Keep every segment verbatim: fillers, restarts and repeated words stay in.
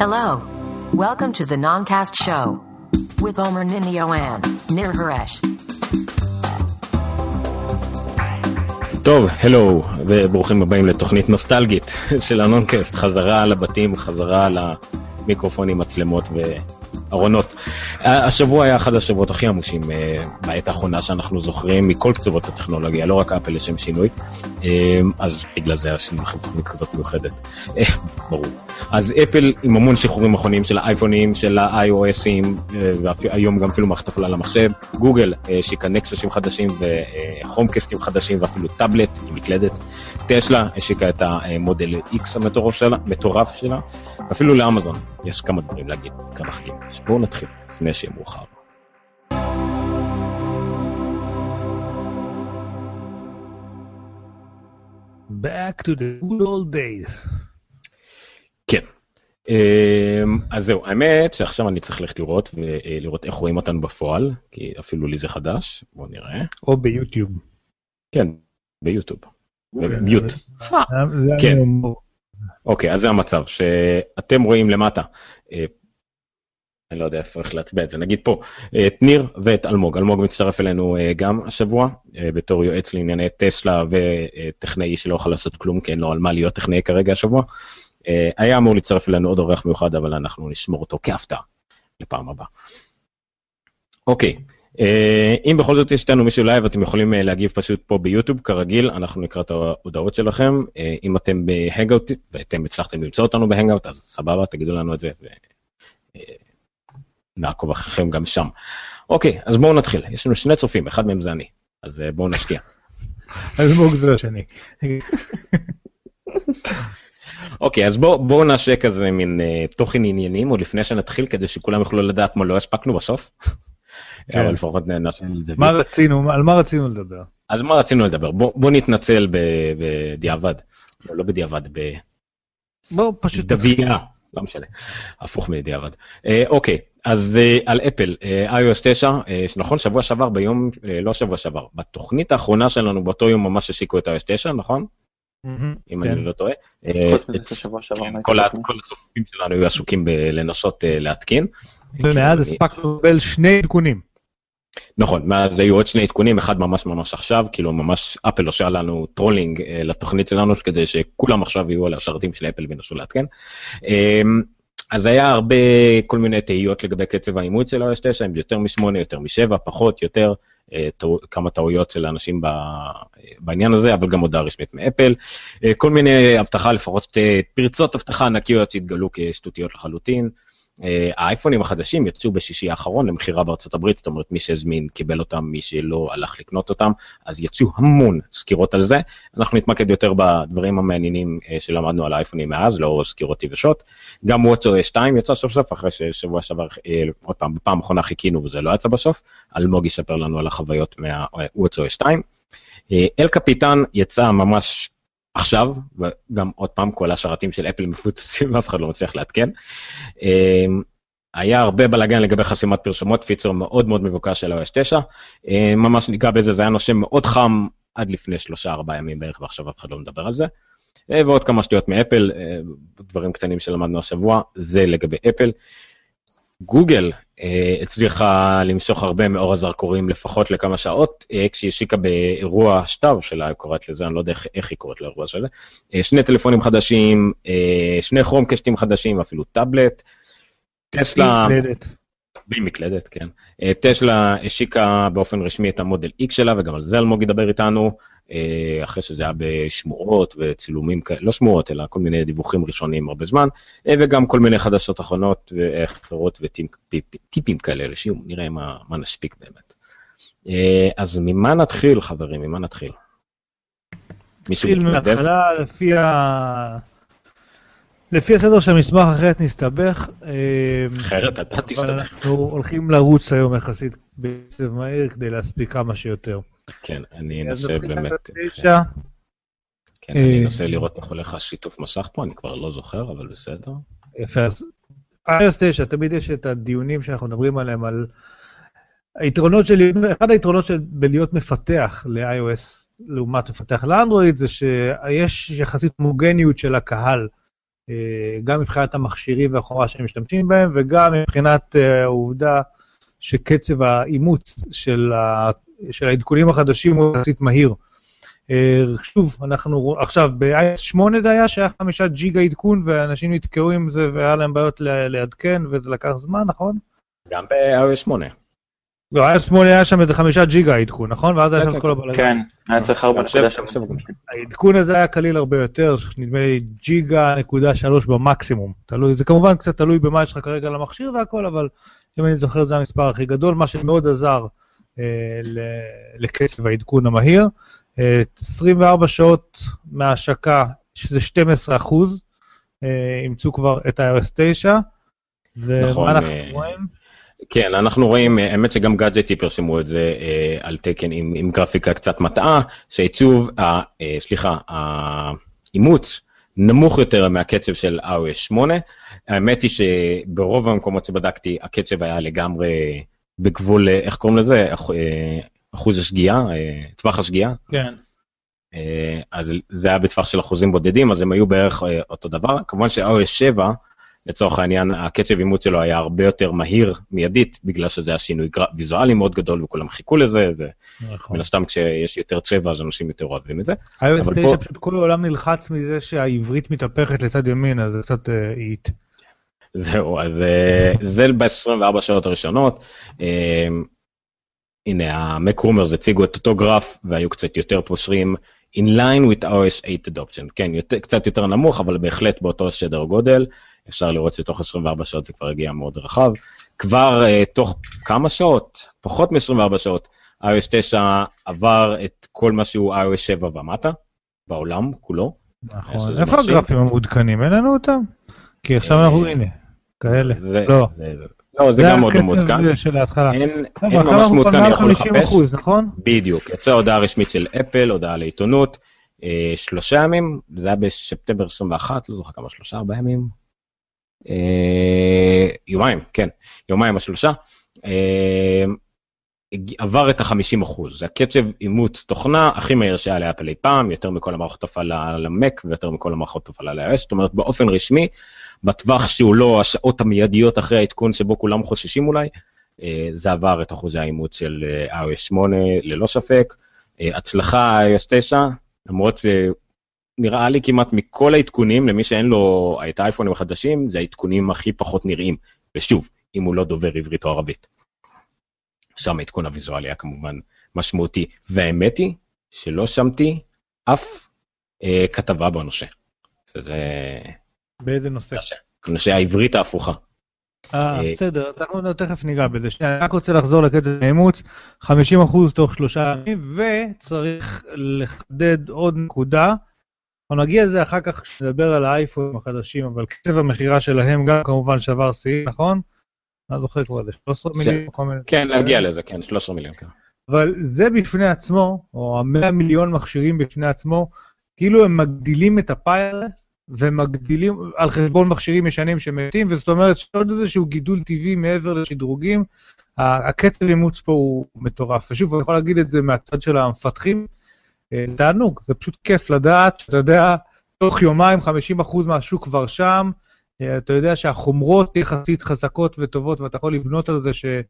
Hello. Welcome to the Noncast Show with Omer Ninio and Nir Haresh. טוב, הלו, וברוכים הבאים לתוכנית נוסטלגית של הנונקאסט, חזרה לבתים, חזרה למיקרופונים, מצלמות וארונות. השבוע היה אחד השבועות הכי עמושים בעת האחרונה שאנחנו זוכרים מכל קצוות הטכנולוגיה, לא רק אפל לשם שינוי, אז בגלל זה עשינו לכם תוכנית כזאת מיוחדת, ברור. אז אפל עם המון שחרורים אחרונים של האייפונים, של ה-iOSים, והיום גם אפילו מערכת הפעלה למחשב, גוגל שיקה נקסוסים חדשים וחומקסטים חדשים ואפילו טאבלט עם מקלדת, טסלה השיקה את המודל X המטורף שלה, מטורף שלה, ואפילו לאמזון יש כמה דברים להגיד, כמה חגים. בואו נתחיל לפני שיהיה מאוחר. Back to the good old days. כן. אז זהו, האמת שעכשיו אני צריך ללכת לראות ולראות איך רואים אותנו בפועל, כי אפילו לי זה חדש, בואו נראה. או ביוטיוב. כן, ביוטיוב. מיוט. כן. אוקיי, אז זה המצב, שאתם רואים למטה, אני לא יודע איך להצביע את זה, נגיד פה, את ניר ואת אלמוג. אלמוג מצטרף אלינו גם השבוע, בתור יועץ לענייני טסלה וטכנאי שלא יכול לעשות כלום, כי אין לו על מה להיות טכנאי כרגע השבוע. היה אמור להצטרף אלינו עוד אורח מיוחד, אבל אנחנו נשמור אותו כהפתעה לפעם הבאה. אוקיי, אם בכל זאת יש לנו מישהו לייב, אתם יכולים להגיב פשוט פה ביוטיוב, כרגיל, אנחנו נקרא את ההודעות שלכם. אם אתם בהנגאוט, ואתם הצלחתם למצוא אותנו בהנגאוט, אז סבבה, תגידו לנו את זה, ונעקוב אחריכם גם שם. אוקיי, אז בואו נתחיל. יש לנו שני צופים, אחד מהם זה אני, אז בואו נשקיע. אז מוג זה השני. אוקיי, אז בואו בוא נעשה כזה מין uh, תוכן עניינים, עוד לפני שנתחיל, כדי שכולם יוכלו לדעת מה לא הספקנו בסוף. כן. אבל לפחות נעשה על זה. מה רצינו, על מה רצינו לדבר? אז מה רצינו לדבר? בואו בוא נתנצל בדיעבד. לא, לא בדיעבד, ב... בואו פשוט... דבייה, לא משנה. הפוך מדיעבד. אה, אוקיי, אז אה, על אפל, אה, iOS תשע, אה, נכון, שבוע שעבר ביום, אה, לא שבוע שעבר, בתוכנית האחרונה שלנו, באותו יום ממש השיקו את iOS תשע, נכון? אם אני לא טועה, כל הצופים שלנו היו עסוקים לנסות להתקין. ומאז הספקנו בל שני עדכונים. נכון, מאז היו עוד שני עדכונים, אחד ממש ממש עכשיו, כאילו ממש אפל עושה לנו טרולינג לתוכנית שלנו, כדי שכולם עכשיו יהיו על השרתים של אפל ונסו להתקין. אז היה הרבה כל מיני תהיות לגבי קצב האימות של iOS תשע, הם יותר משמונה, יותר משבע, פחות, יותר, כמה טעויות של האנשים בעניין הזה, אבל גם הודעה רשמית מאפל, כל מיני הבטחה, לפחות פרצות הבטחה ענקיות שהתגלו כשטותיות לחלוטין. האייפונים החדשים יצאו בשישי האחרון למחירה בארצות הברית, זאת אומרת מי שהזמין קיבל אותם, מי שלא הלך לקנות אותם, אז יצאו המון סקירות על זה. אנחנו נתמקד יותר בדברים המעניינים שלמדנו על האייפונים מאז, לא סקירות יבשות. גם וואטסאפ שתיים יצא סוף סוף, אחרי ששבוע שעבר, עוד פעם, בפעם האחרונה חיכינו וזה לא יצא בסוף. אלמוג יספר לנו על החוויות מהוואטסאפ שתיים. אל קפיטן יצא ממש עכשיו, וגם עוד פעם כל השרתים של אפל מפוצצים, ואף אחד לא מצליח להתקן. היה הרבה בלגן לגבי חסימת פרסומות, פיצר מאוד מאוד מבוקש של iOS תשע, ממש ניגע בזה, זה היה נושם מאוד חם עד לפני שלושה ארבעה ימים בערך, ועכשיו אף אחד לא מדבר על זה. ועוד כמה שטויות מאפל, דברים קטנים שלמדנו השבוע, זה לגבי אפל. גוגל הצליחה למשוך הרבה מאור הזרקורים לפחות לכמה שעות, כשהיא השיקה באירוע שטר שלה, היא קוראת לזה, אני לא יודע איך היא קוראת לאירוע שלה, שני טלפונים חדשים, שני כרומקסטים חדשים, אפילו טאבלט, טסלה... מקלדת. בלי מקלדת, כן. טסלה השיקה באופן רשמי את המודל X שלה, וגם על זה אלמוג ידבר איתנו, אחרי שזה היה בשמועות וצילומים, לא שמועות, אלא כל מיני דיווחים ראשונים הרבה זמן, וגם כל מיני חדשות אחרונות ואחרות וטיפים כאלה, שיום, נראה מה, מה נספיק באמת. אז ממה נתחיל, חברים, ממה נתחיל? נתחיל מהתחלה, לפי ה... לפי הסדר שהמסמך אחרת נסתבך, אחרת אתה תסתבך. אנחנו הולכים לרוץ היום יחסית בקצב מהיר כדי להספיק כמה שיותר. כן, אני אנסה באמת... כן, אני אנסה לראות איך הולך השיתוף מסך פה, אני כבר לא זוכר, אבל בסדר. יפה, אז iOS תשע, תמיד יש את הדיונים שאנחנו מדברים עליהם, על היתרונות של... אחד היתרונות של בלהיות מפתח ל-iOS לעומת מפתח לאנדרואיד, זה שיש יחסית מוגניות של הקהל גם מבחינת המכשירים והחומרה שהם משתמשים בהם, וגם מבחינת העובדה שקצב האימוץ של, ה... של העדכונים החדשים הוא יחסית מהיר. שוב, אנחנו עכשיו ב-איי אס שמונה זה היה שהיה חמישה ג'יגה עדכון, ואנשים נתקעו עם זה והיה להם בעיות לעדכן, וזה לקח זמן, נכון? גם ב-איי אס שמונה. לא, איי אס שמונה היה שם איזה חמישה ג'יגה עדכון, נכון? ואז היה שם כל הבלגן. כן, היה צריך ארבע נקודה שלוש. העדכון הזה היה קליל הרבה יותר, נדמה לי ג'יגה נקודה שלוש במקסימום. תלוי, זה כמובן קצת תלוי במה יש לך כרגע למכשיר והכל, אבל אם אני זוכר זה המספר הכי גדול, מה שמאוד עזר אה, לקצב העדכון המהיר. אה, עשרים וארבע שעות מההשקה, שזה שנים עשר אחוז, אה, אימצו כבר את איי או אס תשע, ומה אנחנו רואים? כן, אנחנו רואים, האמת שגם גאדג'טי פרסמו את זה אה, על תקן עם, עם גרפיקה קצת מטעה, שעיצוב, אה, אה, סליחה, האימוץ נמוך יותר מהקצב של איי או אס שמונה. האמת היא שברוב המקומות שבדקתי, הקצב היה לגמרי בגבול, איך קוראים לזה? אחוז השגיאה, טווח השגיאה. כן. אז זה היה בטווח של אחוזים בודדים, אז הם היו בערך אותו דבר. כמובן ש-איי או אס שבע, לצורך העניין, הקצב אימוץ שלו היה הרבה יותר מהיר מיידית, בגלל שזה היה שינוי ויזואלי מאוד גדול, וכולם חיכו לזה, ומן הסתם כשיש יותר צבע, אז אנשים יותר אוהבים את זה. איי או אס תשע, פשוט כל העולם נלחץ מזה שהעברית מתהפכת לצד ימין, אז זה קצת איט. זהו, אז זה ב-עשרים וארבע שעות הראשונות. הנה, המקרומרס הציגו את אותו גרף, והיו קצת יותר פושרים, in line with איי או אס שמונה adoption. כן, קצת יותר נמוך, אבל בהחלט באותו שדר גודל. אפשר לראות שתוך עשרים וארבע שעות זה כבר הגיע מאוד רחב. כבר uh, תוך כמה שעות, פחות מ-עשרים וארבע שעות, איי או אס תשע עבר את כל מה שהוא איי או אס שבע ומטה, בעולם כולו. נכון. איפה הגרפים המעודכנים? אין לנו אותם? כי עכשיו אנחנו, הנה, כאלה. זה, לא. זה, זה, לא, זה גם מאוד לא מעודכן. זה הקצב של ההתחלה. אין, אין ממש מעודכן, אני יכול לחפש. נכון? בדיוק. יצאה הודעה רשמית של אפל, הודעה לעיתונות, אה, שלושה ימים, זה היה בספטמבר עשרים ואחת, לא זוכר כמה, שלושה, ארבעה ימים. יומיים, כן, יומיים השלושה, עבר את ה-חמישים אחוז, זה הקצב אימוץ תוכנה הכי מהיר שהיה לאפל אי פעם, יותר מכל המערכות הפעלה למק, ויותר מכל המערכות הפעלה ל-איי או אס, זאת אומרת באופן רשמי, בטווח שהוא לא השעות המיידיות אחרי העדכון שבו כולם חוששים אולי, זה עבר את אחוזי האימוץ של איי או אס שמונה ללא ספק, הצלחה איי או אס תשע, למרות זה, נראה לי כמעט מכל העדכונים, למי שאין לו את האייפונים החדשים, זה העדכונים הכי פחות נראים, ושוב, אם הוא לא דובר עברית או ערבית. שם העדכון הוויזואלי היה כמובן משמעותי, והאמת היא שלא שמתי אף אה, כתבה בנושא. זה... באיזה נושא? נושא העברית ההפוכה. אה, בסדר, אנחנו תכף ניגע בזה. אני רק רוצה לחזור לקצב האימוץ, חמישים אחוז תוך שלושה ימים, וצריך לחדד עוד נקודה, אנחנו נגיע לזה אחר כך כשנדבר על האייפונים החדשים, אבל קצב המחירה שלהם גם כמובן שבר סי, נכון? אני זוכר כבר, זה שלושה עשר מיליון. כן, להגיע לזה, כן, שלושה עשר מיליון. אבל זה בפני עצמו, או המאה מיליון מכשירים בפני עצמו, כאילו הם מגדילים את הפייל, ומגדילים על חשבון מכשירים ישנים שמתים, וזאת אומרת שעוד איזשהו גידול טבעי מעבר לשדרוגים, הקצב אימוץ פה הוא מטורף. ושוב, אני יכול להגיד את זה מהצד של המפתחים, תענוג, זה פשוט כיף לדעת, שאתה יודע, תוך יומיים חמישים אחוז מהשוק כבר שם, אתה יודע שהחומרות יחסית חזקות וטובות, ואתה יכול לבנות על זה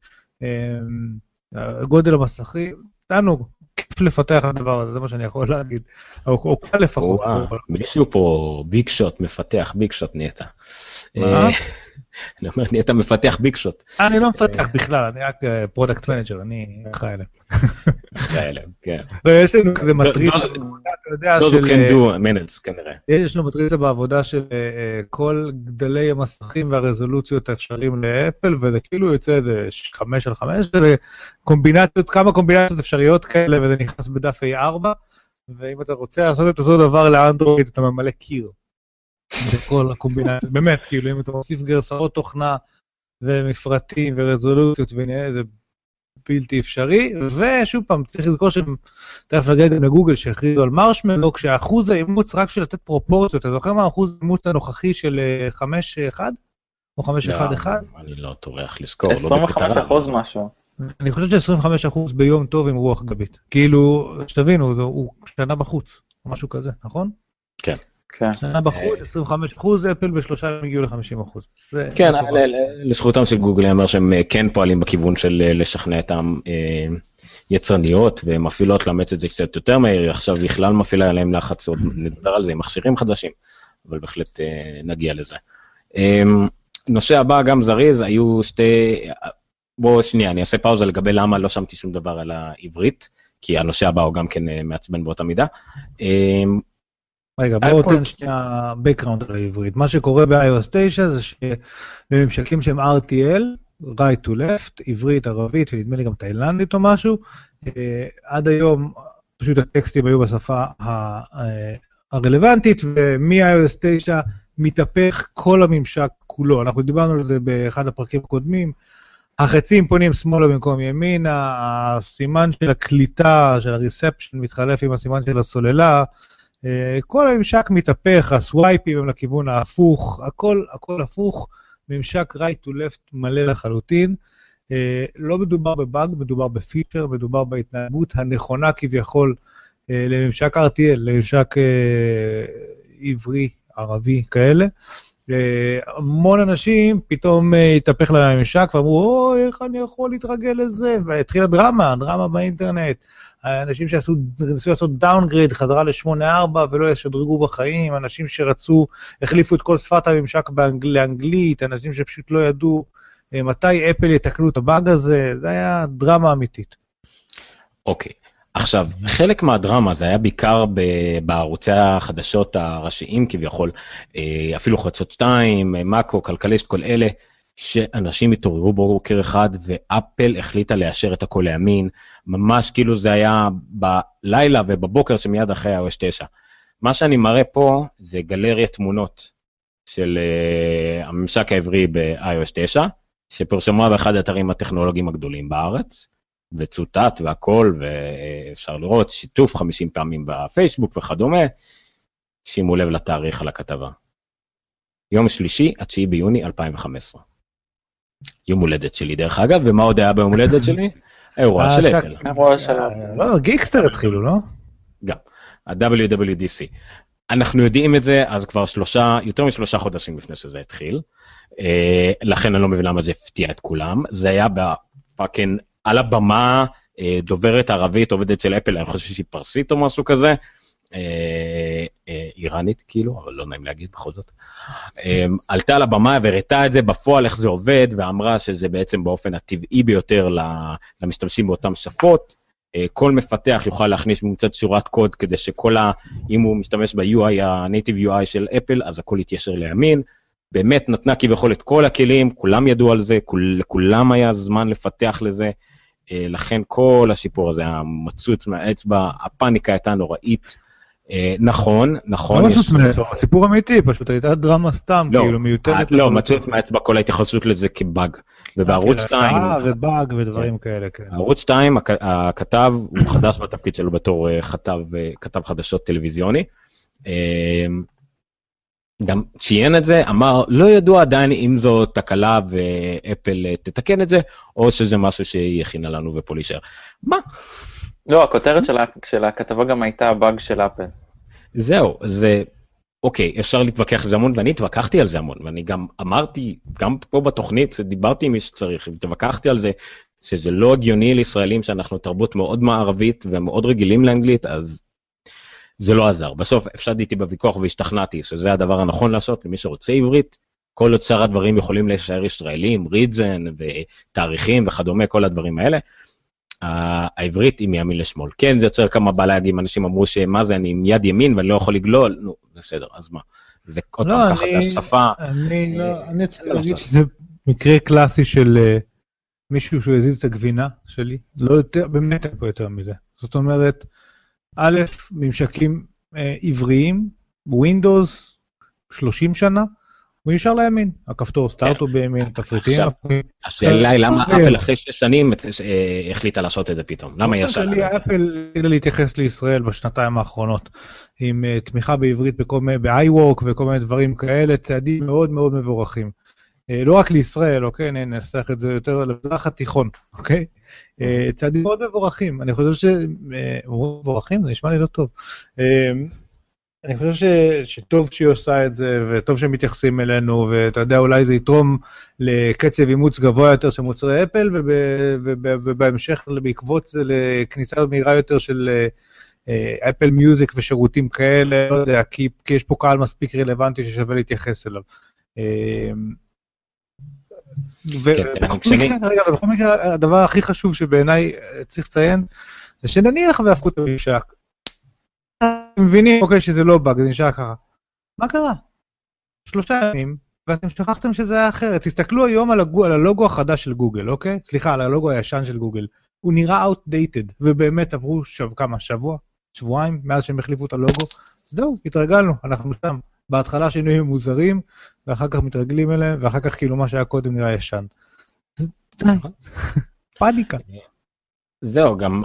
שגודל המסכים, תענוג, כיף לפתח הדבר הזה, זה מה שאני יכול להגיד, או קל לפחות. מישהו פה ביג שוט מפתח, ביג שוט נהייתה. מה? אני אומר, נהייתה מפתח ביג שוט. אני לא מפתח בכלל, אני רק פרודקט מנג'ר, אני אחראי אליהם. אחראי אליהם, כן. ויש לנו כזה מטריצה בעבודה, אתה יודע, של... can do minutes, כנראה. יש לנו מטריצה בעבודה של כל גדלי המסכים והרזולוציות האפשריים לאפל, וזה כאילו יוצא איזה חמש על חמש, וזה קומבינציות, כמה קומבינציות אפשריות כאלה, וזה נכנס בדף איי ארבע, ואם אתה רוצה לעשות את אותו דבר לאנדרואיד, אתה ממלא קיר. בכל הקומבינציות, באמת, כאילו, אם אתה מוסיף גרסאות תוכנה ומפרטים ורזולוציות ועניין, זה בלתי אפשרי, ושוב פעם, צריך לזכור שהם, תכף נגיע גם לגוגל שהכריזו על מרשמלו, כשהאחוז האימוץ, רק בשביל לתת פרופורציות, אתה זוכר מה האחוז האימוץ הנוכחי של חמש אחד? או חמש אחד אחד? אני לא טורח לזכור. עשרים וחמישה אחוז משהו. אני חושב ש-עשרים וחמישה אחוז ביום טוב עם רוח גבית. כאילו, שתבינו, הוא שנה בחוץ, משהו כזה, נכון? כן. כן. בחוץ, עשרים וחמישה אחוז, אפל בשלושה ימים הגיעו ל-חמישים אחוז. כן, לזכותם של גוגל יאמר שהם כן פועלים בכיוון של לשכנע את היצרניות, ומפעילות לאמץ את זה קצת יותר מהיר, עכשיו בכלל מפעילה עליהם לחץ, עוד נדבר על זה עם מכשירים חדשים, אבל בהחלט נגיע לזה. נושא הבא גם זריז, היו שתי, בואו שנייה, אני אעשה פאוזה לגבי למה לא שמתי שום דבר על העברית, כי הנושא הבא הוא גם כן מעצבן באותה מידה. רגע, בואו תן שנייה background על העברית. מה שקורה ב-איי או אס תשע זה שבממשקים שהם אר טי אל, right to left, עברית, ערבית, ונדמה לי גם תאילנדית או משהו, עד היום פשוט הטקסטים היו בשפה הרלוונטית, ומ-איי או אס תשע מתהפך כל הממשק כולו. אנחנו דיברנו על זה באחד הפרקים הקודמים, החצים פונים שמאלה במקום ימין, הסימן של הקליטה, של הריספשן, מתחלף עם הסימן של הסוללה, כל הממשק מתהפך, הסווייפים הם לכיוון ההפוך, הכל, הכל הפוך, ממשק right to left מלא לחלוטין, לא מדובר בבאג, מדובר בפיצ'ר, מדובר בהתנהגות הנכונה כביכול לממשק אר טי אל, לממשק עברי, ערבי כאלה, המון אנשים פתאום התהפך להם הממשק ואמרו, או, איך אני יכול להתרגל לזה? והתחילה דרמה, דרמה באינטרנט, אנשים שעשו, ניסו לעשות דאונגרייד, חזרה ל-שמונה ארבע ולא ישדרגו בחיים, אנשים שרצו, החליפו את כל שפת הממשק לאנגלית, אנשים שפשוט לא ידעו מתי אפל יתקנו את הבאג הזה, זה היה דרמה אמיתית. אוקיי. עכשיו, חלק מהדרמה זה היה בעיקר בערוצי החדשות הראשיים כביכול, אפילו חדשות שתיים, מאקו, כלכליסט, כל אלה, שאנשים התעוררו בוקר אחד, ואפל החליטה לאשר את הכל לימין, ממש כאילו זה היה בלילה ובבוקר שמיד אחרי איי או אס תשע. מה שאני מראה פה זה גלריה תמונות של uh, הממשק העברי ב-איי או אס תשע, שפרשמה באחד האתרים הטכנולוגיים הגדולים בארץ, וצוטט והכל, ואפשר לראות שיתוף חמישים פעמים בפייסבוק וכדומה. שימו לב לתאריך על הכתבה. יום שלישי, התשיעי ביוני אלפיים וחמש עשרה. יום הולדת שלי דרך אגב, ומה עוד היה ביום הולדת שלי? האירוע של אפל. האירוע של לא, גיקסטר התחילו, לא? גם, ה-דאבליו דאבליו די סי. אנחנו יודעים את זה, אז כבר שלושה, יותר משלושה חודשים לפני שזה התחיל, לכן אני לא מבין למה זה הפתיע את כולם, זה היה בפאקינג, על הבמה, דוברת ערבית, עובדת של אפל, אני חושב שהיא פרסית או משהו כזה, איראנית כאילו, אבל לא נעים להגיד בכל זאת, עלתה על הבמה וראתה את זה בפועל איך זה עובד, ואמרה שזה בעצם באופן הטבעי ביותר למשתמשים באותן שפות, כל מפתח יוכל להכניס ממוצד שורת קוד, כדי שכל ה... אם הוא משתמש ב-יו איי, ה-Native יו איי של אפל, אז הכל יתיישר לימין, באמת נתנה כביכול את כל הכלים, כולם ידעו על זה, לכולם היה זמן לפתח לזה, לכן כל השיפור הזה, המצוץ מהאצבע, הפאניקה הייתה נוראית, נכון, נכון. לא מצוץ מהאצבע, הסיפור אמיתי, פשוט הייתה דרמה סתם, כאילו מיותרת. לא, מצוץ מהאצבע, כל ההתייחסות לזה כבאג, ובערוץ שתיים... ובאג ודברים כאלה, כן. בערוץ שתיים, הכתב, הוא חדש בתפקיד שלו בתור כתב חדשות טלוויזיוני, גם ציין את זה, אמר, לא ידוע עדיין אם זו תקלה ואפל תתקן את זה, או שזה משהו שהיא הכינה לנו ופה להישאר. מה? לא, הכותרת של הכתבה גם הייתה באג של אפל. זהו, זה, אוקיי, אפשר להתווכח על זה המון, ואני התווכחתי על זה המון, ואני גם אמרתי, גם פה בתוכנית, דיברתי עם מי שצריך, התווכחתי על זה, שזה לא הגיוני לישראלים שאנחנו תרבות מאוד מערבית ומאוד רגילים לאנגלית, אז זה לא עזר. בסוף הפסדתי בוויכוח והשתכנעתי, שזה הדבר הנכון לעשות למי שרוצה עברית, כל עוד שאר הדברים יכולים להישאר ישראלים, רידזן ותאריכים וכדומה, כל הדברים האלה. העברית היא מימין לשמאל. כן, זה יוצר כמה בלאגים, אנשים אמרו שמה זה, אני עם יד ימין ואני לא יכול לגלול, נו, בסדר, אז מה? זה עוד פעם ככה, זה השפה. אני לא, אני צריך להגיד שזה מקרה קלאסי של מישהו שהוא הזיז את הגבינה שלי, לא יותר, באמת אין פה יותר מזה. זאת אומרת, א', ממשקים עבריים, Windows, שלושים שנה, הוא נשאר לימין, הכפתור סטארט-אפ בימין, תפריטים. השאלה היא למה אפל אחרי שש שנים החליטה לעשות את זה פתאום, למה היא עושה לה את זה? אפל התחילה להתייחס לישראל בשנתיים האחרונות, עם תמיכה בעברית ב-iWork וכל מיני דברים כאלה, צעדים מאוד מאוד מבורכים. לא רק לישראל, אוקיי, ננסח את זה יותר למזרח התיכון, אוקיי? צעדים מאוד מבורכים, אני חושב ש... מבורכים, זה נשמע לי לא טוב. אני חושב ש, שטוב שהיא עושה את זה, וטוב שהם מתייחסים אלינו, ואתה יודע, אולי זה יתרום לקצב אימוץ גבוה יותר של מוצרי אפל, ובהמשך בעקבות זה לכניסה מהירה יותר של אפל מיוזיק ושירותים כאלה, לא יודע, כי, כי יש פה קהל מספיק רלוונטי ששווה להתייחס אליו. ובכל מקרה, הדבר הכי חשוב שבעיניי צריך לציין, זה שנניח והפכו את הממשק. אתם מבינים, אוקיי, שזה לא באג, זה נשאר ככה. מה קרה? שלושה ימים, ואתם שכחתם שזה היה אחרת. תסתכלו היום על, הגו, על הלוגו החדש של גוגל, אוקיי? סליחה, על הלוגו הישן של גוגל. הוא נראה outdated, ובאמת עברו שב, כמה, שבוע? שבועיים, מאז שהם החליפו את הלוגו. זהו, התרגלנו, אנחנו שם. בהתחלה שינויים מוזרים, ואחר כך מתרגלים אליהם, ואחר כך כאילו מה שהיה קודם נראה ישן. פאניקה. זהו, גם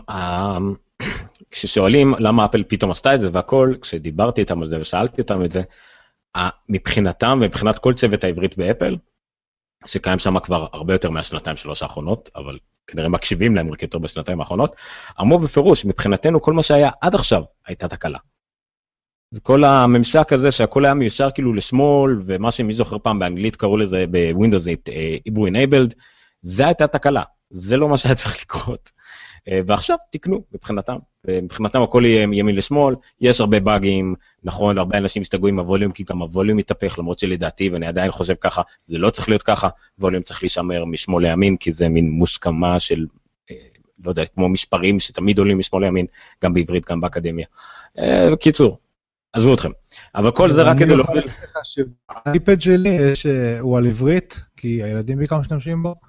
כששואלים למה אפל פתאום עשתה את זה והכל, כשדיברתי איתם על זה ושאלתי אותם את זה, מבחינתם ומבחינת כל צוות העברית באפל, שקיים שם כבר הרבה יותר מהשנתיים שלוש האחרונות, אבל כנראה מקשיבים להם רק יותר בשנתיים האחרונות, אמרו בפירוש, מבחינתנו כל מה שהיה עד עכשיו הייתה תקלה. וכל הממשק הזה שהכל היה מיושר כאילו לשמאל, ומה שמי זוכר פעם באנגלית קראו לזה בווינדוס Hebrew Enabled, זה הייתה תקלה, זה לא מה שהיה צריך לקרות. ועכשיו תקנו מבחינתם, מבחינתם הכל יהיה ימין לשמאל, יש הרבה באגים, נכון, הרבה אנשים יסתגעו עם הווליום, כי גם הווליום מתהפך, למרות שלדעתי, ואני עדיין חושב ככה, זה לא צריך להיות ככה, ווליום צריך להישמר משמאל לימין, כי זה מין מוסכמה של, לא יודע, כמו מספרים שתמיד עולים משמאל לימין, גם בעברית, גם באקדמיה. בקיצור, עזבו אתכם. אבל כל זה רק כדי להוביל. האייפד שלי הוא על עברית, כי הילדים בעיקר משתמשים בו,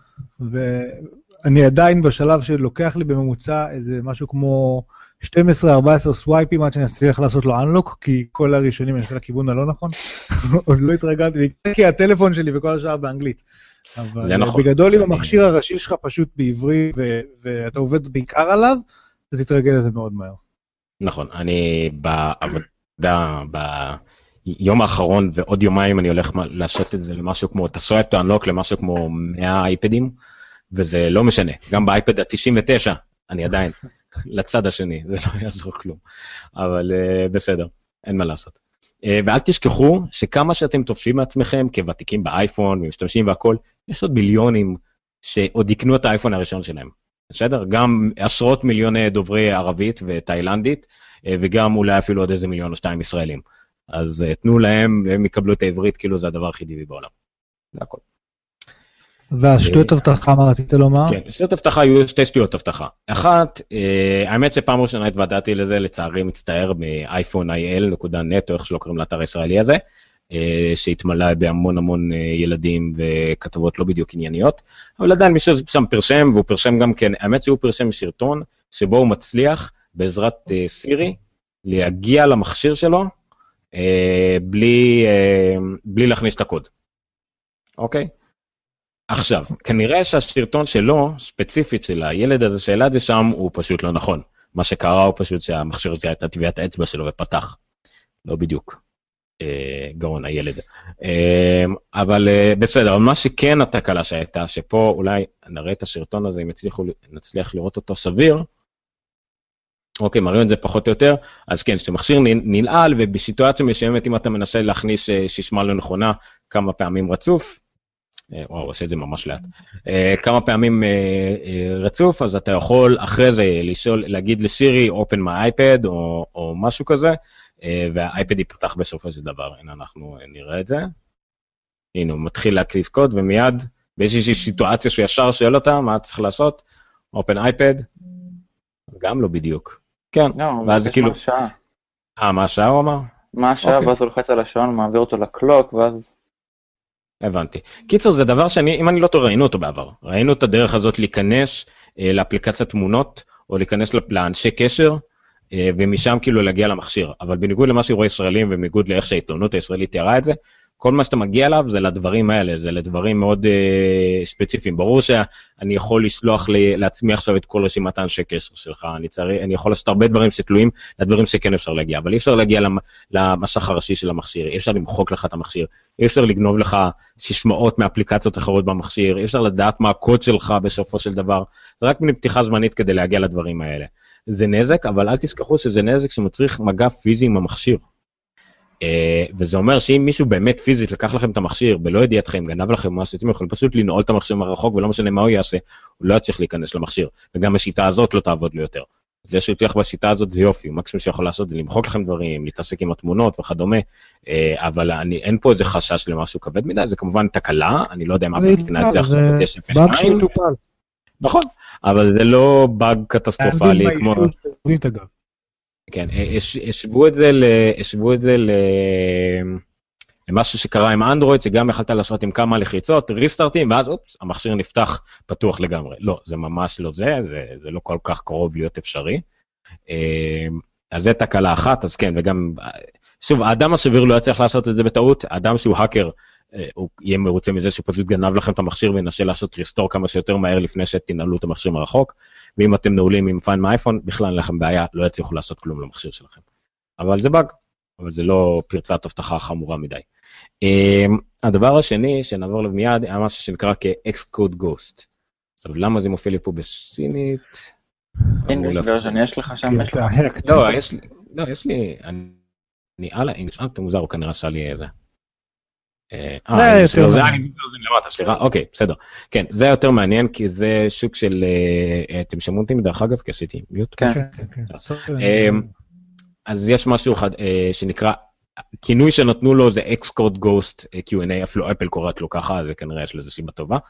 ואני עדיין בשלב שלוקח לי בממוצע איזה משהו כמו שתים עשרה ארבע עשרה סווייפים עד שאני אצליח לעשות לו אנלוק, כי כל הראשונים אני אעשה לכיוון הלא נכון, עוד לא התרגלתי, כי הטלפון שלי וכל השאר באנגלית. אבל נכון. בגדול אם המכשיר הראשי שלך פשוט בעברית, ואתה עובד בעיקר עליו, אז תתרגל לזה מאוד מהר. נכון, אני בעבודה, ביום האחרון ועוד יומיים אני הולך לעשות את זה למשהו כמו, תעשו את האנלוק למשהו כמו מאה אייפדים, וזה לא משנה, גם באייפד ה-תשעים ותשע, אני עדיין לצד השני, זה לא יעזור כלום, אבל uh, בסדר, אין מה לעשות. Uh, ואל תשכחו שכמה שאתם תופשים מעצמכם כוותיקים באייפון ומשתמשים והכל, יש עוד מיליונים שעוד יקנו את האייפון הראשון שלהם, בסדר? גם עשרות מיליוני דוברי ערבית ותאילנדית, uh, וגם אולי אפילו עוד איזה מיליון או שתיים ישראלים. אז uh, תנו להם, הם יקבלו את העברית, כאילו זה הדבר הכי טבעי בעולם. זה הכל. והשטויות הבטחה, מה רצית לומר? כן, שטויות הבטחה היו שתי שטויות הבטחה. אחת, האמת שפעם ראשונה התוודעתי לזה, לצערי מצטער באייפון איי אל נקודה נט, או איך שלא קוראים לאתר הישראלי הזה, שהתמלא בהמון המון ילדים וכתבות לא בדיוק ענייניות, אבל עדיין מישהו שם פרשם, והוא פרשם גם כן, האמת שהוא פרשם שרטון, שבו הוא מצליח בעזרת סירי, להגיע למכשיר שלו, בלי, בלי להכניס את הקוד. אוקיי? עכשיו, כנראה שהשרטון שלו, ספציפית של הילד הזה שאלה את זה שם, הוא פשוט לא נכון. מה שקרה הוא פשוט שהמכשיר הזה הייתה טביעת האצבע שלו ופתח. לא בדיוק. אה, גאון הילד. אה, אבל אה, בסדר, אבל מה שכן התקלה שהייתה, שפה אולי נראה את השרטון הזה, אם יצליחו, נצליח לראות אותו סביר, אוקיי, מראים את זה פחות או יותר, אז כן, שמכשיר נלעל, ובסיטואציה משיימת, אם אתה מנסה להכניס שישמע לא נכונה, כמה פעמים רצוף, וואו, עושה את זה ממש לאט. כמה פעמים רצוף, אז אתה יכול אחרי זה לשאול, להגיד לסירי, open my iPad, או, או משהו כזה, והאייפד ייפתח בסופו של דבר. הנה, אנחנו נראה את זה. הנה, הוא מתחיל להקליט קוד, ומיד, באיזושהי סיטואציה שהוא ישר שואל אותה, מה צריך לעשות? open iPad. גם לא בדיוק. כן, ואז זה כאילו... אה, מה השעה הוא אמר? מה השעה, ואז הוא לוחץ על השעון, מעביר אותו לקלוק, ואז... הבנתי. קיצור, זה דבר שאני, אם אני לא טוב, ראינו אותו בעבר. ראינו את הדרך הזאת להיכנס אה, לאפליקציית תמונות, או להיכנס לאנשי קשר, אה, ומשם כאילו להגיע למכשיר. אבל בניגוד למה שרואה ישראלים, ובניגוד לאיך שהעיתונות הישראלית תיארה את זה, כל מה שאתה מגיע אליו זה לדברים האלה, זה לדברים מאוד אה, ספציפיים. ברור שאני יכול לשלוח לי, לעצמי עכשיו את כל רשימת האנשי קשר שלך, אני, צריך, אני יכול לעשות הרבה דברים שתלויים לדברים שכן אפשר להגיע, אבל אי אפשר להגיע למשך הראשי של המכשיר, אי אפשר למחוק לך את המכשיר, אי אפשר לגנוב לך ששמעות מאפליקציות אחרות במכשיר, אי אפשר לדעת מה הקוד שלך בסופו של דבר, זה רק מן פתיחה זמנית כדי להגיע לדברים האלה. זה נזק, אבל אל תשכחו שזה נזק שמצריך מגע פיזי עם המכשיר. וזה אומר שאם מישהו באמת פיזית לקח לכם את המכשיר, בלא ידיעתכם, גנב לכם משהו, אתם יכולים פשוט לנעול את המכשיר מרחוק, ולא משנה מה הוא יעשה, הוא לא יצליח להיכנס למכשיר, וגם השיטה הזאת לא תעבוד לו יותר. זה שהצליח בשיטה הזאת זה יופי, מקסימום שיכול לעשות זה למחוק לכם דברים, להתעסק עם התמונות וכדומה, אבל אני, אין פה איזה חשש למשהו כבד מדי, זה כמובן תקלה, אני לא יודע מה תקנה את זה עכשיו, יש אפס שתיים, נכון, אבל זה לא באג קטסטרופלי כמו... כן, השוו את זה, השוו את זה למשהו שקרה עם אנדרואיד, שגם יכלת לעשות עם כמה לחיצות, ריסטארטים, ואז אופס, המכשיר נפתח פתוח לגמרי. לא, זה ממש לא זה, זה, זה לא כל כך קרוב להיות אפשרי. אז זה תקלה אחת, אז כן, וגם, שוב, האדם הסביר לא יצליח לעשות את זה בטעות, האדם שהוא האקר, הוא יהיה מרוצה מזה שפשוט גנב לכם את המכשיר וינסה לעשות ריסטור כמה שיותר מהר לפני שתנעלו את המכשיר מרחוק, ואם אתם נעולים עם פיין מאייפון, בכלל אין לכם בעיה, לא יצליחו לעשות כלום למכשיר שלכם. אבל זה באג, אבל זה לא פרצת הבטחה חמורה מדי. הדבר השני שנעבור לו מיד, היה משהו שנקרא כ-Xcode Ghost. עכשיו, למה זה מופיע לי פה בסינית? English version, יש לך שם? לא, יש לי, לא, יש לי, אני על האנגליש, אתם מוזר, הוא כנראה שעשה לי איזה. אה, זה למטה, סליחה, אוקיי, בסדר. כן, זה יותר מעניין, כי זה שוק של, אתם שמעו אותי דרך אגב, כי עשיתי מיוט. כן, כן, כן. אז יש משהו אחד שנקרא, כינוי שנתנו לו זה Xcode Ghost קיו אנד איי, אפילו אפל קוראת לו ככה, אז כנראה יש לזה סיבה טובה.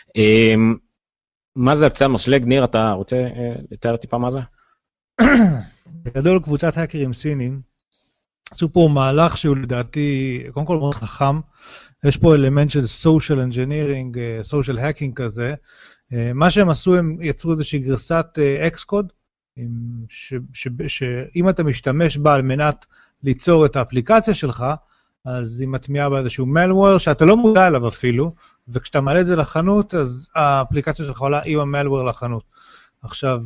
מה זה הפצע משלג? ניר, אתה רוצה לתאר טיפה מה זה? בגדול קבוצת האקרים סינים, עשו פה מהלך שהוא לדעתי, קודם כל מאוד חכם, יש פה אלמנט של social engineering, social hacking כזה, מה שהם עשו, הם יצרו איזושהי גרסת Xcode, שאם אתה משתמש בה על מנת ליצור את האפליקציה שלך, אז היא מטמיעה באיזשהו malware שאתה לא מודע אליו אפילו, וכשאתה מעלה את זה לחנות, אז האפליקציה שלך עולה עם המלוור לחנות. עכשיו,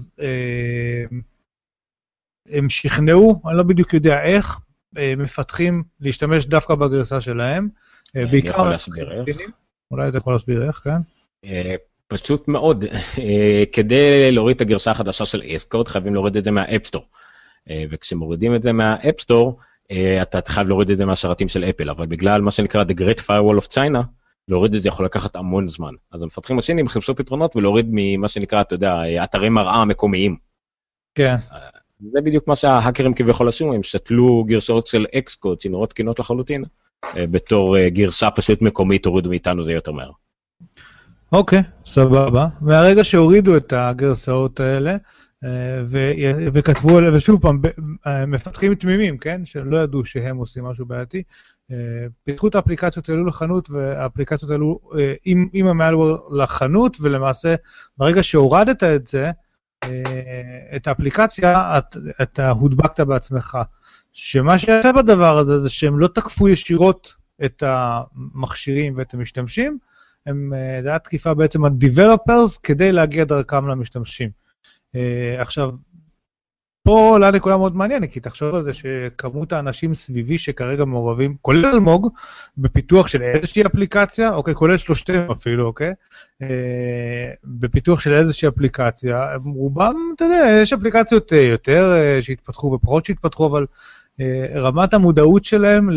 הם שכנעו, אני לא בדיוק יודע איך, מפתחים להשתמש דווקא בגרסה שלהם. אני יכול להסביר איך. אולי אתה יכול להסביר איך, כן? פשוט מאוד. כדי להוריד את הגרסה החדשה של Xcode, חייבים להוריד את זה מהאפסטור. וכשמורידים את זה מהאפסטור, אתה חייב להוריד את זה מהשרתים של אפל, אבל בגלל מה שנקרא The Great Firewall of China, להוריד את זה יכול לקחת המון זמן. אז המפתחים השינים חיפשו פתרונות ולהוריד ממה שנקרא, אתה יודע, אתרי מראה מקומיים. כן. זה בדיוק מה שההאקרים כביכול עשו, הם שתלו גרסאות של Xcode שנראות תקינות לחלוטין, בתור גרסה פשוט מקומית, הורידו מאיתנו זה יותר מהר. אוקיי, סבבה. מהרגע שהורידו את הגרסאות האלה, וכתבו עליהם, ושוב פעם, מפתחים תמימים, כן? שלא ידעו שהם עושים משהו בעייתי, פיתחו את האפליקציות האלו לחנות, והאפליקציות האלו עם, עם המלוור לחנות, ולמעשה, ברגע שהורדת את זה, את האפליקציה, אתה הודבקת בעצמך. שמה שיפה בדבר הזה, זה שהם לא תקפו ישירות את המכשירים ואת המשתמשים, הם, זה היה תקיפה בעצם ה-developers, כדי להגיע דרכם למשתמשים. עכשיו, פה עולה נקודה מאוד מעניינת, כי תחשוב על זה שכמות האנשים סביבי שכרגע מעורבים, כולל אלמוג, בפיתוח של איזושהי אפליקציה, אוקיי, כולל שלושתם אפילו, אוקיי, בפיתוח של איזושהי אפליקציה, רובם, אתה יודע, יש אפליקציות יותר שהתפתחו ופחות שהתפתחו, אבל רמת המודעות שלהם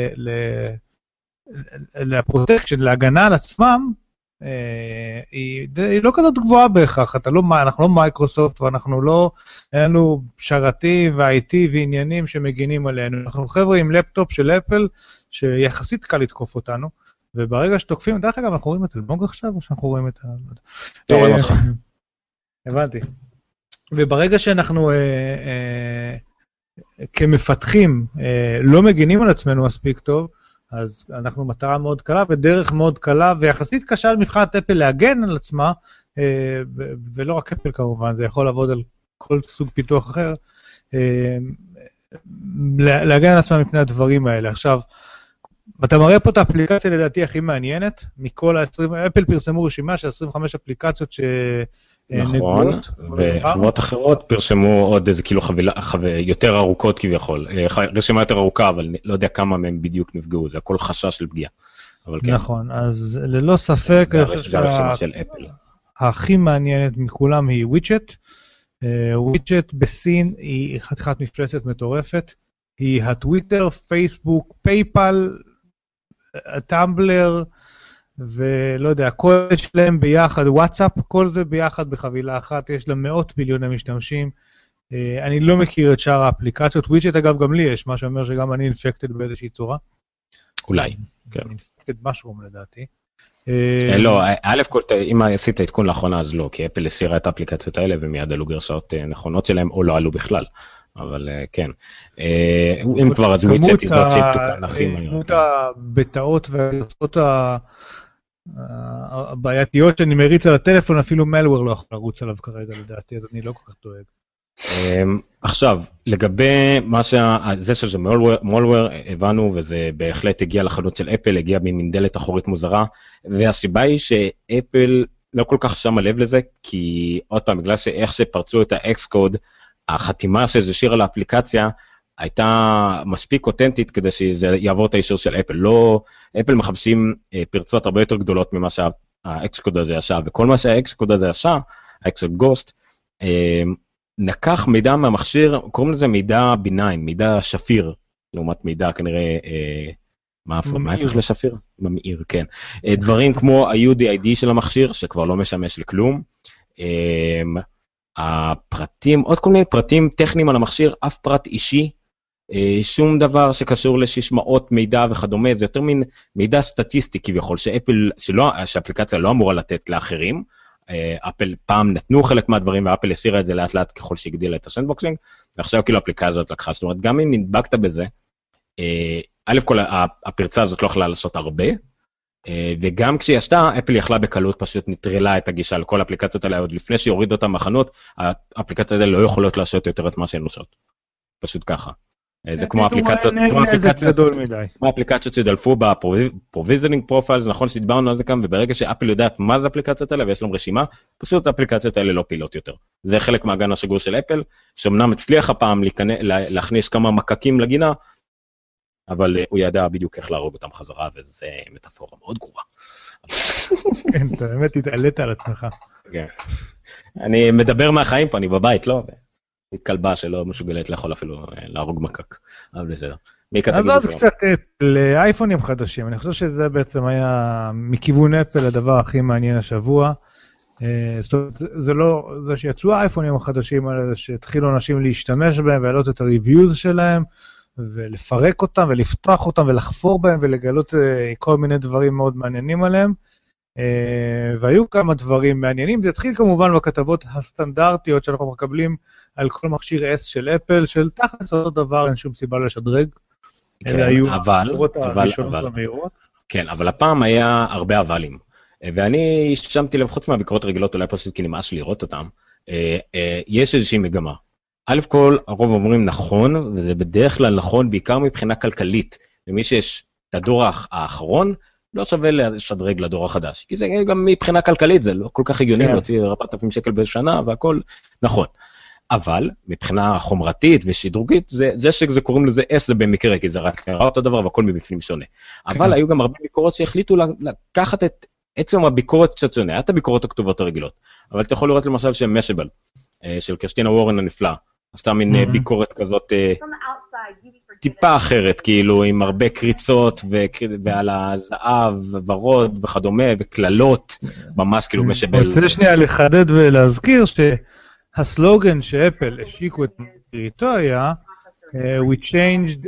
לפרוטקשן, להגנה על עצמם, היא, היא לא כזאת גבוהה בהכרח, אתה לא, אנחנו לא מייקרוסופט ואנחנו לא, אין לנו שרתים ו-איי טי ועניינים שמגינים עלינו, אנחנו חבר'ה עם לפטופ של אפל שיחסית קל לתקוף אותנו, וברגע שתוקפים, דרך אגב אנחנו רואים את אלמוג עכשיו או שאנחנו רואים את ה... לא רואים אותך. הבנתי. וברגע שאנחנו אה, אה, כמפתחים אה, לא מגינים על עצמנו מספיק טוב, אז אנחנו מטרה מאוד קלה ודרך מאוד קלה, ויחסית קשה על מבחינת אפל להגן על עצמה, ולא רק אפל כמובן, זה יכול לעבוד על כל סוג פיתוח אחר, להגן על עצמה מפני הדברים האלה. עכשיו, אתה מראה פה את האפליקציה לדעתי הכי מעניינת, מכל ה-עשרים, אפל פרסמו רשימה של עשרים וחמש אפליקציות ש... נכון, וחברות אחרות פרשמו עוד איזה כאילו חבילה יותר ארוכות כביכול, רשימה יותר ארוכה, אבל לא יודע כמה מהם בדיוק נפגעו, זה הכל חשש של פגיעה. נכון, אז ללא ספק, זה הרשימה של אפל. הכי מעניינת מכולם היא ווידג'ט, ווידג'ט בסין היא חתיכת מפלצת מטורפת, היא הטוויטר, פייסבוק, פייפל, הטמבלר, ולא יודע, כל שלהם ביחד, וואטסאפ, כל זה ביחד בחבילה אחת, יש לה מאות מיליוני משתמשים. אני לא מכיר את שאר האפליקציות, ווידג'ט אגב גם לי יש, מה שאומר שגם אני אינפקטד באיזושהי צורה. אולי, כן. אינפקטד משרום לדעתי. לא, א' כל, אם עשית עדכון לאחרונה אז לא, כי אפל הסירה את האפליקציות האלה ומיד עלו גרסאות נכונות שלהם, או לא עלו בכלל. אבל כן, אם כבר אז ווידג'ט היא זאת שתוקן הכי מהר. כמות הבטאות והגרסאות הבעייתיות שאני מריץ על הטלפון, אפילו מלוור לא יכול לרוץ עליו כרגע לדעתי, אז אני לא כל כך דואג. עכשיו, לגבי מה זה שזה מולוור, הבנו, וזה בהחלט הגיע לחנות של אפל, הגיע ממין דלת אחורית מוזרה, והסיבה היא שאפל לא כל כך שמה לב לזה, כי עוד פעם, בגלל שאיך שפרצו את האקס-קוד, החתימה שזה השאיר על האפליקציה, הייתה מספיק אותנטית כדי שזה יעבור את האישור של אפל. לא, אפל מחפשים פרצות הרבה יותר גדולות ממה שהאקס-קוד הזה ישב, וכל מה שהאקס-קוד הזה ישב, האקס-קוד גוסט, נקח מידע מהמכשיר, קוראים לזה מידע ביניים, מידע שפיר, לעומת מידע כנראה, מה הפך לשפיר? ממאיר, כן. דברים כמו ה-יו די איי די של המכשיר, שכבר לא משמש לכלום, הפרטים, עוד כל מיני פרטים טכניים על המכשיר, אף פרט אישי, שום דבר שקשור לשישמעות מידע וכדומה, זה יותר מין מידע סטטיסטי כביכול, שאפל, שלא, שהאפליקציה לא אמורה לתת לאחרים, אפל פעם נתנו חלק מהדברים, ואפל הסירה את זה לאט לאט ככל שהגדילה את הסנדבוקסינג, ועכשיו כאילו האפליקציה הזאת לקחה, זאת אומרת, גם אם נדבקת בזה, א' כל הפרצה הזאת לא יכלה לעשות הרבה, וגם כשהיא עשתה, אפל יכלה בקלות פשוט נטרלה את הגישה לכל האפליקציות האלה, עוד לפני שהוריד אותה מהחנות, האפליקציות האלה לא יכולות לעשות יותר את מה שהן עושות. פשוט ככה. זה כמו אפליקציות, כמו אפליקציות שדלפו בפרוביזנינג פרופיילס, נכון שדיברנו על זה כאן, וברגע שאפל יודעת מה זה אפליקציות האלה, ויש להם רשימה, פשוט האפליקציות האלה לא פעילות יותר. זה חלק מהגן השגור של אפל, שאומנם הצליח הפעם להכניס כמה מקקים לגינה, אבל הוא ידע בדיוק איך להרוג אותם חזרה, וזה מטאפורה מאוד גרועה. כן, אתה באמת התעלית על עצמך. כן. אני מדבר מהחיים פה, אני בבית, לא? כלבה שלא משוגלת לאכול אפילו להרוג מקק. אבל בסדר. אז עוד קצת לאייפונים חדשים, אני חושב שזה בעצם היה מכיוון אפל הדבר הכי מעניין השבוע. זאת אומרת, זה לא, זה שיצאו האייפונים החדשים האלה, זה שהתחילו אנשים להשתמש בהם ולהעלות את הריוויוז שלהם, ולפרק אותם ולפתוח אותם ולחפור בהם ולגלות כל מיני דברים מאוד מעניינים עליהם. והיו כמה דברים מעניינים, זה התחיל כמובן בכתבות הסטנדרטיות שאנחנו מקבלים על כל מכשיר S של אפל, של תכלס אותו דבר, אין שום סיבה לשדרג. כן, אבל, אבל, אבל, כן, אבל הפעם היה הרבה אבלים, ואני שמתי לב חוץ מהביקורות רגילות, אולי פשוט כי נמאס לראות אותם, יש איזושהי מגמה. א' כל, הרוב אומרים נכון, וזה בדרך כלל נכון, בעיקר מבחינה כלכלית, למי שיש את הדור האחרון, לא שווה לשדרג לדור החדש, כי זה גם מבחינה כלכלית, זה לא כל כך הגיוני, להוציא ארבעת אלפים שקל בשנה, והכל נכון. אבל, מבחינה חומרתית ושדרוגית, זה, זה שזה קוראים לזה S זה במקרה, כי זה רק נראה אותו דבר, והכל מבפנים שונה. אבל היו גם הרבה ביקורות שהחליטו לקחת את עצם הביקורת קצת שונה, היה את הביקורות הכתובות הרגילות, אבל אתה יכול לראות למשל שהם משבל, של קריסטינה וורן הנפלאה, עשתה מין ביקורת כזאת טיפה אחרת, כאילו עם הרבה קריצות ועל הזהב ורוד וכדומה וכללות, ממש כאילו משבל. אני רוצה שנייה לחדד ולהזכיר שהסלוגן שאפל השיקו את מריטו היה we changed,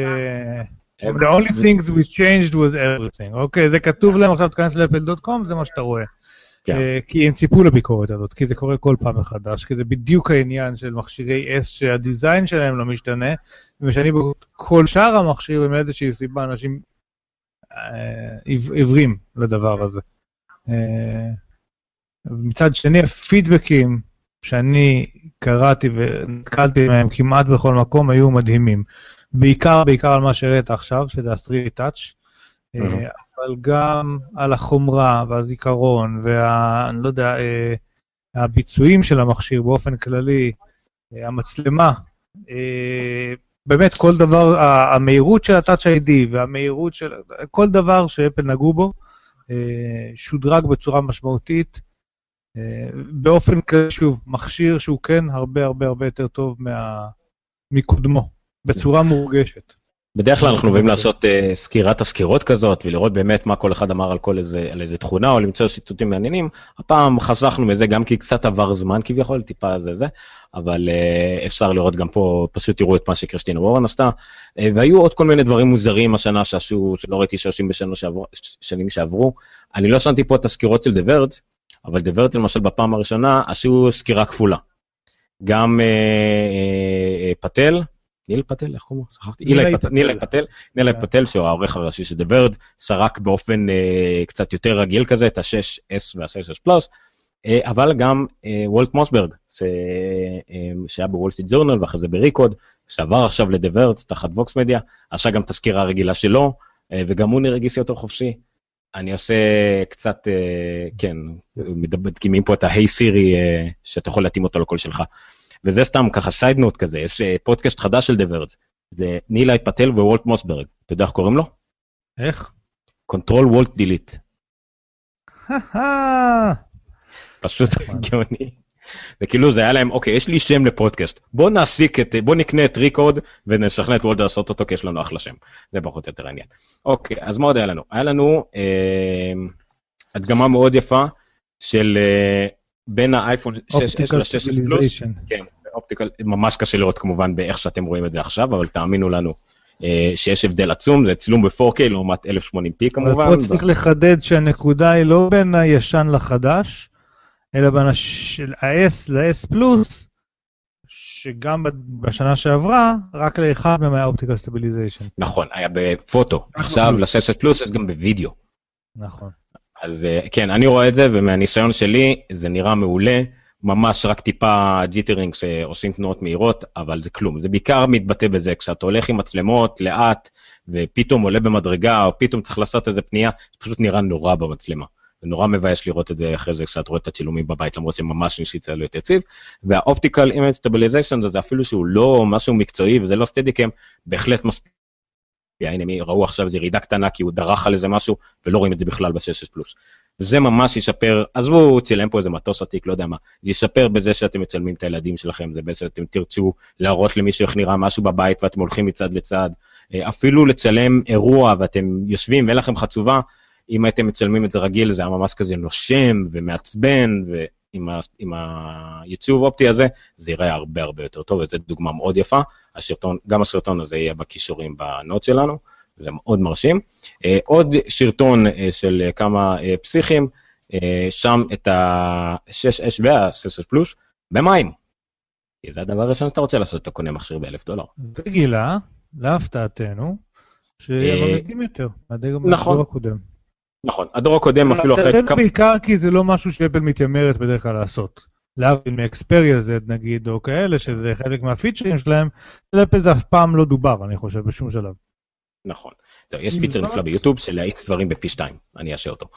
the only things we changed was everything, אוקיי, זה כתוב להם עכשיו תכנס לאפל דוט קום, זה מה שאתה רואה. כי הם ציפו לביקורת הזאת, כי זה קורה כל פעם מחדש, כי זה בדיוק העניין של מכשירי S שהדיזיין שלהם לא משתנה, ומשנים בכל שאר המכשיר, ומאיזושהי סיבה אנשים עיוורים לדבר הזה. מצד שני, הפידבקים שאני קראתי ונתקלתי מהם כמעט בכל מקום היו מדהימים. בעיקר, בעיקר על מה שהראית עכשיו, שזה ה-תרי טאץ', אבל גם על החומרה והזיכרון וה... אני לא יודע, הביצועים של המכשיר באופן כללי, המצלמה, באמת כל דבר, המהירות של ה-Touch איי די והמהירות של... כל דבר שאפל נגעו בו, שודרג בצורה משמעותית, באופן כללי, שוב, מכשיר שהוא כן הרבה הרבה הרבה יותר טוב מה... מקודמו. בצורה מורגשת. בדרך כלל אנחנו אוהבים לעשות uh, סקירת הסקירות כזאת, ולראות באמת מה כל אחד אמר על כל איזה, על איזה תכונה, או למצוא ציטוטים מעניינים. הפעם חסכנו מזה גם כי קצת עבר זמן כביכול, טיפה זה זה, אבל uh, אפשר לראות גם פה, פשוט תראו את מה שקריסטינה וורן עשתה, uh, והיו עוד כל מיני דברים מוזרים השנה שעשו, שלא ראיתי שעושים בשנים שעברו, שנים שעברו. אני לא שמתי פה את הסקירות של The Verge, אבל The Verge למשל בפעם הראשונה עשו סקירה כפולה. גם uh, uh, פטל, ניל פטל, איך קוראים? שכחתי? נילי פטל, נילי פטל, שהוא העורך הראשי של The Verge, סרק באופן קצת יותר רגיל כזה, את ה-שש אס וה-שש אס פלוס, אבל גם וולט מוסברג, שהיה בוול סטריט ג'ורנל, ואחרי זה בריקוד, שעבר עכשיו ל-The Verge, תחת ווקס מדיה, עשה גם את הסקירה הרגילה שלו, וגם הוא נרגיסי יותר חופשי. אני עושה קצת, כן, מדגימים פה את ה-Hey Siri, שאתה יכול להתאים אותו לקול שלך. וזה סתם ככה סייד נוט כזה, יש פודקאסט חדש של The Verge, זה נילי פטל ווולט מוסברג, אתה יודע איך קוראים לו? איך? Control Walt Delete. פשוט גאוני. זה כאילו זה היה להם, אוקיי, יש לי שם לפודקאסט, בוא נעסיק את, בוא נקנה את ריקוד, ונשכנע את וולט לעשות אותו, כי יש לנו אחלה שם. זה פחות יותר העניין. אוקיי, אז מה עוד היה לנו? היה לנו אה, הדגמה מאוד יפה, של... אה, בין האייפון שש אס ל-שש אס פלוס, כן, אופטיקל, ממש קשה לראות כמובן באיך שאתם רואים את זה עכשיו, אבל תאמינו לנו שיש הבדל עצום, זה צילום ב-פור קיי לעומת אלף ושמונים פי כמובן. פה צריך לחדד שהנקודה היא לא בין הישן לחדש, אלא בין ה-S ל-S פלוס, שגם בשנה שעברה, רק לאחד מהם היה אופטיקל סטביליזיישן. נכון, היה בפוטו, עכשיו ל-שש אס פלוס יש גם בווידאו. נכון. אז כן, אני רואה את זה, ומהניסיון שלי זה נראה מעולה, ממש רק טיפה ג'יטרינג שעושים תנועות מהירות, אבל זה כלום. זה בעיקר מתבטא בזה, כשאתה הולך עם מצלמות לאט, ופתאום עולה במדרגה, או פתאום צריך לעשות איזה פנייה, זה פשוט נראה נורא במצלמה. זה נורא מבייש לראות את זה אחרי זה, כשאת רואה את הצילומים בבית, למרות שממש ניסית לא יציב. וה-Optical Image Stabilization זה אפילו שהוא לא משהו מקצועי, וזה לא סטדיקם, בהחלט מספיק. הנה, מי ראו עכשיו איזו ירידה קטנה, כי הוא דרך על איזה משהו, ולא רואים את זה בכלל ב-שש אס פלוס. וזה ממש ישפר, עזבו, הוא צילם פה איזה מטוס עתיק, לא יודע מה, זה ישפר בזה שאתם מצלמים את הילדים שלכם, זה בעצם אתם תרצו להראות למישהו איך נראה משהו בבית, ואתם הולכים מצד לצד, אפילו לצלם אירוע, ואתם יושבים ואין לכם חצובה, אם הייתם מצלמים את זה רגיל, זה היה ממש כזה נושם ומעצבן, ועם הייצוב אופטי הזה, זה יראה הרבה הרבה יותר טוב, וזו דוגמה מאוד יפה, השרטון, גם הסרטון הזה יהיה בקישורים בנוט שלנו, זה מאוד מרשים. עוד שרטון של כמה פסיכים, שם את ה-שש אס וה-שש אס פלוס במים. זה הדבר הראשון שאתה רוצה לעשות, אתה קונה מכשיר באלף דולר. זה גילה, להפתעתנו, שממתים יותר, הדור הקודם. נכון, הדור הקודם אפילו אחרי... זה בעיקר כי זה לא משהו שאפל מתיימרת בדרך כלל לעשות. להבדיל מאקספריה Z נגיד, או כאלה, שזה חלק מהפיצ'רים שלהם, לאפל זה אף פעם לא דובר, אני חושב, בשום שלב. נכון. יש פיצ'ר נפלא ביוטיוב של להאיץ דברים בפי שתיים, אני אעשה אותו.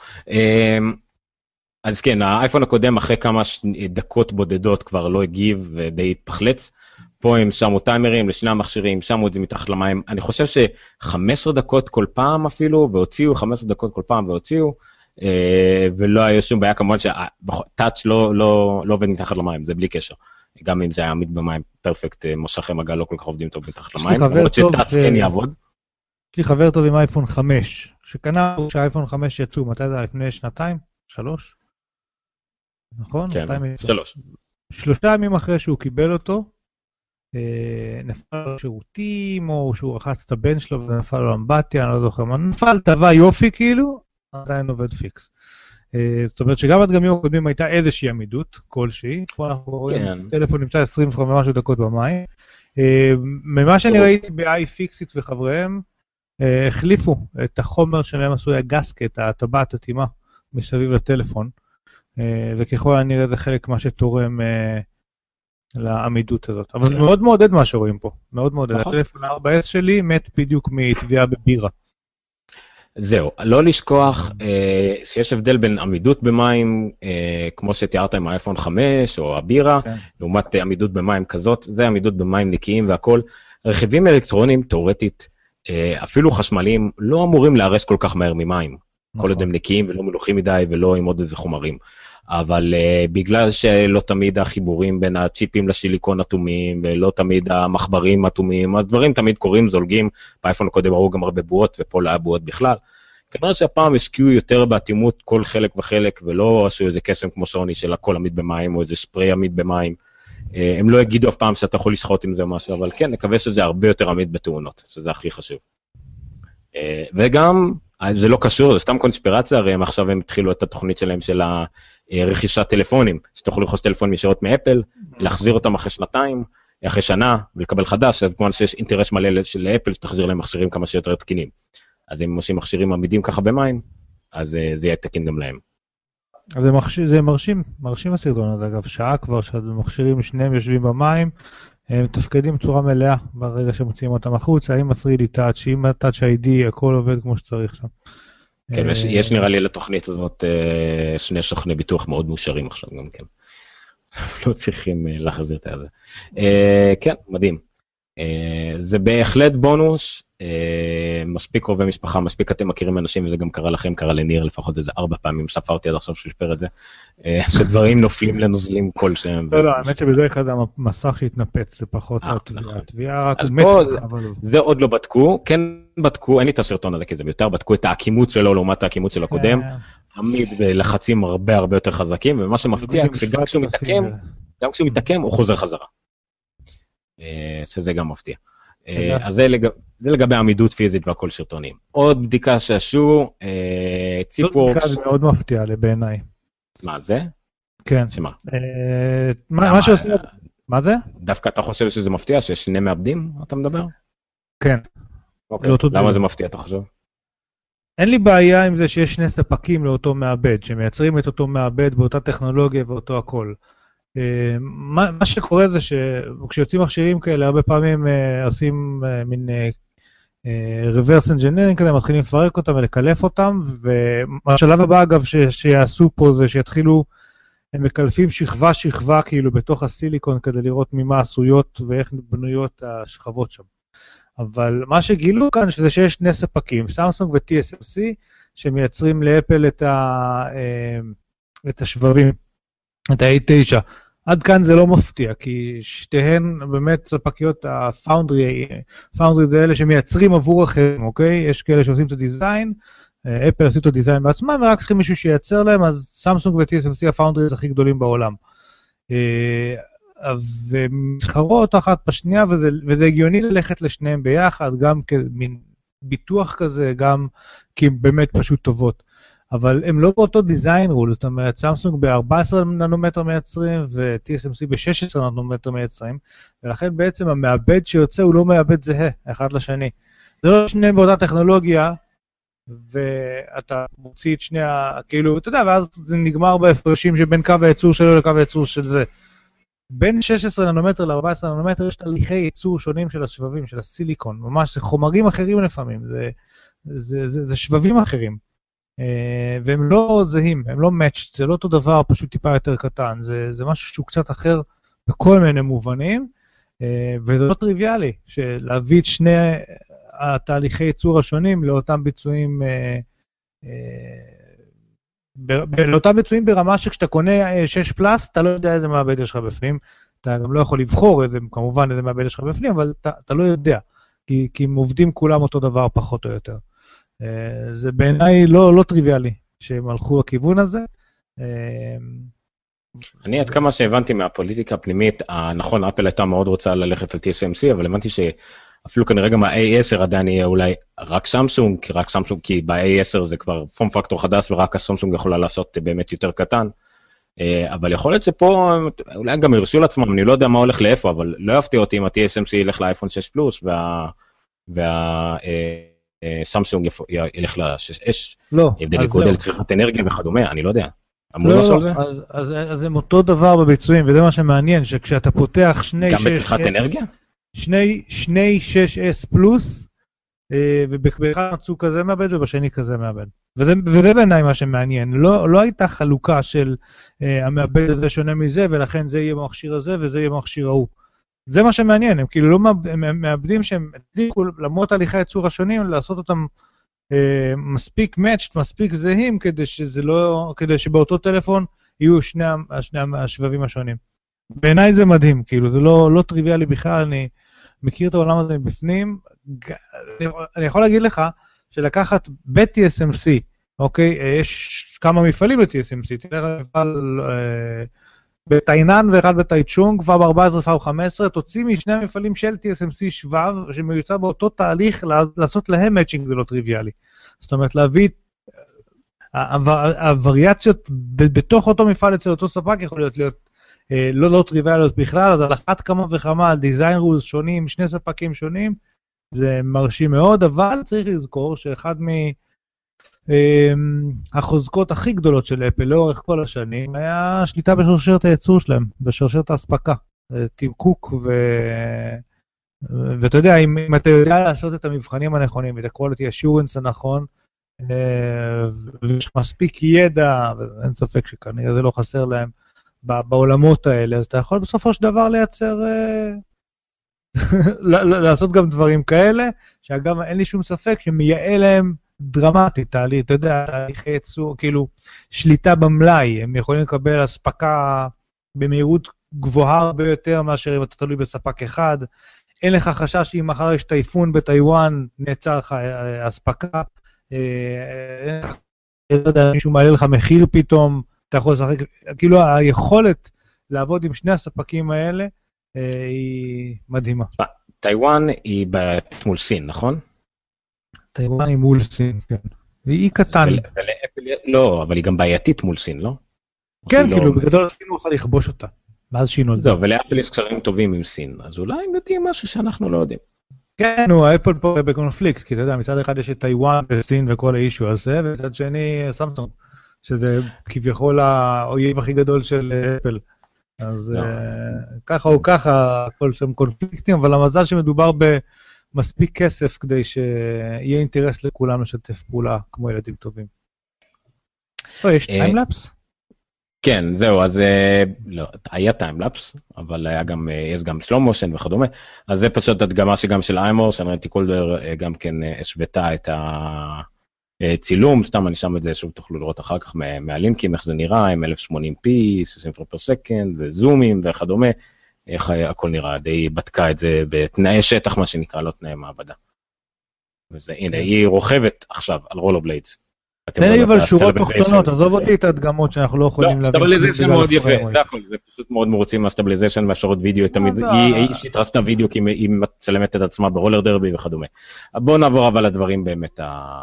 אז כן, האייפון הקודם אחרי כמה דקות בודדות כבר לא הגיב ודי התפחלץ, פה הם שמו טיימרים לשני המכשירים, שמו את זה מתחת למים, אני חושב ש-חמש עשרה דקות כל פעם אפילו, והוציאו חמש עשרה דקות כל פעם והוציאו, ולא היה שום בעיה, כמובן שהטאץ' לא, לא, לא עובד מתחת למים, זה בלי קשר. גם אם זה היה עמיד במים פרפקט, מושכי מגע לא כל כך עובדים טוב מתחת למים, למרות שטאץ' כן יעבוד. יש לי חבר טוב עם אייפון חמש, שקנה שהאייפון חמש יצאו, מתי זה? לפני שנתיים? שלוש? נכון? כן, שלוש. שלושה ימים אחרי שהוא קיבל אותו, נפל לו שירותים, או שהוא רחץ את הבן שלו, ונפל לו אמבטיה, אני לא זוכר מה, נפל, טבע יופי כאילו, עדיין עובד פיקס. זאת אומרת שגם עד גמים הקודמים הייתה איזושהי עמידות כלשהי, פה אנחנו רואים, טלפון נמצא עשרים ומשהו דקות במים. ממה שאני ראיתי ב-iFixit וחבריהם, החליפו את החומר שלהם עשו הגסקט, הטבעת התאימה, מסביב לטלפון, וככל הנראה זה חלק מה שתורם לעמידות הזאת. אבל זה מאוד מעודד מה שרואים פה, מאוד מעודד. הטלפון ה-ארבע אס שלי מת בדיוק מטביעה בבירה. זהו, לא לשכוח אה, שיש הבדל בין עמידות במים, אה, כמו שתיארת עם האייפון חמש או הבירה, כן. לעומת עמידות במים כזאת, זה עמידות במים נקיים והכל. רכיבים אלקטרונים, תיאורטית, אה, אפילו חשמליים, לא אמורים להרס כל כך מהר ממים. נכון. כל עוד הם נקיים ולא מלוכים מדי ולא עם עוד איזה חומרים. אבל uh, בגלל שלא תמיד החיבורים בין הצ'יפים לשיליקון אטומים, ולא תמיד המחברים אטומים, אז דברים תמיד קורים, זולגים, באייפון הקודם ראו גם הרבה בועות, ופה לא היה בועות בכלל. כנראה שהפעם השקיעו יותר באטימות כל חלק וחלק, ולא עשו איזה קסם כמו סוני של הכל עמיד במים, או איזה ספרי עמיד במים. Uh, הם לא יגידו אף פעם שאתה יכול לשחוט עם זה או משהו, אבל כן, נקווה שזה הרבה יותר עמיד בתאונות, שזה הכי חשוב. Uh, וגם, זה לא קשור, זה סתם קונספירציה, הרי הם עכשיו הם התחילו את התוכנית שלהם של הרכישת טלפונים, שתוכלו לרכוש טלפון ישירות מאפל, להחזיר אותם אחרי שנתיים, אחרי שנה, ולקבל חדש, אז כמו שיש אינטרס מלא של אפל, שתחזיר להם מכשירים כמה שיותר תקינים. אז אם עושים מכשירים עמידים ככה במים, אז זה יהיה תקין גם להם. אז זה, מכשיר, זה מרשים, מרשים הסרטון הזה, אגב, שעה כבר שהמכשירים שניהם יושבים במים, הם מתפקדים בצורה מלאה ברגע שמוציאים אותם החוץ, עם ה-תרי די Touch, עם ה-Touch איי די, הכל עובד כמו שצריך שם. כן, יש נראה לי לתוכנית הזאת שני סוכני ביטוח מאוד מאושרים עכשיו גם כן. לא צריכים להחזיר את זה. כן, מדהים. זה בהחלט בונוס, מספיק קרובי משפחה, מספיק אתם מכירים אנשים, וזה גם קרה לכם, קרה לניר לפחות איזה ארבע פעמים, ספרתי עד עכשיו ששפר את זה, שדברים נופלים לנוזלים כלשהם. לא, לא, האמת שבדרך כלל המסך שהתנפץ, זה פחות התביעה, רק הוא מת. זה עוד לא בדקו, כן בדקו, אין לי את הסרטון הזה כי זה ביותר, בדקו את העקימות שלו לעומת העקימות של הקודם, עמיד בלחצים הרבה הרבה יותר חזקים, ומה שמפתיע, שגם כשהוא מתעקם, גם כשהוא מתעקם, הוא חוזר חזרה. שזה גם מפתיע. אז זה, לגב, זה לגבי עמידות פיזית והכל שרטונים. עוד בדיקה שעשו, ציפורקס. זאת בדיקה זה מאוד מפתיע בעיניי. מה זה? כן. שמה? מה שעושים, מה זה? דווקא אתה חושב שזה מפתיע שיש שני מעבדים, אתה מדבר? כן. אוקיי, למה זה מפתיע אתה חושב? אין לי בעיה עם זה שיש שני ספקים לאותו מעבד, שמייצרים את אותו מעבד באותה טכנולוגיה ואותו הכל. מה, מה שקורה זה שכשיוצאים מכשירים כאלה, הרבה פעמים עושים מין reverse engineering כזה, מתחילים לפרק אותם ולקלף אותם, והשלב הבא אגב ש, שיעשו פה זה שיתחילו, הם מקלפים שכבה שכבה כאילו בתוך הסיליקון כדי לראות ממה עשויות ואיך בנויות השכבות שם. אבל מה שגילו כאן שזה שיש שני ספקים, סמסונג ו-טי אס אם סי, שמייצרים לאפל את, ה, את השבבים, את ה-איי תשע. עד כאן זה לא מפתיע, כי שתיהן באמת ספקיות הפאונדרי, פאונדרי זה אלה שמייצרים עבור אחרים, אוקיי? יש כאלה שעושים את הדיזיין, אפל עשו את הדיזיין בעצמם, ורק צריכים מישהו שייצר להם, אז סמסונג ו-טי אס אם סי הפאונדריז הכי גדולים בעולם. ומתחרות אחת בשנייה, וזה, וזה הגיוני ללכת לשניהם ביחד, גם כמין ביטוח כזה, גם כי הם באמת פשוט טובות. אבל הם לא באותו דיזיין רול, זאת אומרת, סמסונג ב-ארבעה עשר ננומטר מייצרים, ו-טי אס אם סי ב-שש עשרה ננומטר מייצרים, ולכן בעצם המעבד שיוצא הוא לא מעבד זהה, אחד לשני. זה לא שניהם באותה טכנולוגיה, ואתה מוציא את שני ה... כאילו, אתה יודע, ואז זה נגמר בהפרשים שבין קו הייצור שלו לקו הייצור של זה. בין שש עשרה ננומטר ל-ארבעה עשר ננומטר יש תהליכי ייצור שונים של השבבים, של הסיליקון, ממש זה חומרים אחרים לפעמים, זה, זה, זה, זה שבבים אחרים. והם לא זהים, הם לא matched, זה לא אותו דבר, פשוט טיפה יותר קטן, זה, זה משהו שהוא קצת אחר בכל מיני מובנים, וזה לא טריוויאלי, שלהביא את שני התהליכי ייצור השונים לאותם ביצועים, לאותם ביצועים ברמה שכשאתה קונה שש פלאס, אתה לא יודע איזה מעבד יש לך בפנים, אתה גם לא יכול לבחור איזה, כמובן איזה מעבד יש לך בפנים, אבל אתה, אתה לא יודע, כי, כי הם עובדים כולם אותו דבר פחות או יותר. זה בעיניי לא, לא טריוויאלי שהם הלכו לכיוון הזה. אני עד כמה שהבנתי מהפוליטיקה הפנימית, נכון, אפל הייתה מאוד רוצה ללכת על טי אס אם סי, אבל הבנתי שאפילו כנראה גם ה-איי עשר עדיין יהיה אולי רק סמסונג, כי רק סמסונג, כי ב-איי עשר זה כבר פורם פקטור חדש, ורק הסמסונג יכולה לעשות באמת יותר קטן. אבל יכול להיות שפה, אולי גם ירשו לעצמם, אני לא יודע מה הולך לאיפה, אבל לא יפתיע אותי אם ה-טי אס אם סי ילך לאייפון שש פלוס, וה... וה סמסונג ילך ל-שש אש, הבדל גודל צריכת אנרגיה וכדומה, אני לא יודע. אמור לעשות זה? אז הם אותו דבר בביצועים, וזה מה שמעניין, שכשאתה פותח שני גם בצריכת אנרגיה? שני שש אס פלוס, ובאחד מצאו כזה מעבד ובשני כזה מעבד. וזה בעיניי מה שמעניין, לא הייתה חלוקה של המעבד הזה שונה מזה, ולכן זה יהיה מכשיר הזה וזה יהיה מכשיר ההוא. זה מה שמעניין, הם כאילו לא מאבדים שהם הצליחו למרות הליכי הייצור השונים לעשות אותם אה, מספיק matched, מספיק זהים כדי שזה לא, כדי שבאותו טלפון יהיו שני, שני השבבים השונים. בעיניי זה מדהים, כאילו, זה לא, לא טריוויאלי בכלל, אני מכיר את העולם הזה מבפנים. אני יכול להגיד לך שלקחת ב-טי אס אם סי, אוקיי, יש כמה מפעלים ב-טי אס אם סי, תלך למפעל אה, בטיינן ואחד בטייצ'ונג, כבר ב-ארבע עשרה כבר ב-חמש עשרה, תוציא משני המפעלים של טי אס אם סי שבב, שמיוצא באותו תהליך, לעשות להם מאצ'ינג זה לא טריוויאלי. זאת אומרת, להביא, הווריאציות בתוך אותו מפעל אצל אותו ספק יכול להיות להיות לא לא טריוויאליות בכלל, אז על אחת כמה וכמה, על דיזיין רולס שונים, שני ספקים שונים, זה מרשים מאוד, אבל צריך לזכור שאחד מהחוזקות הכי גדולות של אפל לאורך כל השנים, היה שליטה בשרשרת הייצור שלהם, בשרשרת ההספקה, טים קוק, ו... ואתה יודע, אם, אם אתה יודע לעשות את המבחנים הנכונים, את ה-quality assurance הנכון, ויש מספיק ידע, ואין ספק שכנראה זה לא חסר להם, בעולמות האלה, אז אתה יכול בסופו של דבר לייצר, לעשות גם דברים כאלה, שאגב אין לי שום ספק שמייעל להם דרמטית, תהליך, אתה יודע, תהליך ייצור, כאילו שליטה במלאי, הם יכולים לקבל הספקה במהירות גבוהה הרבה יותר מאשר אם אתה תלוי בספק אחד, אין לך חשש שאם מחר יש טייפון בטיואן, נעצר לך הספקה, לא יודע, מישהו מעלה לך מחיר פתאום, אתה יכול לשחק, כאילו היכולת לעבוד עם שני הספקים האלה היא מדהימה. טיואן היא בעייתית מול סין, נכון? טיואן היא מול סין, כן. והיא קטן. לא, אבל היא גם בעייתית מול סין, לא? כן, כאילו, בגדול סין רוצה לכבוש אותה. ואז שינו על זה. זהו, ולאפל יש קשרים טובים עם סין, אז אולי הם יודעים משהו שאנחנו לא יודעים. כן, הוא האפל פה בקונפליקט, כי אתה יודע, מצד אחד יש את טיואן וסין וכל האישו הזה, ומצד שני סמסונג. שזה כביכול האויב הכי גדול של אפל. אז ככה או ככה, הכל שם קונפליקטים, אבל המזל שמדובר במספיק כסף כדי שיהיה אינטרס לכולם לשתף פעולה כמו ילדים טובים. יש טיימלאפס? כן, זהו, אז לא, היה טיימלאפס, אבל היה גם, יש גם סלו מושן וכדומה, אז זה פשוט הדגמה שגם של איימור, שנראיתי קולדר גם כן השוותה את ה... צילום, סתם אני שם את זה, שוב תוכלו לראות אחר כך מהלינקים, איך זה נראה, עם אלף ושמונים פי, שישים פריים פר סקנד, וזומים וכדומה, איך הכל נראה, די בדקה את זה בתנאי שטח, מה שנקרא, לא תנאי מעבדה. וזה, הנה, היא רוכבת עכשיו על רולר בליידס. תן לי אבל שורות תחתונות, עזוב אותי את הדגמות שאנחנו לא יכולים להבין. לא, סטאבליזיישן מאוד יפה, זה הכל, זה פשוט מאוד מרוצים מהסטאבליזיישן והשארות וידאו, היא שהתרסת וידאו כי היא מצלמת את עצמה ברולר דרבי וכדומה. בואו נעבור אבל לדברים באמת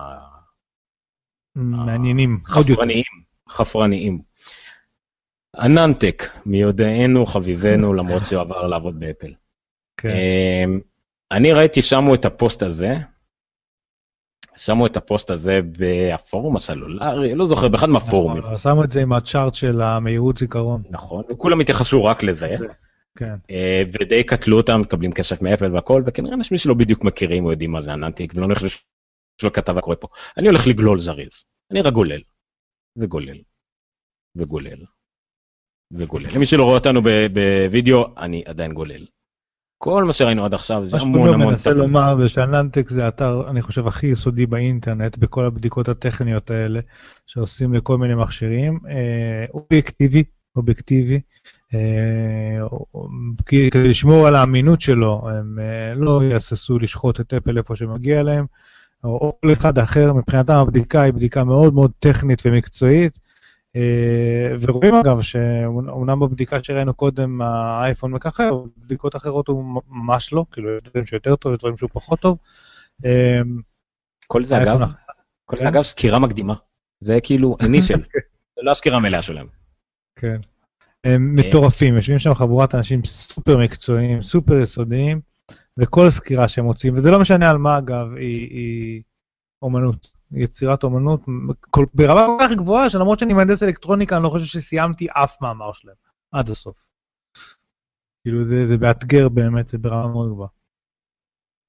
מעניינים. חפרניים, חפרניים. אננטק, מיודענו, חביבנו, למרות שהוא עבר לעבוד באפל. אני ראיתי שמו את הפוסט הזה, שמו את הפוסט הזה בפורום הסלולרי, לא זוכר, באחד מהפורומים. שמו את זה עם הצ'ארט של המהירות זיכרון. נכון, וכולם התייחסו רק לזה. ודי קטלו אותם, מקבלים כסף מאפל והכל, וכנראה אנשים שלא בדיוק מכירים או יודעים מה זה אננטק, ולא הולך לשאול כתבה קורה פה. אני הולך לגלול זריז. אני רק גולל, וגולל, וגולל, וגולל. למי שלא רואה אותנו בווידאו, אני עדיין גולל. כל מה שראינו עד עכשיו זה המון המון... מה שאני מנסה לומר זה שאננטק זה אתר, אני חושב, הכי יסודי באינטרנט, בכל הבדיקות הטכניות האלה, שעושים לכל מיני מכשירים, אובייקטיבי, אובייקטיבי, כדי לשמור על האמינות שלו, הם לא יססו לשחוט את אפל איפה שמגיע להם, או כל אחד אחר, מבחינתם הבדיקה היא בדיקה מאוד מאוד טכנית ומקצועית, ורואים אגב שאומנם בבדיקה שראינו קודם האייפון מכחר, בדיקות אחרות הוא ממש לא, כאילו יש דברים שיותר טוב, יש דברים שהוא פחות טוב. כל זה אגב, כל זה אגב סקירה מקדימה, זה כאילו אינישל, זה לא הסקירה מלאה שלהם. כן, הם מטורפים, יושבים שם חבורת אנשים סופר מקצועיים, סופר יסודיים, וכל סקירה שהם מוצאים, וזה לא משנה על מה אגב, היא, היא אומנות, יצירת אומנות, כל, ברמה כל כך גבוהה, שלמרות שאני מהנדס אלקטרוניקה, אני לא חושב שסיימתי אף מאמר שלהם, עד הסוף. כאילו זה, זה באתגר באמת, זה ברמה מאוד גבוהה.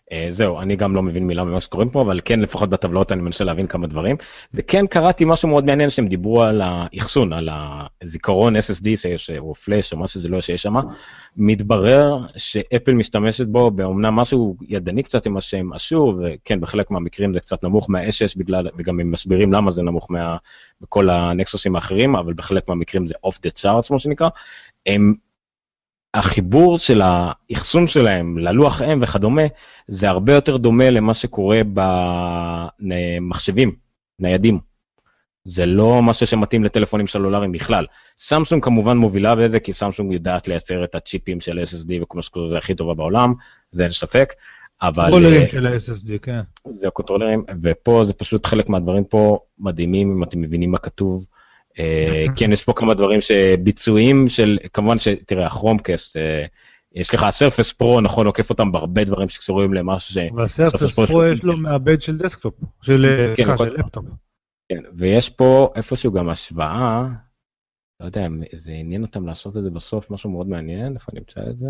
זהו, אני גם לא מבין מילה ממה שקוראים פה, אבל כן, לפחות בטבלאות אני מנסה להבין כמה דברים, וכן קראתי משהו מאוד מעניין שהם דיברו על האחסון, על הזיכרון אס אס די או פלאש או מה שזה לא שיש שם, מתברר שאפל משתמשת בו באומנם משהו ידני קצת עם השם אשור, וכן, בחלק מהמקרים זה קצת נמוך מה-אס שש בגלל, וגם הם מסבירים למה זה נמוך מה, בכל הנקסוסים האחרים, אבל בחלק מהמקרים זה off the charts, כמו שנקרא, הם החיבור של האחסון שלהם ללוח אם וכדומה, זה הרבה יותר דומה למה שקורה במחשבים, ניידים. זה לא משהו שמתאים לטלפונים סלולריים בכלל. סמסונג כמובן מובילה בזה, כי סמסונג יודעת לייצר את הצ'יפים של אס אס די, וכמו שקורה זה הכי טובה בעולם, זה אין ספק. קונטרולרים של ה-אס אס די, כן. זה הקונטרולרים, ופה זה פשוט חלק מהדברים פה מדהימים, אם אתם מבינים מה כתוב. כן, יש פה כמה דברים שביצועים של, כמובן שתראה, הכרומקאסט, יש לך הסרפס פרו, נכון, עוקף אותם בהרבה דברים שקשורים למשהו ש... והסרפס פרו יש לו מעבד של דסקטופ, של לפטופ. כן, ויש פה איפשהו גם השוואה, לא יודע, זה עניין אותם לעשות את זה בסוף, משהו מאוד מעניין, איפה נמצא את זה?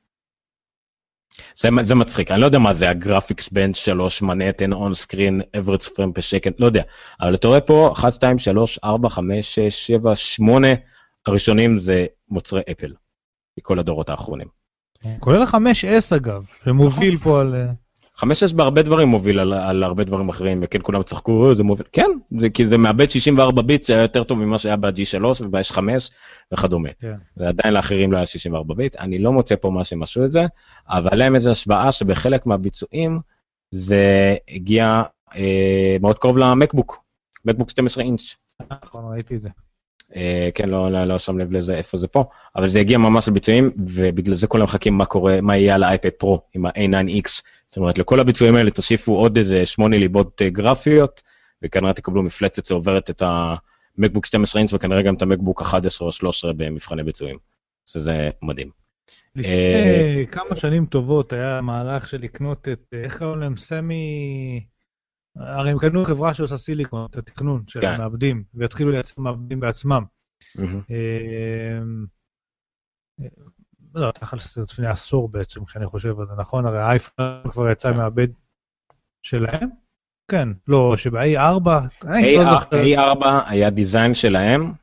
זה, זה מצחיק, אני לא יודע מה זה, הגרפיקס בנד שלוש, מנהטן, און סקרין, average frame per second, לא יודע, אבל אתה רואה פה, אחת, שתיים, שלוש, ארבע, חמש, שש, שבע, שמונה, הראשונים זה מוצרי אפל, מכל הדורות האחרונים. כולל ה-חמש אס אגב, שמוביל פה על... חמש אס בהרבה דברים מוביל על, על הרבה דברים אחרים, וכן כולם צחקו, זה מוביל, כן, זה, כי זה מאבד שישים וארבע ביט, שהיה יותר טוב ממה שהיה ב-ג'י שלוש וב-אס חמש וכדומה. כן. ועדיין לאחרים לא היה שישים וארבע ביט, אני לא מוצא פה מה שמשהו את זה, אבל להם איזו השוואה שבחלק מהביצועים, זה הגיע אה, מאוד קרוב למקבוק, מקבוק שתים עשרה אינץ'. נכון, ראיתי את זה. אה, כן, לא, לא, לא שם לב לזה, איפה זה פה, אבל זה הגיע ממש לביצועים, ובגלל זה כולם מחכים מה קורה, מה יהיה על האייפד פרו עם ה-איי נייין אקס, זאת אומרת, לכל הביצועים האלה תוסיפו עוד איזה שמונה ליבות גרפיות, וכנראה תקבלו מפלצת שעוברת את המקבוק שתים עשרה אינץ' וכנראה גם את המקבוק אחת עשרה או שלוש עשרה במבחני ביצועים. שזה מדהים. לפני כמה שנים טובות היה מהלך של לקנות את, איך קראו להם, סמי... הרי הם קנו חברה שעושה סיליקון, את התכנון של המעבדים, והתחילו לייצר מעבדים בעצמם. לא, תחל לפני עשור בעצם, כשאני חושב על זה, נכון? הרי האייפון כבר יצא מהעבד שלהם? כן, לא, שב-איי ארבע... איי ארבע היה דיזיין שלהם.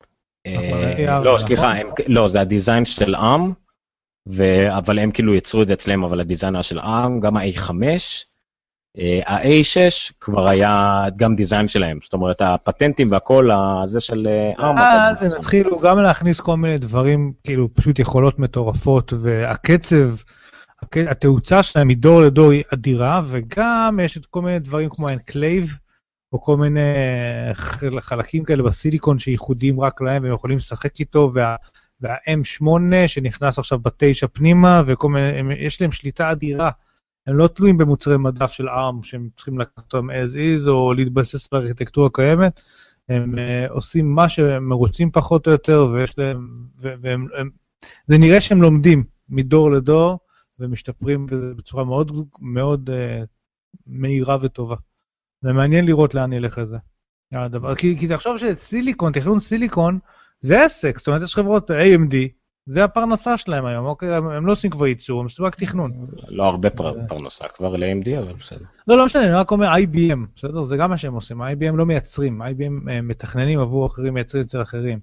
לא, סליחה, לא, זה הדיזיין של ארם, אבל הם כאילו יצרו את זה אצלם, אבל הדיזיין היה של ארם, גם ה-איי חמש, ה-איי שש כבר היה גם דיזיין שלהם, זאת אומרת, הפטנטים והכל, זה של ארם. אז הם התחילו גם להכניס כל מיני דברים, כאילו פשוט יכולות מטורפות, והקצב, התאוצה שלהם מדור לדור היא אדירה, וגם יש את כל מיני דברים כמו האנקלייב, או כל מיני חלקים כאלה בסיליקון שייחודיים רק להם, והם יכולים לשחק איתו, וה... וה-אם שמונה שנכנס עכשיו בתשע פנימה, וכל מיני, יש להם שליטה אדירה. הם לא תלויים במוצרי מדף של ארם, שהם צריכים לקחת אותם as is, או להתבסס על הארכיטקטורה הקיימת. הם uh, עושים מה שהם רוצים פחות או יותר, ויש להם, והם, הם, זה נראה שהם לומדים מדור לדור, ומשתפרים בצורה מאוד, מאוד uh, מהירה וטובה. זה מעניין לראות לאן ילך את זה. הדבר, כי, כי תחשוב שסיליקון, תכנון סיליקון, זה עסק, זאת אומרת, יש חברות איי אם די, זה הפרנסה שלהם היום, אוקיי? הם לא עושים כבר ייצור, הם עושים רק תכנון. לא הרבה פרנסה כבר ל-איי אם די, אבל בסדר. לא, לא משנה, אני רק אומר איי בי אם, בסדר? זה גם מה שהם עושים, איי בי אם לא מייצרים, איי בי אם מתכננים עבור אחרים, מייצרים אצל אחרים.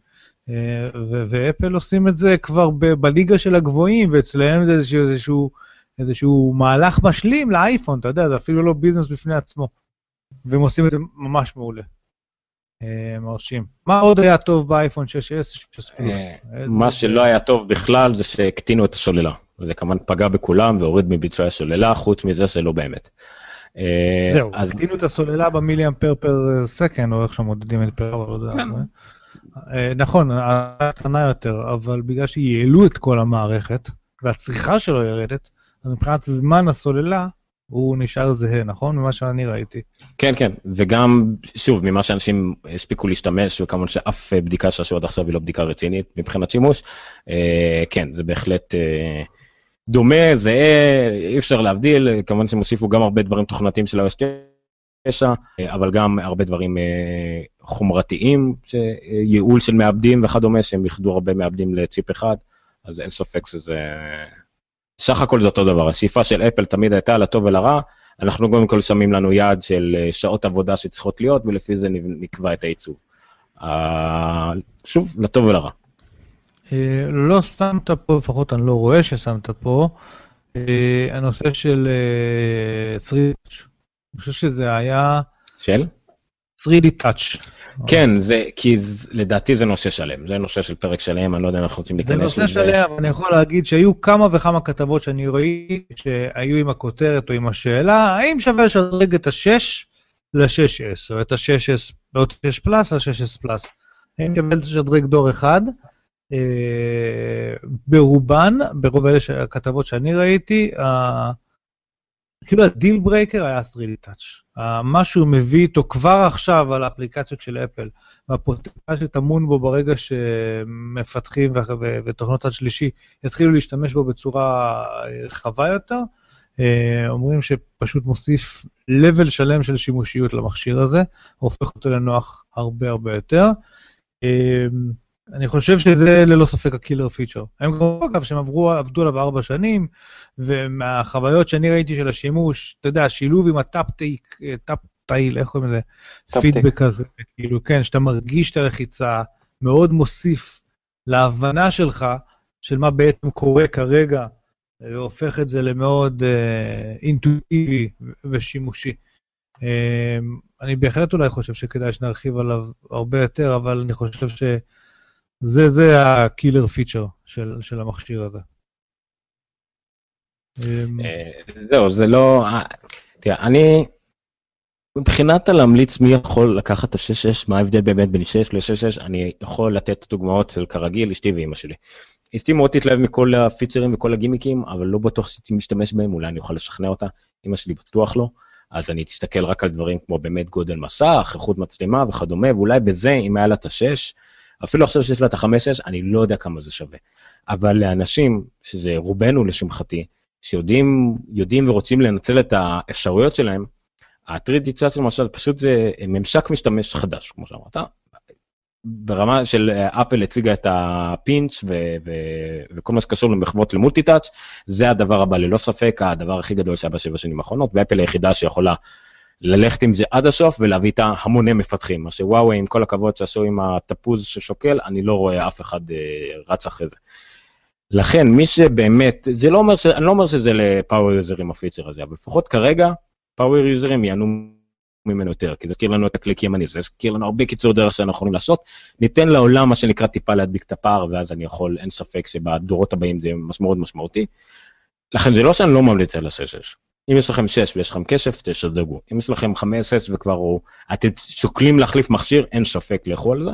ואפל עושים את זה כבר בליגה של הגבוהים, ואצלהם זה איזשהו, איזשהו, איזשהו מהלך משלים לאייפון, אתה יודע, זה אפילו לא ביזנס בפני עצמו. והם עושים את זה ממש מעולה. מרשים. מה עוד היה טוב באייפון שש אס? מה שלא היה טוב בכלל זה שהקטינו את השוללה. זה כמובן פגע בכולם והוריד מביצועי השוללה, חוץ מזה שלא באמת. זהו, הקטינו את הסוללה במילי אמפר פר סקנד, או איך שמודדים את פר, אבל לא יודע. נכון, הקטנה יותר, אבל בגלל שיעלו את כל המערכת, והצריכה שלו ירדת, אז מבחינת זמן הסוללה, הוא נשאר זהה, נכון? ממה שאני ראיתי. כן, כן, וגם, שוב, ממה שאנשים הספיקו להשתמש, וכמובן שאף בדיקה שעשו עד עכשיו היא לא בדיקה רצינית מבחינת שימוש, כן, זה בהחלט דומה, זהה, אי אפשר להבדיל, כמובן שהם הוסיפו גם הרבה דברים תוכנתיים של ה-או אס תשע, אבל גם הרבה דברים חומרתיים, ייעול של מעבדים וכדומה, שהם יחדו הרבה מעבדים לציפ אחד, אז אין ספק שזה... סך הכל זה אותו דבר, השאיפה של אפל תמיד הייתה לטוב ולרע, אנחנו קודם כל שמים לנו יעד של שעות עבודה שצריכות להיות, ולפי זה נקבע את העיצוב. שוב, לטוב ולרע. לא שמת פה, לפחות אני לא רואה ששמת פה, הנושא של תרי די Touch. אני חושב שזה היה... של? תרי די Touch. כן, זה, כי לדעתי זה נושא שלם, זה נושא של פרק שלם, אני לא יודע אם אנחנו רוצים להיכנס לזה. זה נושא שלם, אני יכול להגיד שהיו כמה וכמה כתבות שאני ראיתי, שהיו עם הכותרת או עם השאלה, האם שווה לשדרג את ה-שש ל-שש אס, או את ה-שש אס, או את ה-שש פלאס ל-שש אס פלאס. האם שווה לשדרג דור אחד, ברובן, ברוב אלה הכתבות שאני ראיתי, כאילו הדיל ברייקר היה תרי די Touch. מה שהוא מביא איתו כבר עכשיו על האפליקציות של אפל, והפוטנציאל שטמון בו ברגע שמפתחים ותוכנות צד שלישי יתחילו להשתמש בו בצורה רחבה יותר, אומרים שפשוט מוסיף לבל שלם של שימושיות למכשיר הזה, הופך אותו לנוח הרבה הרבה יותר. אני חושב שזה ללא ספק הקילר פיצ'ר. הם כבר אגב שהם עברו, עבדו עליו ארבע שנים, ומהחוויות שאני ראיתי של השימוש, אתה יודע, שילוב עם הטאפ-טייק, טאפ-טייל, איך קוראים לזה? פידבק הזה, כאילו, כן, שאתה מרגיש את הלחיצה, מאוד מוסיף להבנה שלך, של מה בעצם קורה כרגע, והופך את זה למאוד uh, אינטואיטיבי ושימושי. Uh, אני בהחלט אולי חושב שכדאי שנרחיב עליו הרבה יותר, אבל אני חושב ש... זה, זה הקילר פיצ'ר של, של המכשיר הזה. זהו, זה לא... תראה, אני... מבחינת הלהמליץ מי יכול לקחת את ה-שש שש, מה ההבדל באמת בין שש ל-שש שש, אני יכול לתת דוגמאות של כרגיל, אשתי ואמא שלי. אשתי מאוד תתלהב מכל הפיצ'רים וכל הגימיקים, אבל לא בטוח שהיא משתמש בהם, אולי אני אוכל לשכנע אותה, אמא שלי בטוח לא, אז אני תסתכל רק על דברים כמו באמת גודל מסך, איכות מצלמה וכדומה, ואולי בזה, אם היה לה את ה-שש, אפילו עכשיו שיש לה את ה-חמש שש, אני לא יודע כמה זה שווה. אבל לאנשים, שזה רובנו לשמחתי, שיודעים יודעים ורוצים לנצל את האפשרויות שלהם, ה-תרי די Touch למשל, פשוט זה ממשק משתמש חדש, כמו שאמרת. ברמה של אפל הציגה את הפינץ' ו- ו- וכל מה שקשור למחוות למולטי-טאץ', זה הדבר הבא ללא ספק, הדבר הכי גדול שהיה בשבע שנים האחרונות, ואפל היחידה שיכולה ללכת עם זה עד הסוף ולהביא איתה המוני מפתחים. מה שוואוי, עם כל הכבוד שעשו עם התפוז ששוקל, אני לא רואה אף אחד רץ אחרי זה. לכן, מי שבאמת, זה לא אומר ש... אני לא אומר שזה לפאוור יוזרים הפיצ'ר הזה, אבל לפחות כרגע, פאוור יוזרים יענו ממנו יותר, כי זה זכיר לנו את הקליק ימני, זה זכיר לנו הרבה קיצור דרך שאנחנו יכולים לעשות, ניתן לעולם מה שנקרא טיפה להדביק את הפער, ואז אני יכול, אין ספק שבדורות הבאים זה מאוד משמעותי. לכן זה לא שאני לא ממליץ על ה-שש שש. אם יש לכם שש ויש לכם קשף, תשדרגו. אם יש לכם חמש שש וכבר הוא, אתם שוקלים להחליף מכשיר, אין ספק לאכול על זה.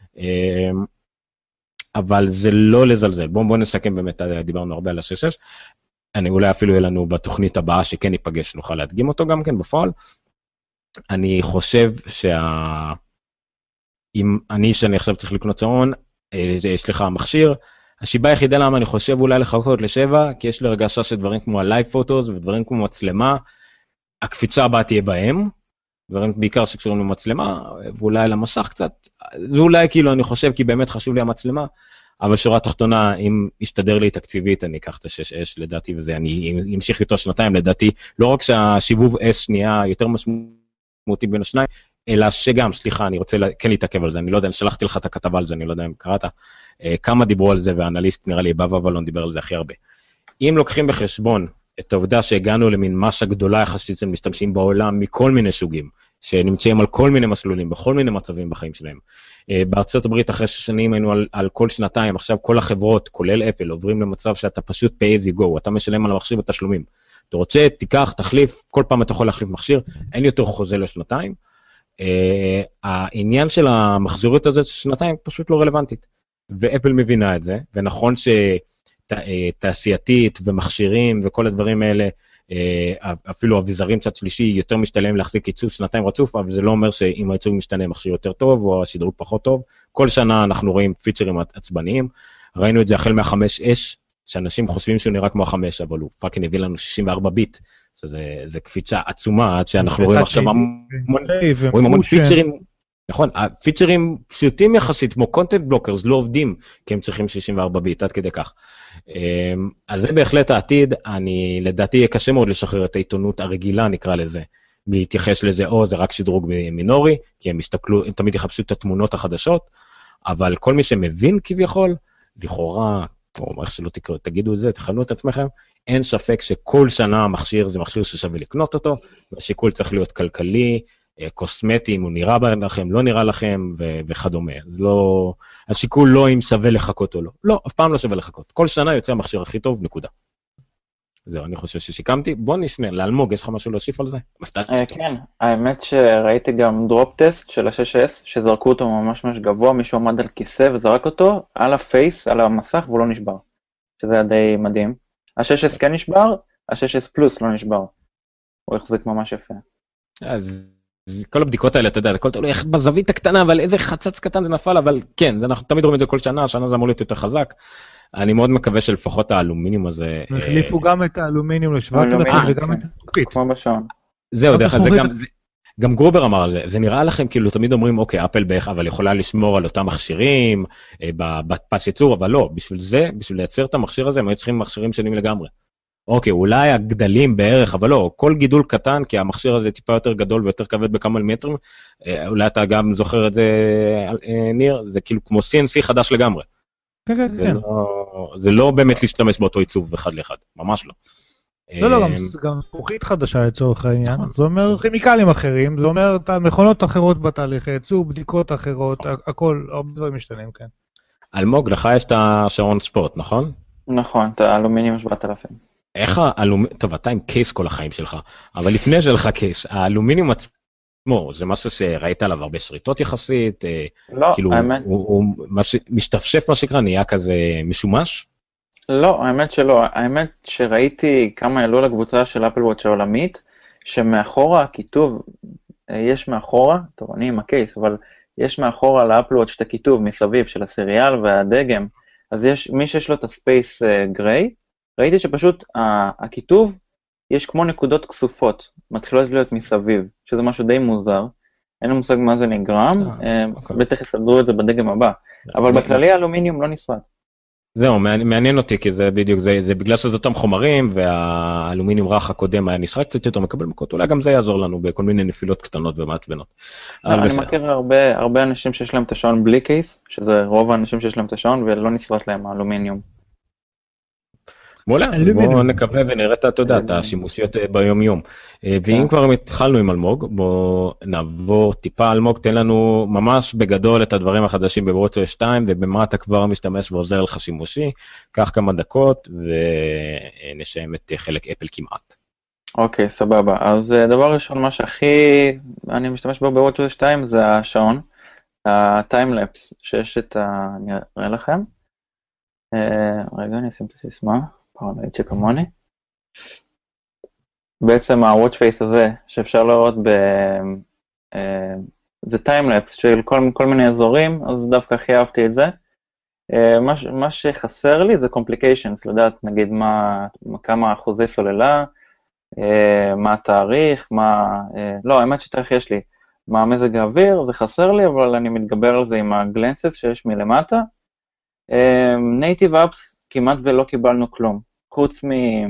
אבל זה לא לזלזל. בואו בוא נסכם באמת, דיברנו הרבה על ה-שש שש. אני אולי אפילו יהיה לנו בתוכנית הבאה שכן ניפגש, נוכל להדגים אותו גם כן בפועל. אני חושב שה... אם אני שאני עכשיו צריך לקנות שעון, יש לך מכשיר, השיבה היחידה למה אני חושב אולי לחכות לשבע, כי יש לי הרגשה שדברים כמו הלייב פוטוס ודברים כמו מצלמה, הקפיצה הבאה תהיה בהם, דברים בעיקר שקשורים למצלמה, ואולי למסך קצת, זה אולי כאילו אני חושב כי באמת חשוב לי המצלמה, אבל שורה תחתונה, אם ישתדר לי תקציבית, אני אקח את ה-שש אש לדעתי, וזה אני אמשיך איתו שנתיים לדעתי, לא רק שהשיבוב S נהיה יותר משמעותי בין השניים, אלא שגם, סליחה, אני רוצה כן להתעכב על זה, אני לא יודע, אני שלחתי לך את הכתבה על זה, אני לא יודע אם קראת, כמה דיברו על זה, והאנליסט נראה לי בבא ולון דיבר על זה הכי הרבה. אם לוקחים בחשבון את העובדה שהגענו למין מסה גדולה יחסית של משתמשים בעולם מכל מיני סוגים, שנמצאים על כל מיני מסלולים, בכל מיני מצבים בחיים שלהם. בארצות הברית אחרי שנים היינו על, על כל שנתיים, עכשיו כל החברות, כולל אפל, עוברים למצב שאתה פשוט pay as you go, אתה משלם על המכשיר בתשלומים. אתה רוצה, תיקח, תחליף, כל פעם אתה יכול להחליף מכשיר, אין יותר חוזה לשנתיים. Uh, העניין של המחזוריות הזה של שנתיים פשוט לא רלוונטית. ואפל מבינה את זה, ונכון שתעשייתית ומכשירים וכל הדברים האלה, אפילו אביזרים צד שלישי יותר משתלם להחזיק עיצוב שנתיים רצוף, אבל זה לא אומר שאם העיצוב משתנה מכשיר יותר טוב או השדרוג פחות טוב. כל שנה אנחנו רואים פיצ'רים עצבניים, ראינו את זה החל מה-חמש אש, שאנשים חושבים שהוא נראה כמו החמש, אבל הוא פאקינג הביא לנו שישים וארבע ביט, זה, זה קפיצה עצומה, עד שאנחנו רואים עכשיו המון פיצ'רים, נכון, הפיצ'רים פשוטים יחסית, כמו קונטנט בלוקרס, לא עובדים, כי הם צריכים שישים וארבע ביט, עד כדי כך. אז זה בהחלט העתיד, אני לדעתי יהיה קשה מאוד לשחרר את העיתונות הרגילה, נקרא לזה, להתייחס לזה, או זה רק שדרוג מינורי, כי הם יסתכלו, הם תמיד יחפשו את התמונות החדשות, אבל כל מי שמבין כביכול, לכאורה, או איך שלא תקראו, תגידו את זה, תכנו את עצמכם, אין ספק שכל שנה המכשיר זה מכשיר ששווה לקנות אותו, והשיקול צריך להיות כלכלי, קוסמטי, אם הוא נראה לכם, לא נראה לכם, ו- וכדומה. אז לא, השיקול לא אם שווה לחכות או לא. לא, אף פעם לא שווה לחכות. כל שנה יוצא המכשיר הכי טוב, נקודה. זהו, אני חושב ששיקמתי. בוא נשמע, לאלמוג, יש לך משהו להוסיף על זה? כן, האמת שראיתי גם דרופ טסט של ה-שש אס, שזרקו אותו ממש ממש גבוה, מישהו עמד על כיסא וזרק אותו על הפייס, על המסך, והוא לא נשבר. שזה היה די מדהים. ה-שש אס כן נשבר, ה-שש אס פלוס לא נשבר. הוא החזיק ממש יפה. אז כל הבדיקות האלה, אתה יודע, הכל תלוי איך בזווית הקטנה, אבל איזה חצץ קטן זה נפל, אבל כן, זה אנחנו תמיד רואים את זה כל שנה, השנה זה אמור להיות יותר חזק. אני מאוד מקווה שלפחות האלומיניום הזה... החליפו גם את האלומיניום ל-שבעת אלפים וגם את הקוקפיט. כמו בשעון. זהו, דרך כלל זה גם... גם גרובר אמר על זה, זה נראה לכם כאילו תמיד אומרים, אוקיי, אפל בערך, אבל יכולה לשמור על אותם מכשירים, בפס ייצור, אבל לא, בשביל זה, בשביל לייצר את המכשיר הזה, הם היו צריכים מכשירים שונים לגמרי. אוקיי, אולי הגדלים בערך, אבל לא, כל גידול קטן, כי המכשיר הזה טיפה יותר גדול ויותר כבד בכמה מילימטרים, אולי אתה גם זוכר את זה, ניר, זה כאילו כמו סי אן סי חדש לגמרי. זה לא, זה לא באמת להשתמש באותו עיצוב אחד לאחד, ממש לא. לא, לא, גם זכוכית חדשה לצורך העניין, זה אומר כימיקלים אחרים, זה אומר מכונות אחרות בתהליך, ייצור, בדיקות אחרות, הכל, הרבה דברים משתנים, כן. אלמוג, לך יש את השעון ספורט, נכון? נכון, את האלומיניום שבעת אלפים. איך האלומיניום, טוב, אתה עם קייס כל החיים שלך, אבל לפני שלך קייס, האלומיניום עצמו, זה משהו שראית עליו הרבה שריטות יחסית, לא, כאילו, האמת. הוא משתפשף מה שקרה, נהיה כזה משומש? לא, האמת שלא, האמת שראיתי כמה העלו לקבוצה של אפל וואץ' העולמית, שמאחורה הכיתוב, יש מאחורה, טוב, אני עם הקייס, אבל יש מאחורה לאפל וואץ' את הכיתוב מסביב של הסריאל והדגם, אז יש, מי שיש לו את הספייס גריי, ראיתי שפשוט הכיתוב, יש כמו נקודות כסופות, מתחילות להיות מסביב, שזה משהו די מוזר, אין לי מושג מה זה נגרם, בטח יסדרו את זה בדגם הבא, אבל בכללי האלומיניום לא נשרד. זהו, מעניין אותי, כי זה בדיוק, זה, זה בגלל שזה אותם חומרים, והאלומיניום רך הקודם היה נשחק קצת יותר מקבל מכות, אולי גם זה יעזור לנו בכל מיני נפילות קטנות ומעצבנות. אני מכיר הרבה, הרבה אנשים שיש להם את השעון בלי קייס, שזה רוב האנשים שיש להם את השעון, ולא נשרט להם האלומיניום. מעולה, בואו נקווה ונראה את, אתה יודע, את השימושיות ביום יום. ואם כבר התחלנו עם אלמוג, בואו נעבור טיפה אלמוג, תן לנו ממש בגדול את הדברים החדשים בוואטסאפ שתיים, ובמה אתה כבר משתמש ועוזר לך שימושי, קח כמה דקות ונשיים את חלק אפל כמעט. אוקיי, סבבה. אז דבר ראשון, מה שהכי אני משתמש בו בוואטסאפ שתיים זה השעון, הטיימלפס, שיש את ה... אני אראה לכם. רגע, אני אשים את הסיסמה. פרנואיד שכמוני. בעצם ה-watch face הזה, שאפשר לראות ב... זה טיימלפס של כל, כל מיני אזורים, אז דווקא הכי אהבתי את זה. מה, מה שחסר לי זה complications, לדעת נגיד מה, כמה אחוזי סוללה, מה התאריך, מה... לא, האמת שתאריך יש לי. מה מזג האוויר, זה חסר לי, אבל אני מתגבר על זה עם הגלנסס שיש מלמטה. native apps, כמעט ולא קיבלנו כלום, חוץ מ...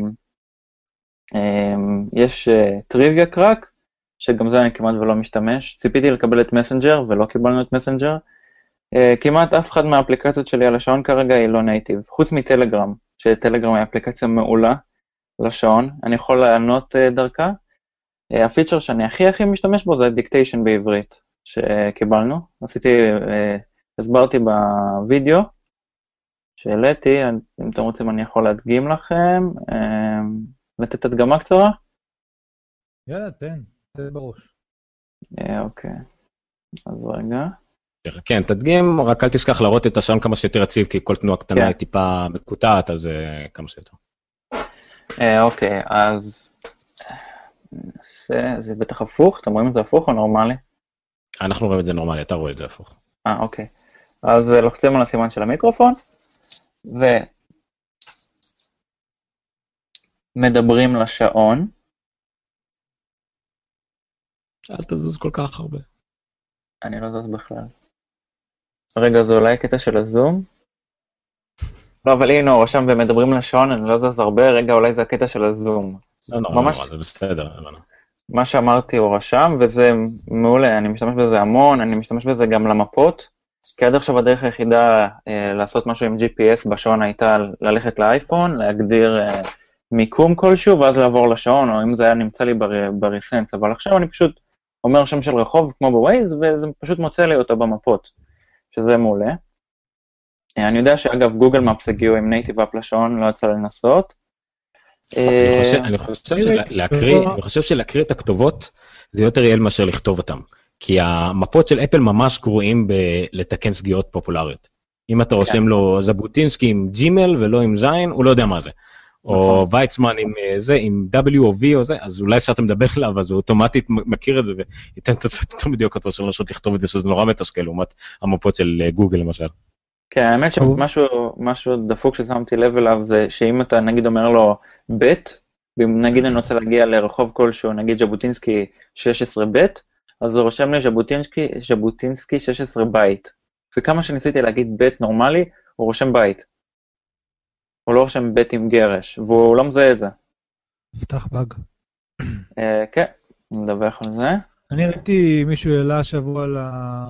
יש טריוויה קראק, שגם זה אני כמעט ולא משתמש, ציפיתי לקבל את מסנג'ר ולא קיבלנו את מסנג'ר, כמעט אף אחד מהאפליקציות שלי על השעון כרגע היא לא נייטיב, חוץ מטלגרם, שטלגרם היא אפליקציה מעולה לשעון, אני יכול לענות דרכה, הפיצ'ר שאני הכי הכי משתמש בו זה דיקטיישן בעברית, שקיבלנו, עשיתי, הסברתי בווידאו, שאלתי, אם אתם רוצים אני יכול להדגים לכם, לתת הדגמה קצרה? יאללה, תן, תן בראש. אוקיי, אז רגע. כן, תדגים, רק אל תשכח להראות את השעון כמה שיותר רציב, כי כל תנועה קטנה היא טיפה מקוטעת, אז כמה שיותר. אוקיי, אז זה בטח הפוך, אתם רואים את זה הפוך או נורמלי? אנחנו רואים את זה נורמלי, אתה רואה את זה הפוך. אה, אוקיי. אז לוחצים על הסימן של המיקרופון, ומדברים לשעון. אל תזוז כל כך הרבה. אני לא זוז בכלל. רגע, זה אולי קטע של הזום? לא, אבל הנה, הוא רשם ומדברים לשעון, אני לא זז הרבה, רגע, אולי זה הקטע של הזום. לא, לא, ממש... זה בסדר. מה שאמרתי הוא רשם, וזה מעולה, אני משתמש בזה המון, אני משתמש בזה גם למפות, כי עד עכשיו הדרך היחידה אה, לעשות משהו עם ג'י פי אס בשעון הייתה ללכת לאייפון, להגדיר אה, מיקום כלשהו, ואז לעבור לשעון, או אם זה היה נמצא לי בר, בריסנס, אבל עכשיו אני פשוט אומר שם של רחוב כמו בווייז, וזה פשוט מוצא לי אותו במפות, שזה מעולה. אה, אני יודע שאגב גוגל מפס הגיעו עם נייטיב אפ לשעון, לא יצא לנסות. אני חושב שלהקריא את הכתובות זה יותר יעיל מאשר לכתוב אותם, כי המפות של אפל ממש גרועים לתקן סגיאות פופולריות. אם אתה רושם לו ז'בוטינסקי עם ג'ימל ולא עם זין, הוא לא יודע מה זה. או ויצמן עם זה, עם W או V או זה, אז אולי שאתה מדבר אליו, אז הוא אוטומטית מכיר את זה וייתן את אותו בדיוק, אתה לא שוט לכתוב את זה, שזה נורא מתסכל, לעומת המפות של גוגל למשל. כן, האמת שמשהו דפוק ששמתי לב אליו זה שאם אתה נגיד אומר לו בית, נגיד אני רוצה להגיע לרחוב כלשהו, נגיד ז'בוטינסקי שש עשרה בית, אז הוא רושם לי ז'בוטינסקי, ז'בוטינסקי שש עשרה בית. וכמה שניסיתי להגיד בית נורמלי, הוא רושם בית. הוא לא רושם בית עם גרש, והוא לא מזהה את זה. פתח באג. כן, נדווח על זה. אני ראיתי מישהו העלה השבוע על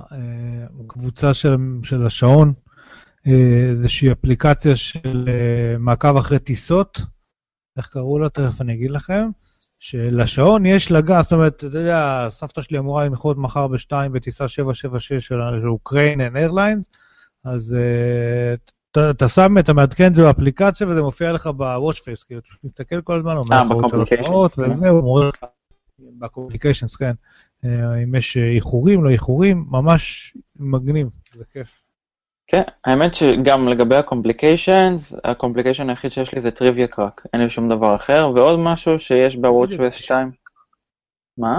הקבוצה של השעון, איזושהי אפליקציה של מעקב אחרי טיסות, איך קראו לה, תכף אני אגיד לכם, שלשעון יש לגה, זאת אומרת, אתה יודע, סבתא שלי אמורה לנחות מחר בשתיים בטיסה שבע שבע שש של אוקריין אנד איירליינס, אז אתה שם, אתה מעדכן את זה באפליקציה, וזה מופיע לך בוואץ' פייס, כאילו, אתה מסתכל כל הזמן, אומר לך עוד שלוש שעות, וזהו, מורה לך בקומפליקיישנס, כן, אם יש איחורים, לא איחורים, ממש מגניב, זה כיף. כן, האמת שגם לגבי הקומפליקיישנס, הקומפליקיישן היחיד שיש לי זה טריוויה קרק, אין לי שום דבר אחר, ועוד משהו שיש בוואטצ'וס שתיים. מה?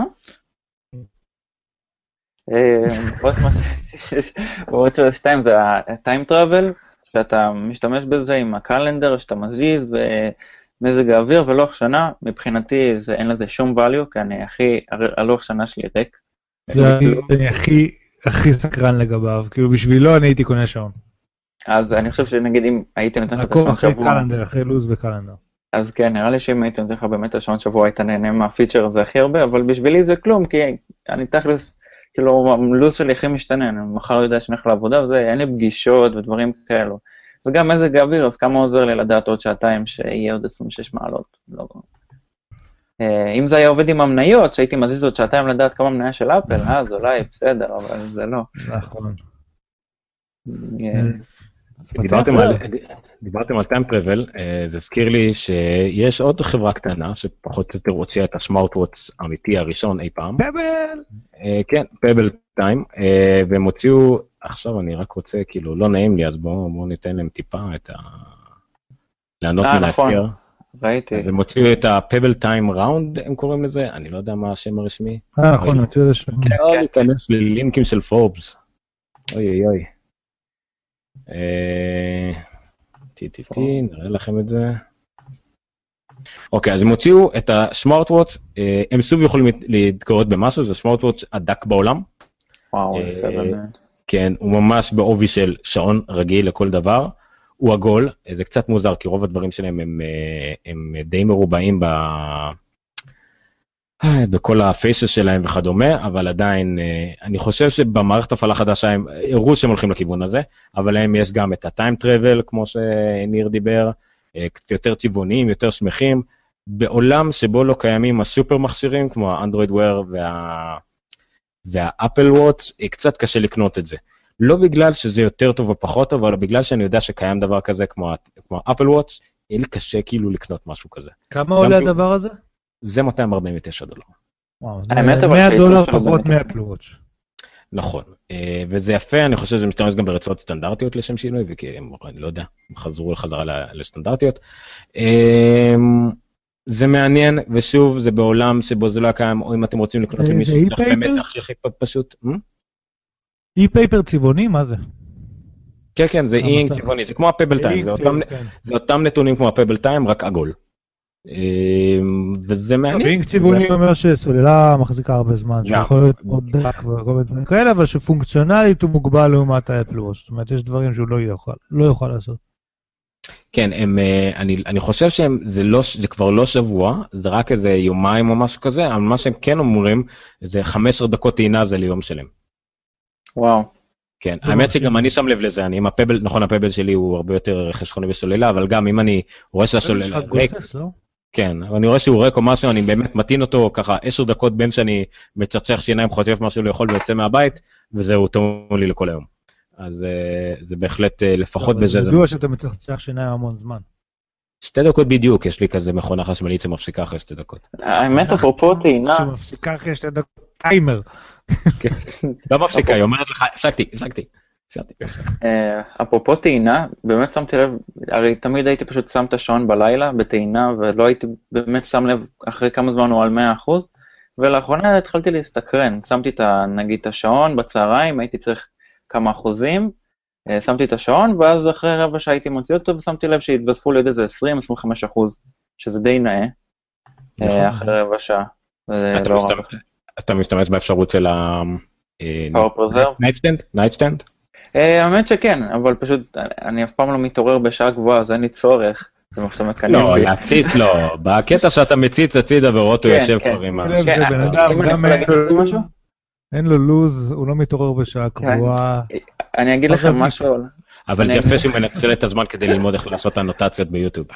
עוד משהו שיש בוואטצ'וס שתיים זה הטיים טראבל, שאתה משתמש בזה עם הקלנדר, שאתה מזיז במזג האוויר ולוח שנה, מבחינתי אין לזה שום value, כי אני הכי, הלוח שנה שלי ריק. אני הכי... הכי סקרן לגביו, כאילו בשבילו אני הייתי קונה שעון. אז אני חושב שנגיד אם הייתי נותן לך את השעון שבוע... אחרי קלנדר, אחרי לוז וקלנדר. אז כן, נראה לי שאם הייתי נותן לך באמת השעון שבוע, היית נהנה מהפיצ'ר הזה הכי הרבה, אבל בשבילי זה כלום, כי אני תכלס, כאילו, הלוז שלי הכי משתנה, אני מחר יודע שאני הולך לעבודה, וזה, אין לי פגישות ודברים כאלו. וגם מזג האוויר, אז כמה עוזר לי לדעת עוד שעתיים שיהיה עוד עשרים ושש מעלות. לא... אם זה היה עובד עם המניות, שהייתי מזיז עוד שעתיים לדעת כמה מניה של אפל, אז אולי בסדר, אבל זה לא. נכון. דיברתם על טיים טראבל, זה הזכיר לי שיש עוד חברה קטנה, שפחות או יותר הוציאה את הסמארט וואץ' האמיתי הראשון אי פעם. פבל! כן, פבל טיים, והם הוציאו, עכשיו אני רק רוצה, כאילו, לא נעים לי, אז בואו ניתן להם טיפה את ה... לענות מן ההפקר. ראיתי. אז הם הוציאו את ה-Pebble Time Round, הם קוראים לזה, אני לא יודע מה השם הרשמי. אה, נכון, הוציאו את זה שם. לא להיכנס ללינקים של פורבס. אוי אוי אוי. טי טי טי, נראה לכם את זה. אוקיי, אז הם הוציאו את ה-Smart Watch, הם סוף יכולים להתקרות במשהו, זה Smart Watch הדק בעולם. וואו, יפה באמת. כן, הוא ממש בעובי של שעון רגיל לכל דבר. הוא עגול, זה קצת מוזר, כי רוב הדברים שלהם הם, הם די מרובעים ב... בכל הפייסס שלהם וכדומה, אבל עדיין, אני חושב שבמערכת הפעלה חדשה הם הראו שהם הולכים לכיוון הזה, אבל להם יש גם את ה-time travel, כמו שניר דיבר, יותר צבעוניים, יותר שמחים, בעולם שבו לא קיימים הסופר מכשירים, כמו האנדרואיד וויר וה... והאפל וואץ', קצת קשה לקנות את זה. לא בגלל שזה יותר טוב או פחות טוב, אבל בגלל שאני יודע שקיים דבר כזה כמו אפל וואץ', יהיה לי קשה כאילו לקנות משהו כזה. כמה עולה הדבר הזה? זה מאתיים ארבעים ותשע דולר. וואו, זה מאה דולר פחות מאפל וואץ'. נכון, וזה יפה, אני חושב שזה משתמש גם ברצועות סטנדרטיות לשם שינוי, וכי אני לא יודע, הם חזרו לחזרה לסטנדרטיות. זה מעניין, ושוב, זה בעולם שבו זה לא קיים, או אם אתם רוצים לקנות למישהו, זה באמת הכי הכי פשוט. אי-פייפר צבעוני, מה זה? כן, כן, זה אי-אינק צבעוני, זה כמו הפבל טיים, זה אותם נתונים כמו הפבל טיים, רק עגול. וזה מעניין. אי-אינק צבעוני אומר שסוללה מחזיקה הרבה זמן, שיכול להיות עוד דק וכל מיני דברים כאלה, אבל שפונקציונלית הוא מוגבל לעומת האפל וואץ', זאת אומרת, יש דברים שהוא לא יוכל לעשות. כן, הם, אני, אני חושב שזה לא, זה כבר לא שבוע, זה רק איזה יומיים או משהו כזה, אבל מה שהם כן אומרים, זה חמש עשרה דקות טעינה זה ליום שלם. וואו. כן, האמת שגם אני שם לב לזה, אני עם הפבל, נכון, הפבל שלי הוא הרבה יותר חשכוני בסוללה, אבל גם אם אני רואה שהסוללה ריק, כן, אבל אני רואה שהוא ריק או משהו, אני באמת מתאים אותו ככה עשר דקות בין שאני מצ'צ'ח שיניים, חוטף משהו לאכול ויוצא מהבית, וזהו טוב לי לכל היום. אז זה בהחלט לפחות בזה. זה ידוע שאתה מצ'צ'ח שיניים המון זמן. שתי דקות בדיוק, יש לי כזה מכונה חשמלית שמפסיקה אחרי שתי דקות. האמת, אפרופו טעינה. שמפסיקה אחרי שתי דקות, טיימר. לא מפסיקה, היא אומרת לך, הפסקתי, הפסקתי. אפרופו טעינה, באמת שמתי לב, הרי תמיד הייתי פשוט שם את השעון בלילה בטעינה, ולא הייתי באמת שם לב אחרי כמה זמן הוא על מאה אחוז, ולאחרונה התחלתי להסתקרן, שמתי את, נגיד, את השעון בצהריים, הייתי צריך כמה אחוזים, שמתי את השעון, ואז אחרי רבע שעה הייתי מוציא אותו, ושמתי לב שהתווספו לי עוד איזה עשרים עד עשרים וחמישה אחוז, שזה די נאה, אחרי רבע שעה. אתה משתמש באפשרות של ה... Power Preserve? Nightstand? Nightstand? האמת שכן, אבל פשוט אני אף פעם לא מתעורר בשעה גבוהה, אז אין לי צורך. לא, להציץ לא, בקטע שאתה מציץ הצידה ורוטו יושב כבר עם ה... אין לו לוז, הוא לא מתעורר בשעה קבועה. אני אגיד לכם משהו. אבל זה יפה שהוא מנצל את הזמן כדי ללמוד איך לעשות אנוטציות ביוטיוב.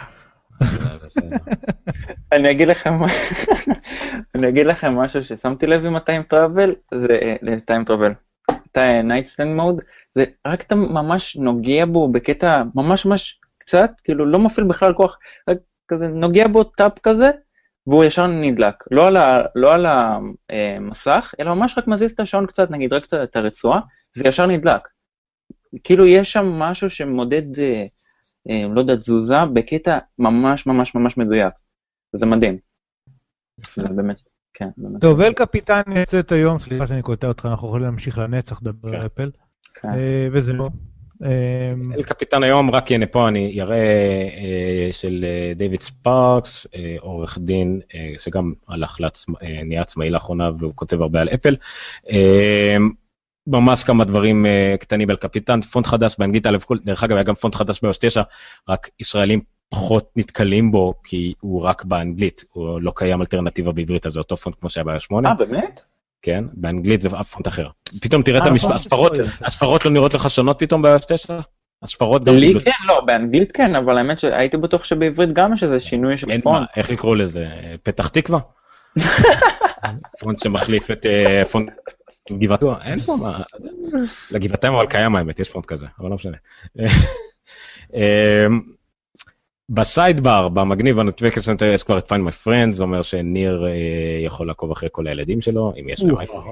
אני אגיד לכם אני אגיד לכם משהו ששמתי לב עם הטיים טראבל, זה טיים טראבל, נייטסטנד מוד, זה רק אתה ממש נוגע בו בקטע ממש ממש קצת, כאילו לא מפעיל בכלל כוח, רק כזה נוגע בו טאפ כזה, והוא ישר נדלק, לא על, ה, לא על המסך, אלא ממש רק מזיז את השעון קצת, נגיד רק קצת את הרצועה, זה ישר נדלק. כאילו יש שם משהו שמודד, לא יודע, תזוזה, בקטע ממש ממש ממש מדויק. זה מדהים. זה באמת, כן. באמת. טוב, אל קפיטן יצאת היום, סליחה שאני קוטע אותך, אנחנו יכולים להמשיך לנצח, דבר על אפל, וזה לא. אל קפיטן היום, רק הנה פה אני יראה של דיוויד ספארקס, עורך דין שגם הלך נהיה עצמאי לאחרונה והוא כותב הרבה על אפל. ממש כמה דברים קטנים על קפיטן, פונט חדש באנגלית, דרך אגב היה גם פונט חדש ב-או אס תשע, רק ישראלים פחות נתקלים בו כי הוא רק באנגלית, הוא לא קיים אלטרנטיבה בעברית, אז זה אותו פונט כמו שהיה ב-או אס שמונה. אה, באמת? כן, באנגלית זה אף פונט אחר. פתאום תראה את המספר, הספרות לא נראות לך שונות פתאום ב-או אס תשע? הספרות גם... לי כן, לא, באנגלית כן, אבל האמת שהייתי בטוח שבעברית גם יש איזה שינוי של פונט. איך לקרוא לזה? פתח תקווה? פונט שמחליף את פונט גבעתו, אין פה מה... לגבעתיים אבל קיים האמת, יש פונט כזה, אבל לא משנה. בסיידבר, במגניב ה-Notification Center יש כבר את Find My Friends, זה אומר שניר יכול לעקוב אחרי כל הילדים שלו, אם יש לו אייפון.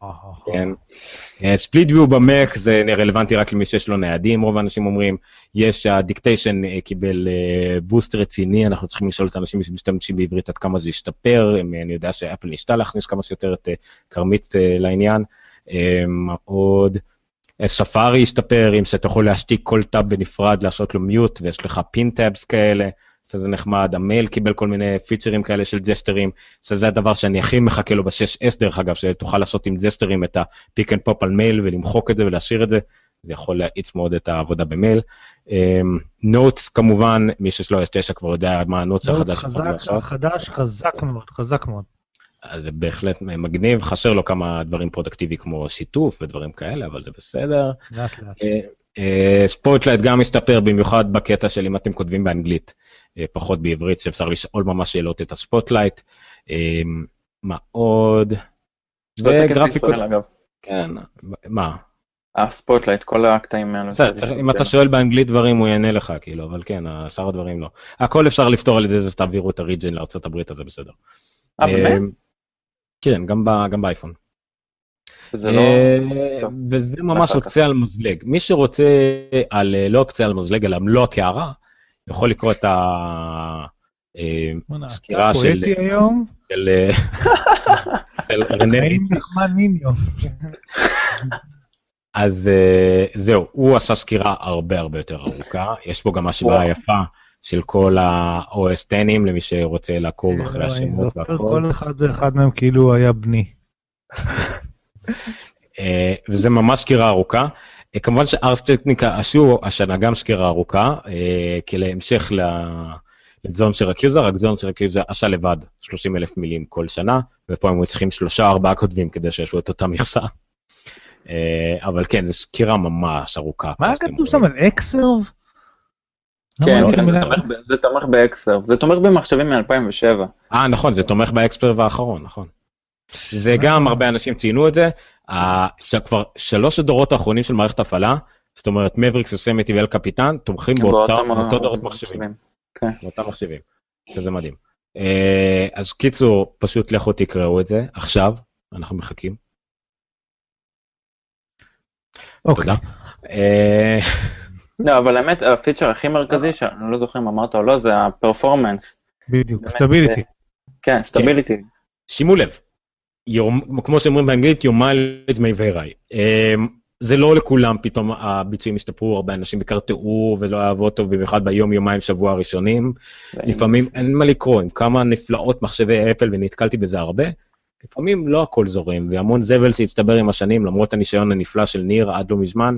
ספליט ויו במק זה רלוונטי רק למי שיש לו ניידים, רוב האנשים אומרים, יש הדיקטיישן קיבל בוסט רציני, אנחנו צריכים לשאול את האנשים שמשתמשים בעברית עד כמה זה ישתפר, אני יודע שאפל נשתה להכניס כמה שיותר את קרמית לעניין, עוד... ספארי ישתפר, אם שאתה יכול להשתיק כל טאב בנפרד, לעשות לו מיוט, ויש לך פין טאבס כאלה, זה נחמד, המייל קיבל כל מיני פיצ'רים כאלה של ג'סטרים, זה הדבר שאני הכי מחכה לו ב-שש אס דרך אגב, שתוכל לעשות עם ג'סטרים את הפיק אנד פופ על מייל, ולמחוק את זה ולהשאיר את זה, זה יכול להאיץ מאוד את העבודה במייל. נוטס כמובן, מי שיש לו אס תשע כבר יודע מה הנוטס החדש. נוטס חדש, חזק מאוד, חזק מאוד. אז זה בהחלט מגניב, חסר לו כמה דברים פרודקטיבי כמו שיתוף ודברים כאלה, אבל זה בסדר. לאט לאט. ספוטלייט גם מסתפר במיוחד בקטע של אם אתם כותבים באנגלית, פחות בעברית, שאפשר לשאול ממש שאלות את הספוטלייט. מה עוד? וגרפיקות. כן, מה? הספוטלייט, כל הקטעים האלה. אם אתה שואל באנגלית דברים הוא יענה לך, כאילו, אבל כן, שאר הדברים לא. הכל אפשר לפתור על ידי זה, שתעבירו את הריג'ן לארצות הברית, אז זה בסדר. אה, באמת? כן, גם באייפון. וזה לא... וזה ממש עוקצה על מזלג. מי שרוצה על לא עוקצה על מזלג, אלא מלוא הקערה, יכול לקרוא את הסקירה של... אתה פואטי היום? של רנה. נחמן ניניו. אז זהו, הוא עשה סקירה הרבה הרבה יותר ארוכה. יש פה גם השוואה יפה. של כל ה-או אס עשר למי שרוצה לעקוב אחרי השמות והכל. כל אחד ואחד מהם כאילו היה בני. וזה ממש סקירה ארוכה. כמובן שארס טכניקה עשו השנה גם סקירה ארוכה, כלהמשך לזון סרקיוזה, רק זון סרקיוזה עשה לבד שלושים אלף מילים כל שנה, ופה הם צריכים שלושה ארבעה כותבים כדי שישו את אותה מכסה. אבל כן, זו סקירה ממש ארוכה. מה כתוב שם על אקסרב? כן, זה תומך באקסרב, זה תומך במחשבים מ-אלפיים ושבע. אה, נכון, זה תומך באקסרב האחרון, נכון. זה גם הרבה אנשים ציינו את זה, כבר שלוש הדורות האחרונים של מערכת הפעלה, זאת אומרת מבריקס, יוסמיטי ואל קפיטן, תומכים באותו דורות מחשבים. באותם מחשבים, שזה מדהים. אז קיצור, פשוט לכו תקראו את זה, עכשיו, אנחנו מחכים. תודה. לא, אבל האמת, הפיצ'ר הכי מרכזי, שאני לא זוכר אם אמרת או לא, זה הפרפורמנס. בדיוק, סטביליטי. כן, סטביליטי. שימו לב, כמו שאומרים באנגלית, your mileage may vary. זה לא לכולם, פתאום הביצועים השתפרו, הרבה אנשים בקרטעו ולא יעבוד טוב, במיוחד ביום, יומיים, שבוע הראשונים. לפעמים אין מה לקרוא, עם כמה נפלאות מחשבי אפל, ונתקלתי בזה הרבה, לפעמים לא הכל זורם, והמון זבל שהצטבר עם השנים, למרות הניסיון הנפלא של ניר עד לא מזמן,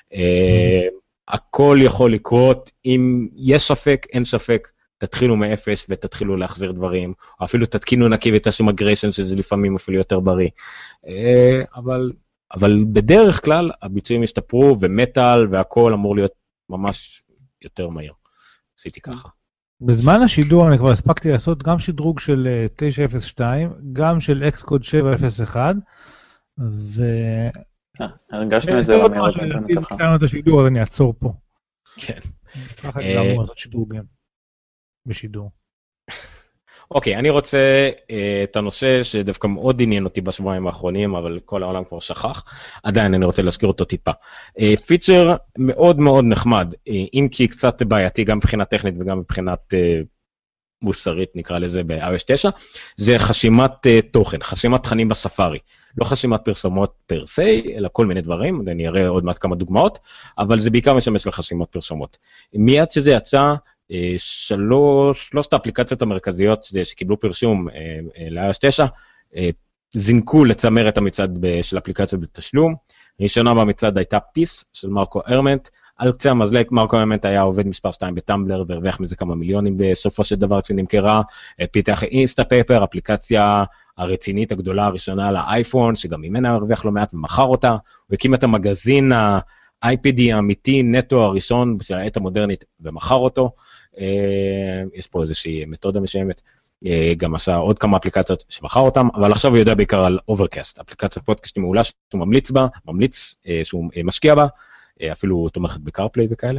הכל יכול לקרות, אם יש ספק, אין ספק, תתחילו מאפס ותתחילו להחזיר דברים, או אפילו תתקינו נקי ותעשו מגריישן, שזה לפעמים אפילו יותר בריא. אבל, אבל בדרך כלל, הביצועים השתפרו, ומטל והכל אמור להיות ממש יותר מהיר. עשיתי ככה. בזמן השידור אני כבר הספקתי לעשות גם שדרוג של תשע אפס שתיים, גם של Xcode שבע אפס אחת, ו... הרגשנו את זה במהירות האינטרנט שלך. כשקראנו את השידור, אז אני אעצור פה. כן. ככה אני לא אמור לעשות שדרוגים בשידור. אוקיי, אני רוצה את הנושא שדווקא מאוד עניין אותי בשבועיים האחרונים, אבל כל העולם כבר שכח, עדיין אני רוצה להזכיר אותו טיפה. פיצ'ר מאוד מאוד נחמד, אם כי קצת בעייתי גם מבחינה טכנית וגם מבחינת מוסרית, נקרא לזה ב-איי או אס תשע, זה חשימת תוכן, חשימת תכנים בספארי. לא חשימת פרסומות פר סי, אלא כל מיני דברים, אני אראה עוד מעט כמה דוגמאות, אבל זה בעיקר משמש לחשימת פרסומות. מיד שזה יצא, שלוש, שלושת האפליקציות המרכזיות שקיבלו פרשום ל-איי או אס תשע, זינקו לצמר את המצעד של אפליקציות בתשלום. ראשונה במצעד הייתה פיס של מרקו ארמנט, על קצה המזלג מרקו ארמנט היה עובד מספר שתיים בטמבלר, והרוויח מזה כמה מיליונים בסופו של דבר כשנמכרה, פיתח אינסטה פייפר, אפליקציה הרצינית הגדולה הראשונה לאייפון, שגם ממנה הרוויח לא מעט ומכר אותה, הוא הקים את המגזין ה-איי פי די האמיתי נטו הראשון של העת המודרנית ומכר אותו, יש פה איזושהי מתודה משיימת, גם עשה עוד כמה אפליקציות שמכר אותם, אבל עכשיו הוא יודע בעיקר על אוברקאסט, אפליקציה פודקאסטים מעולה שהוא ממליץ בה, ממליץ שהוא משקיע בה, אפילו הוא תומכת בקארפליי וכאלה,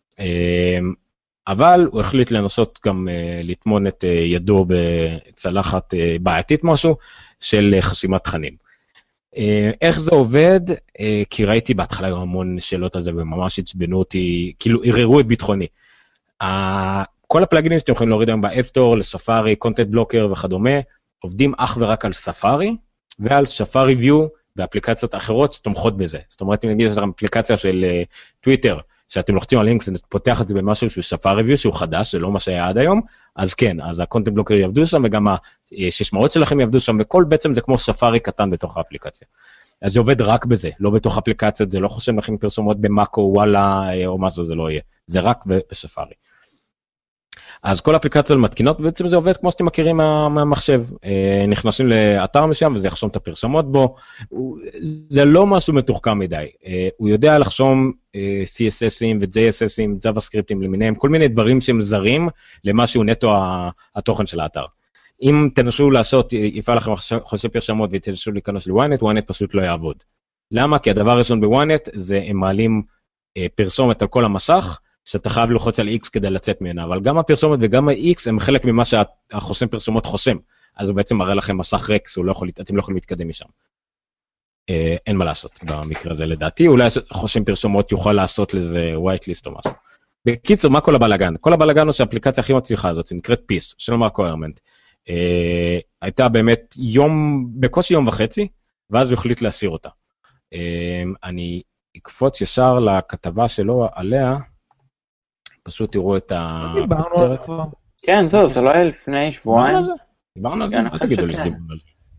אבל הוא החליט לנסות גם לטמון את ידו בצלחת בעייתית משהו של חסימת תכנים. איך זה עובד? כי ראיתי בהתחלה המון שאלות על זה וממש הצבנו אותי, כאילו ערערו את ביטחוני. כל הפלאגינים שאתם יכולים להוריד היום באפסטור, לספארי, קונטנט בלוקר וכדומה, עובדים אך ורק על ספארי ועל ספארי ויו ואפליקציות אחרות שתומכות בזה. זאת אומרת, אם נגיד יש לכם אפליקציה של טוויטר, שאתם לוחצים על לינק, זה פותח את זה במשהו שהוא ספארי ויו, שהוא חדש, זה לא מה שהיה עד היום, אז כן, אז הקונטנט בלוקר יעבדו שם, וגם הששמעות שלכם יעבדו שם, וכל בעצם זה כמו ספארי קטן בתוך האפליקציה. אז זה עובד רק בזה, לא בתוך אפליקציות, זה לא חושב לכם פרסומות במאקו, וואלה, או מה זה, זה לא יהיה. זה רק בספארי. אז כל אפליקציות מתקינות, בעצם זה עובד כמו שאתם מכירים מהמחשב, נכנסים לאתר משם וזה יחשום את הפרסומות בו, זה לא משהו מתוחכם מדי, הוא יודע לחשום סי אס אסים ו-ג'יי אס אסים, JavaScriptים למיניהם, כל מיני דברים שהם זרים למשהו נטו התוכן של האתר. אם תנסו לעשות, יפעל לכם חושי פרשמות ותנסו להיכנס ל-ynet, ynet פשוט לא יעבוד. למה? כי הדבר הראשון ב-ynet זה הם מעלים פרסומת על כל המסך, שאתה חייב ללחוץ על X כדי לצאת ממנה, אבל גם הפרסומת וגם ה-X הם חלק ממה שהחוסם פרסומות חוסם, אז הוא בעצם מראה לכם מסך ריק, אתם לא יכולים להתקדם משם. אין מה לעשות במקרה הזה לדעתי, אולי חוסם פרסומות יוכל לעשות לזה white list או משהו. בקיצור, מה כל הבלגן? כל הבלגן הוא שהאפליקציה הכי מצליחה הזאת, זה נקראת פיס, של מרקו ארמנט, הייתה באמת יום, בקושי יום וחצי, ואז הוא החליט להסיר אותה. אני אקפוץ ישר לכתבה שלו עליה, פשוט תראו את ה... כן, זהו, זה לא היה לפני שבועיים. דיברנו על זה? אל תגידו לי שדיברנו על זה.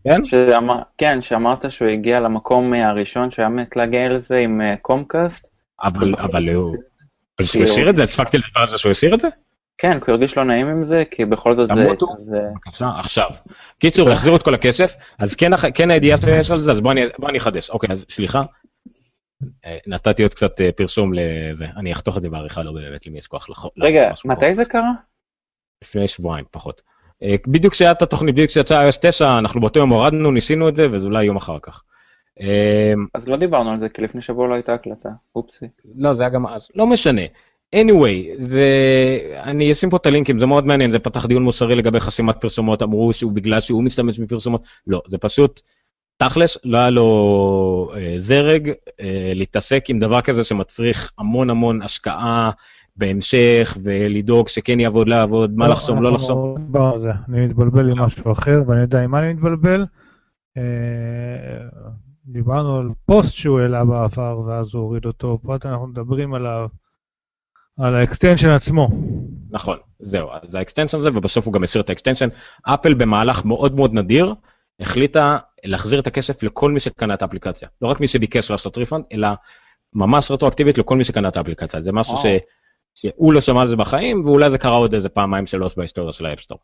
כן? שאמר, כן, שאמרת שהוא הגיע למקום הראשון שהיה מתלגע על זה עם קומקאסט. אבל, אבל הוא... אבל שהוא הסיר את זה? הספקתי לדבר על זה שהוא הסיר את זה? כן, כי הוא הרגיש לא נעים עם זה, כי בכל זאת זה... בבקשה, עכשיו. קיצור, יחזירו את כל הכסף, אז כן הידיעה שיש על זה, אז בוא אני אחדש. אוקיי, אז סליחה. נתתי עוד קצת פרסום לזה, אני אחתוך את זה בעריכה, לא באמת למי יש כוח לחוק. רגע, מתי זה קרה? לפני שבועיים, פחות. בדיוק כשהיה את התוכנית, בדיוק כשיצא איי או אס תשע, אנחנו באותו יום הורדנו, ניסינו את זה, וזה אולי יום אחר כך. אז לא דיברנו על זה, כי לפני שבוע לא הייתה הקלטה, אופסי. לא, זה היה גם אז, לא משנה. anyway, זה, אני אשים פה את הלינקים, זה מאוד מעניין, זה פתח דיון מוסרי לגבי חסימת פרסומות, אמרו שהוא בגלל שהוא משתמש בפרסומות, לא, זה פשוט, תכלס, לא היה לו אה, זרג אה, להתעסק עם דבר כזה שמצריך המון המון השקעה בהמשך, ולדאוג שכן יעבוד, לא יעבוד, מה לחסום, לא לחסום. אני מתבלבל עם משהו אחר, ואני יודע עם מה אני מתבלבל. דיברנו על פוסט שהוא העלה בעבר, ואז הוא הוריד אותו, פה אנחנו מדברים על ה... על האקסטנשן עצמו. נכון, זהו, אז האקסטנשן הזה, ובסוף הוא גם הסיר את האקסטנשן. אפל במהלך מאוד מאוד נדיר, החליטה להחזיר את הכסף לכל מי שקנה את האפליקציה. לא רק מי שביקש לעשות ריפונד, אלא ממש רטרואקטיבית לכל מי שקנה את האפליקציה. זה משהו ש... שהוא לא שמע על זה בחיים, ואולי זה קרה עוד איזה פעמיים שלוש בהיסטוריה של האפסטור.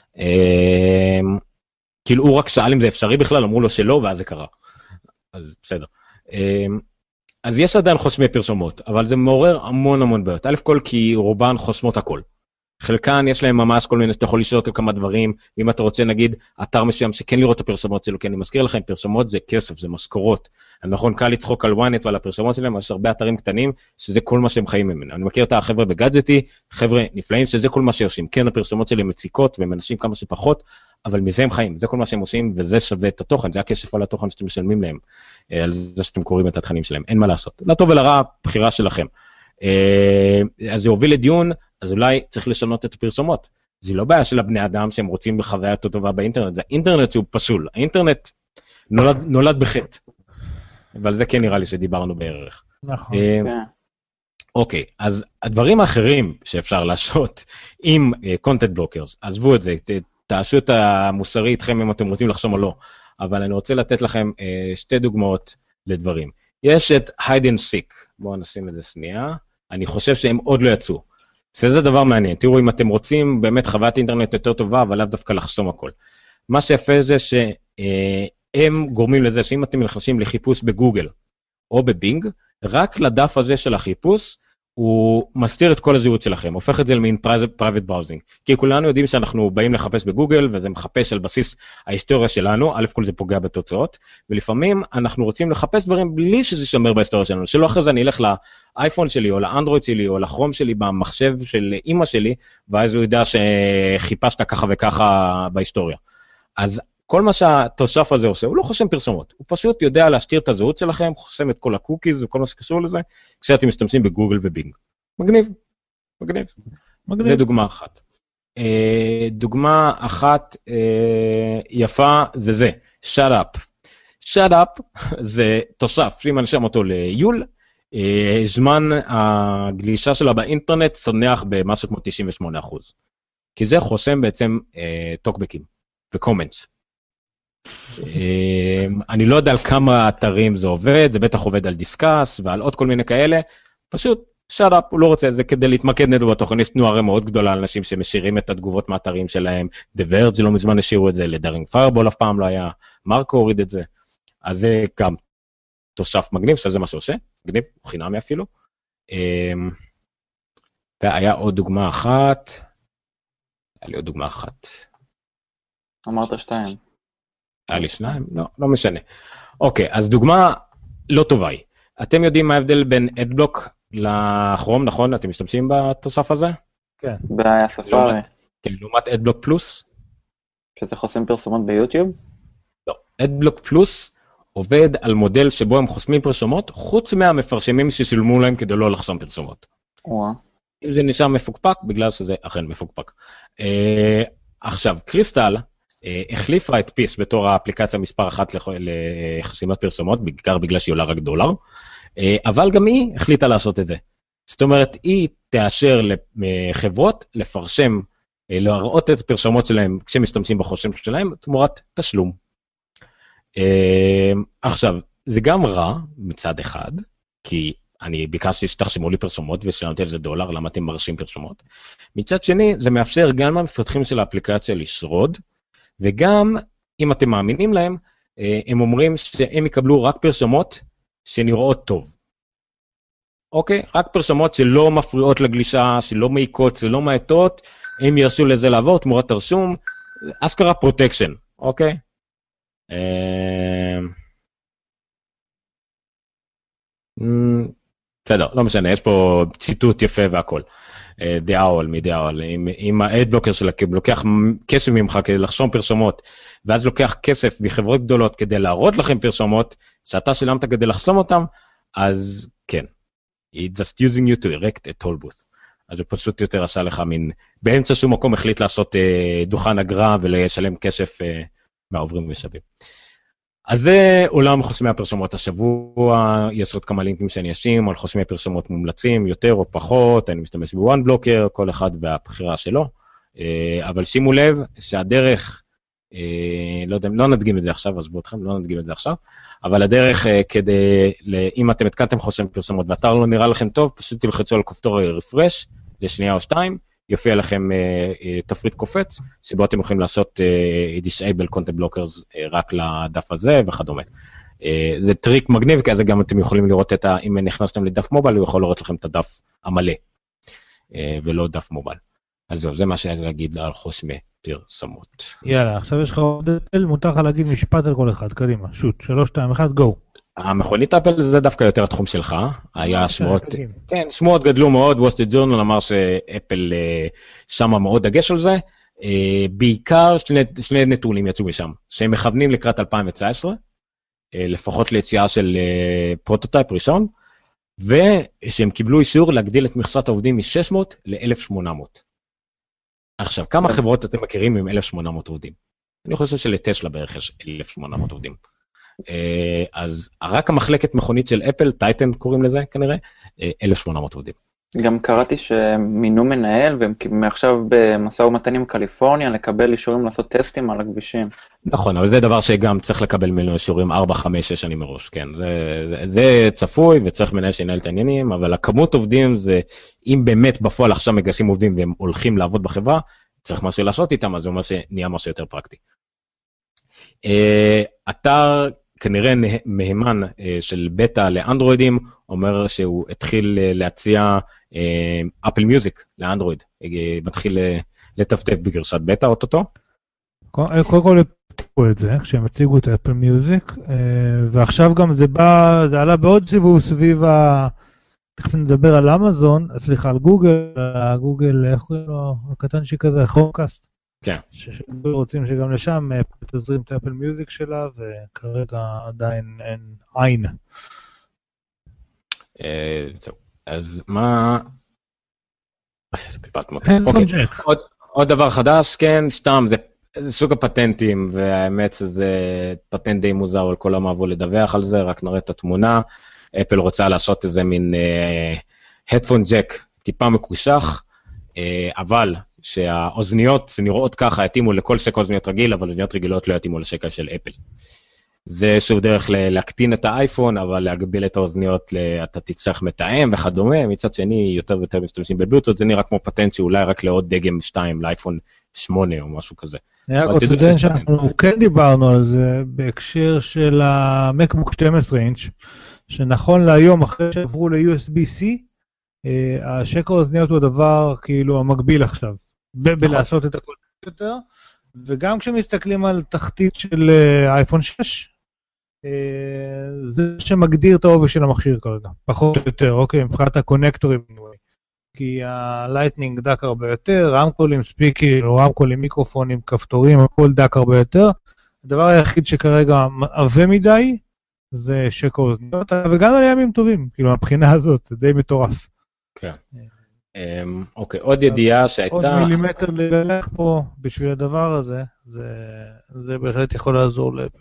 כאילו הוא רק שאל אם זה אפשרי בכלל, אמרו לו שלא, ואז זה קרה. אז בסדר. אז יש עדיין חוסמי פרסומות, אבל זה מעורר המון המון בעיות. א' כל כי רובן חוסמות הכל. חלקן יש להם ממש כל מיני, שאתה יכול לשאול כמה דברים, ואם אתה רוצה נגיד אתר מסוים שכן לראות את הפרסומות שלו, כי אני מזכיר לכם, פרסומות זה כסף, זה משכורות. נכון, קל לצחוק על וואנט ועל הפרסומות שלהם, יש הרבה אתרים קטנים, שזה כל מה שהם חיים ממנו. אני מכיר את החבר'ה בגאדג'טי, חבר'ה נפלאים, שזה כל מה שעושים. כן, הפרסומות שלהם מציקות, והם אנשים כמה שפחות, אבל מזה הם חיים, זה כל מה שהם עושים, וזה שווה את התוכן, זה הכסף על התוכן שאתם משלמים להם, על זה שאתם קוראים את התכנים שלהם, אין מה לעשות. לטוב ולרע, בחירה שלכם. אז זה הוביל לדיון, אז אולי צריך לשנות את הפרסומות. זה לא בעיה של הבני אדם שהם רוצים בחוויה יותר טובה באינטרנט, זה האינטרנט שהוא פסול. האינטרנט נולד, נולד בחטא. אבל זה כן נראה לי שדיברנו בערך. נכון. אוקיי, אז הדברים האחרים שאפשר לעשות עם content blockers, עזבו את זה, תעשו את המוסרי איתכם אם אתם רוצים לחשום או לא, אבל אני רוצה לתת לכם שתי דוגמאות לדברים. יש את hide and seek, בואו נשים את זה שנייה, אני חושב שהם עוד לא יצאו. זה דבר מעניין, תראו אם אתם רוצים באמת חוויית אינטרנט יותר טובה, אבל לאו דווקא לחסום הכל. מה שיפה זה שהם גורמים לזה שאם אתם נכנסים לחיפוש בגוגל או בבינג, רק לדף הזה של החיפוש, הוא מסתיר את כל הזהות שלכם, הופך את זה למין private browsing. כי כולנו יודעים שאנחנו באים לחפש בגוגל, וזה מחפש על בסיס ההיסטוריה שלנו, א' כל זה פוגע בתוצאות, ולפעמים אנחנו רוצים לחפש דברים בלי שזה יישמר בהיסטוריה שלנו, שלא אחרי זה אני אלך לאייפון שלי, או לאנדרואיד שלי, או לכרום שלי, במחשב של אמא שלי, ואז הוא ידע שחיפשת ככה וככה בהיסטוריה. אז כל מה שהתוסף הזה עושה, הוא לא חוסם פרסומות, הוא פשוט יודע להשתיר את הזהות שלכם, חוסם את כל הקוקיז וכל מה שקשור לזה, כשאתם משתמשים בגוגל ובינג. מגניב, מגניב. מגניב. זה דוגמה אחת. דוגמה אחת יפה זה זה, shut up. shut up זה תוסף, שאם אני שם אותו ליול, זמן הגלישה שלה באינטרנט צונח במשהו כמו תשעים ושמונה אחוז. כי זה חוסם בעצם טוקבקים וקומנטס. אני לא יודע על כמה אתרים זה עובד, זה בטח עובד על דיסקאס ועל עוד כל מיני כאלה, פשוט shut up, הוא לא רוצה, זה כדי להתמקד נדו בתוכן, יש תנועה מאוד גדולה על אנשים שמשאירים את התגובות מהאתרים שלהם, The Verge לא מזמן השאירו את זה, לדרינג פיירבול אף פעם לא היה, מרקו הוריד את זה, אז זה גם תוסף מגניב, שזה מה שעושה, מגניב, הוא חינמי אפילו. והיה עוד דוגמה אחת, היה לי עוד דוגמה אחת. אמרת שתיים. היה לי שניים? לא, לא משנה. אוקיי, אז דוגמה לא טובה היא. אתם יודעים מה ההבדל בין אדבלוק לכרום, נכון? אתם משתמשים בתוסף הזה? כן. בספארי. כן, לעומת אדבלוק פלוס? שזה חוסם פרסומות ביוטיוב? לא. אדבלוק פלוס עובד על מודל שבו הם חוסמים פרסומות, חוץ מהמפרשמים ששילמו להם כדי לא לחסום פרסומות. וואה. אם זה נשאר מפוקפק, בגלל שזה אכן מפוקפק. אה, עכשיו, קריסטל, החליפה את פיס בתור האפליקציה מספר אחת לחסימת פרסומות, בעיקר בגלל שהיא עולה רק דולר, אבל גם היא החליטה לעשות את זה. זאת אומרת, היא תאשר לחברות לפרשם, להראות את הפרסומות שלהם כשמשתמשים בחושם שלהם, תמורת תשלום. עכשיו, זה גם רע מצד אחד, כי אני ביקשתי שתחשמו לי פרסומות ושילמתי על זה דולר, למה אתם מרשים פרסומות. מצד שני, זה מאפשר גם למפתחים של האפליקציה לשרוד, וגם אם אתם מאמינים להם, הם אומרים שהם יקבלו רק פרסומות שנראות טוב. אוקיי? רק פרסומות שלא מפריעות לגלישה, שלא מעיקות, שלא מעטות, הם ירשו לזה לעבור תמורת תרשום, אשכרה פרוטקשן, אוקיי? בסדר, לא משנה, יש פה ציטוט יפה והכל. דיאול, מדיאול, אם האדבלוקר שלה לוקח כסף ממך כדי לחשום פרסומות, ואז לוקח כסף מחברות גדולות כדי להראות לכם פרסומות, שאתה שילמת כדי לחסום אותם, אז כן. It's just using you to erect a toll booth. אז זה פשוט יותר עשה לך מין, באמצע שום מקום החליט לעשות אה, דוכן אגרה ולשלם כסף אה, מהעוברים ושווים. אז זה עולם חוסמי הפרסומות השבוע, יש עוד כמה לינקים שאני אשים על חוסמי פרסומות מומלצים, יותר או פחות, אני משתמש בוואן בלוקר, כל אחד והבחירה שלו, אה, אבל שימו לב שהדרך, אה, לא יודע, לא נדגים את זה עכשיו, עזבו אתכם, לא נדגים את זה עכשיו, אבל הדרך אה, כדי, אם אתם התקנתם חוסמי פרסומות ואתר לא נראה לכם טוב, פשוט תלחצו על כפתור רפרש, לשנייה או שתיים, יופיע לכם uh, uh, תפריט קופץ, שבו אתם יכולים לעשות uh, disable content blockers uh, רק לדף הזה וכדומה. Uh, זה טריק מגניב, כי אז גם אתם יכולים לראות את ה... אם נכנסתם לדף מובייל, הוא יכול לראות לכם את הדף המלא, uh, ולא דף מובייל. אז זהו, זה מה שאני להגיד על חוסמי פרסומות. יאללה, עכשיו יש לך עוד אפל, מותר לך להגיד משפט על כל אחד, קדימה, שוט, שלוש, שתיים, אחד, גו. המכונית אפל זה דווקא יותר התחום שלך, היה שמועות, כן, שמועות גדלו מאוד, וול סטריט ג'ורנל אמר שאפל שמה מאוד דגש על זה, בעיקר שני, שני נתונים יצאו משם, שהם מכוונים לקראת אלפיים תשע עשרה, לפחות ליציאה של פרוטוטייפ ראשון, ושהם קיבלו אישור להגדיל את מכסת העובדים מ-שש מאות ל-אלף שמונה מאות. עכשיו, כמה חברות אתם מכירים עם אלף שמונה מאות עובדים? אני חושב שלטסלה בערך יש אלף שמונה מאות עובדים. אז רק המחלקת מכונית של אפל, טייטן קוראים לזה כנראה, אלף שמונה מאות עובדים. גם קראתי שמינו מנהל, והם מעכשיו במשא ומתן עם קליפורניה, לקבל אישורים לעשות טסטים על הכבישים. נכון, אבל זה דבר שגם צריך לקבל ממנו אישורים ארבע, חמש, שש שנים מראש, כן. זה, זה, זה צפוי וצריך מנהל שינהל את העניינים, אבל הכמות עובדים זה, אם באמת בפועל עכשיו מגשים עובדים והם הולכים לעבוד בחברה, צריך משהו לעשות איתם, אז זה אומר שנהיה משהו יותר פרקטי. אתר כנראה מהימן של בטא לאנדרואידים, אומר שהוא התחיל להציע אפל מיוזיק לאנדרואיד, מתחיל לטפטף בגרסת בטא אוטוטו. קודם כל הפתיעו את זה, כשהם הציגו את אפל מיוזיק, ועכשיו גם זה בא, זה עלה בעוד סיבוב סביב ה... תכף נדבר על אמזון, סליחה, על גוגל, גוגל, איך קוראים לו, הקטנצ'י כזה, חורקאסט. כן. שרוצים שגם לשם תזרים את אפל מיוזיק שלה, וכרגע עדיין אין עין. אז מה... עוד דבר חדש, כן, סתם, זה סוג הפטנטים, והאמת שזה פטנט די מוזר, על כל המעבור לדווח על זה, רק נראה את התמונה. אפל רוצה לעשות איזה מין הדפון ג'ק טיפה מקושח, אבל שהאוזניות נראות ככה, יתאימו לכל שקע אוזניות רגיל, אבל אוזניות רגילות לא יתאימו לשקע של אפל. זה שוב דרך להקטין את האייפון, אבל להגביל את האוזניות, אתה תצטרך מתאם וכדומה, מצד שני יותר ויותר משתמשים בבלוטות, זה נראה כמו פטנט שאולי רק לעוד דגם שתיים, לאייפון שמונה או משהו כזה. אני רק רוצה לציין שאנחנו כן דיברנו על זה, בהקשר של המקבוק שתים עשרה אינץ', שנכון להיום, אחרי שעברו ל-יו אס בי-C, השקע האוזניות הוא הדבר כאילו המקביל עכשיו, בלעשות את הכל יותר, וגם כשמסתכלים על תחתית של אייפון שש, זה שמגדיר את העובי של המכשיר כרגע, פחות או יותר, אוקיי, מבחינת הקונקטורים, כי הלייטנינג דק הרבה יותר, רמקולים, ספיקי, או רמקולים, מיקרופונים, כפתורים, הכל דק הרבה יותר, הדבר היחיד שכרגע עבה מדי, זה שקע אוזניות, וגם על ימים טובים, כאילו, מבחינה הזאת, זה די מטורף. כן. אוקיי, עוד ידיעה שהייתה... עוד מילימטר לגלח פה בשביל הדבר הזה, זה בהחלט יכול לעזור לאפל.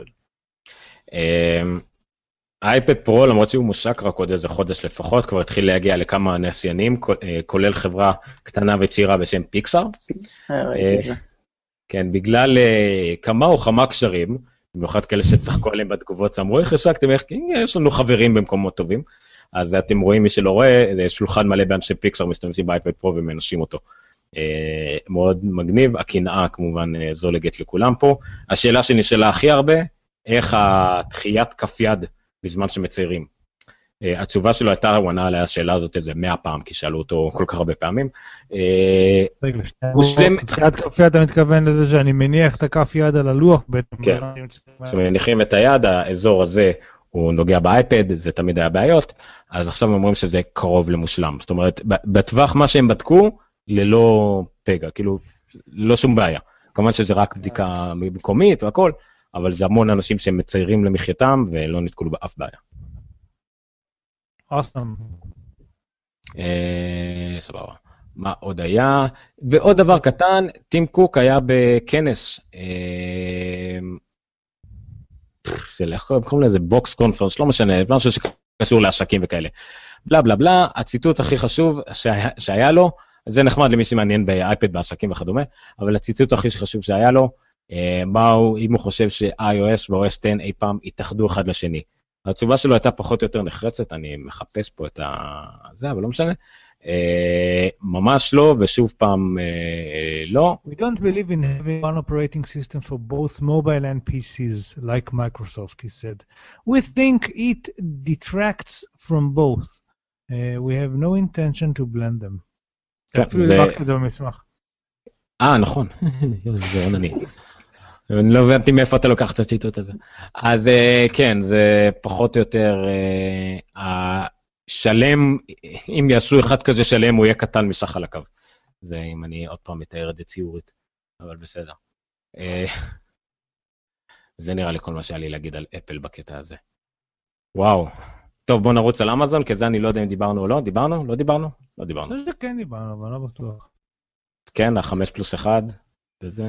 האייפד פרו, למרות שהוא מושק רק עוד איזה חודש לפחות, כבר התחיל להגיע לכמה נסיינים, כולל חברה קטנה וצעירה בשם פיקסאר. כן, בגלל כמה או כמה קשרים, במיוחד כאלה שצחקו עליהם בתגובות, אמרו, איך השקתם, איך, יש לנו חברים במקומות טובים, אז אתם רואים, מי שלא רואה, זה שולחן מלא באנשי פיקסאר, משתמשים באייפד פרו ומנשים אותו. מאוד מגניב, הקנאה כמובן זולגת לכולם פה. השאלה שנשאלה הכי הרבה, איך התחיית כף יד בזמן שמציירים? התשובה שלו הייתה, הוא ענה עליה השאלה הזאת איזה מאה פעם, כי שאלו אותו כל כך הרבה פעמים. תחיית כף יד, אתה מתכוון לזה שאני מניח את הכף יד על הלוח? כן, כשמניחים את היד, האזור הזה הוא נוגע באייפד, זה תמיד היה בעיות, אז עכשיו אומרים שזה קרוב למושלם. זאת אומרת, בטווח מה שהם בדקו, ללא פגע, כאילו, לא שום בעיה. כמובן שזה רק בדיקה מקומית והכל, אבל זה המון אנשים שהם מציירים למחייתם, ולא נתקלו באף בעיה. אוסם. סבבה. מה עוד היה? ועוד דבר קטן, טים קוק היה בכנס, זה קוראים לזה בוקס קונפרנס, לא משנה, משהו שקשור לעסקים וכאלה. בלה בלה בלה, הציטוט הכי חשוב שהיה לו, זה נחמד למי שמעניין באייפד, בעסקים וכדומה, אבל הציטוט הכי חשוב שהיה לו, מהו, אם הוא חושב ש-iOS ו-או אס עשר אי פעם יתאחדו אחד לשני. התשובה שלו הייתה פחות או יותר נחרצת, אני מחפש פה את זה, אבל לא משנה. ממש לא, ושוב פעם לא. We don't believe in having one operating system for both mobile and P Cs, like Microsoft, he said. We think it detracts from both. Uh, we have no intention to blend them. אפילו הסברתי את זה במסמך. אה, נכון. זה עונני. אני לא הבנתי מאיפה אתה לוקח את הציטוט הזה. אז כן, זה פחות או יותר השלם, אם יעשו אחד כזה שלם, הוא יהיה קטן מסך חלקיו. זה אם אני עוד פעם מתאר את זה ציורית, אבל בסדר. זה נראה לי כל מה שהיה לי להגיד על אפל בקטע הזה. וואו. טוב, בוא נרוץ על אמזון, כי זה אני לא יודע אם דיברנו או לא. דיברנו? לא דיברנו? לא דיברנו. אני חושב שכן דיברנו, אבל לא בטוח. כן, החמש פלוס אחד, וזה...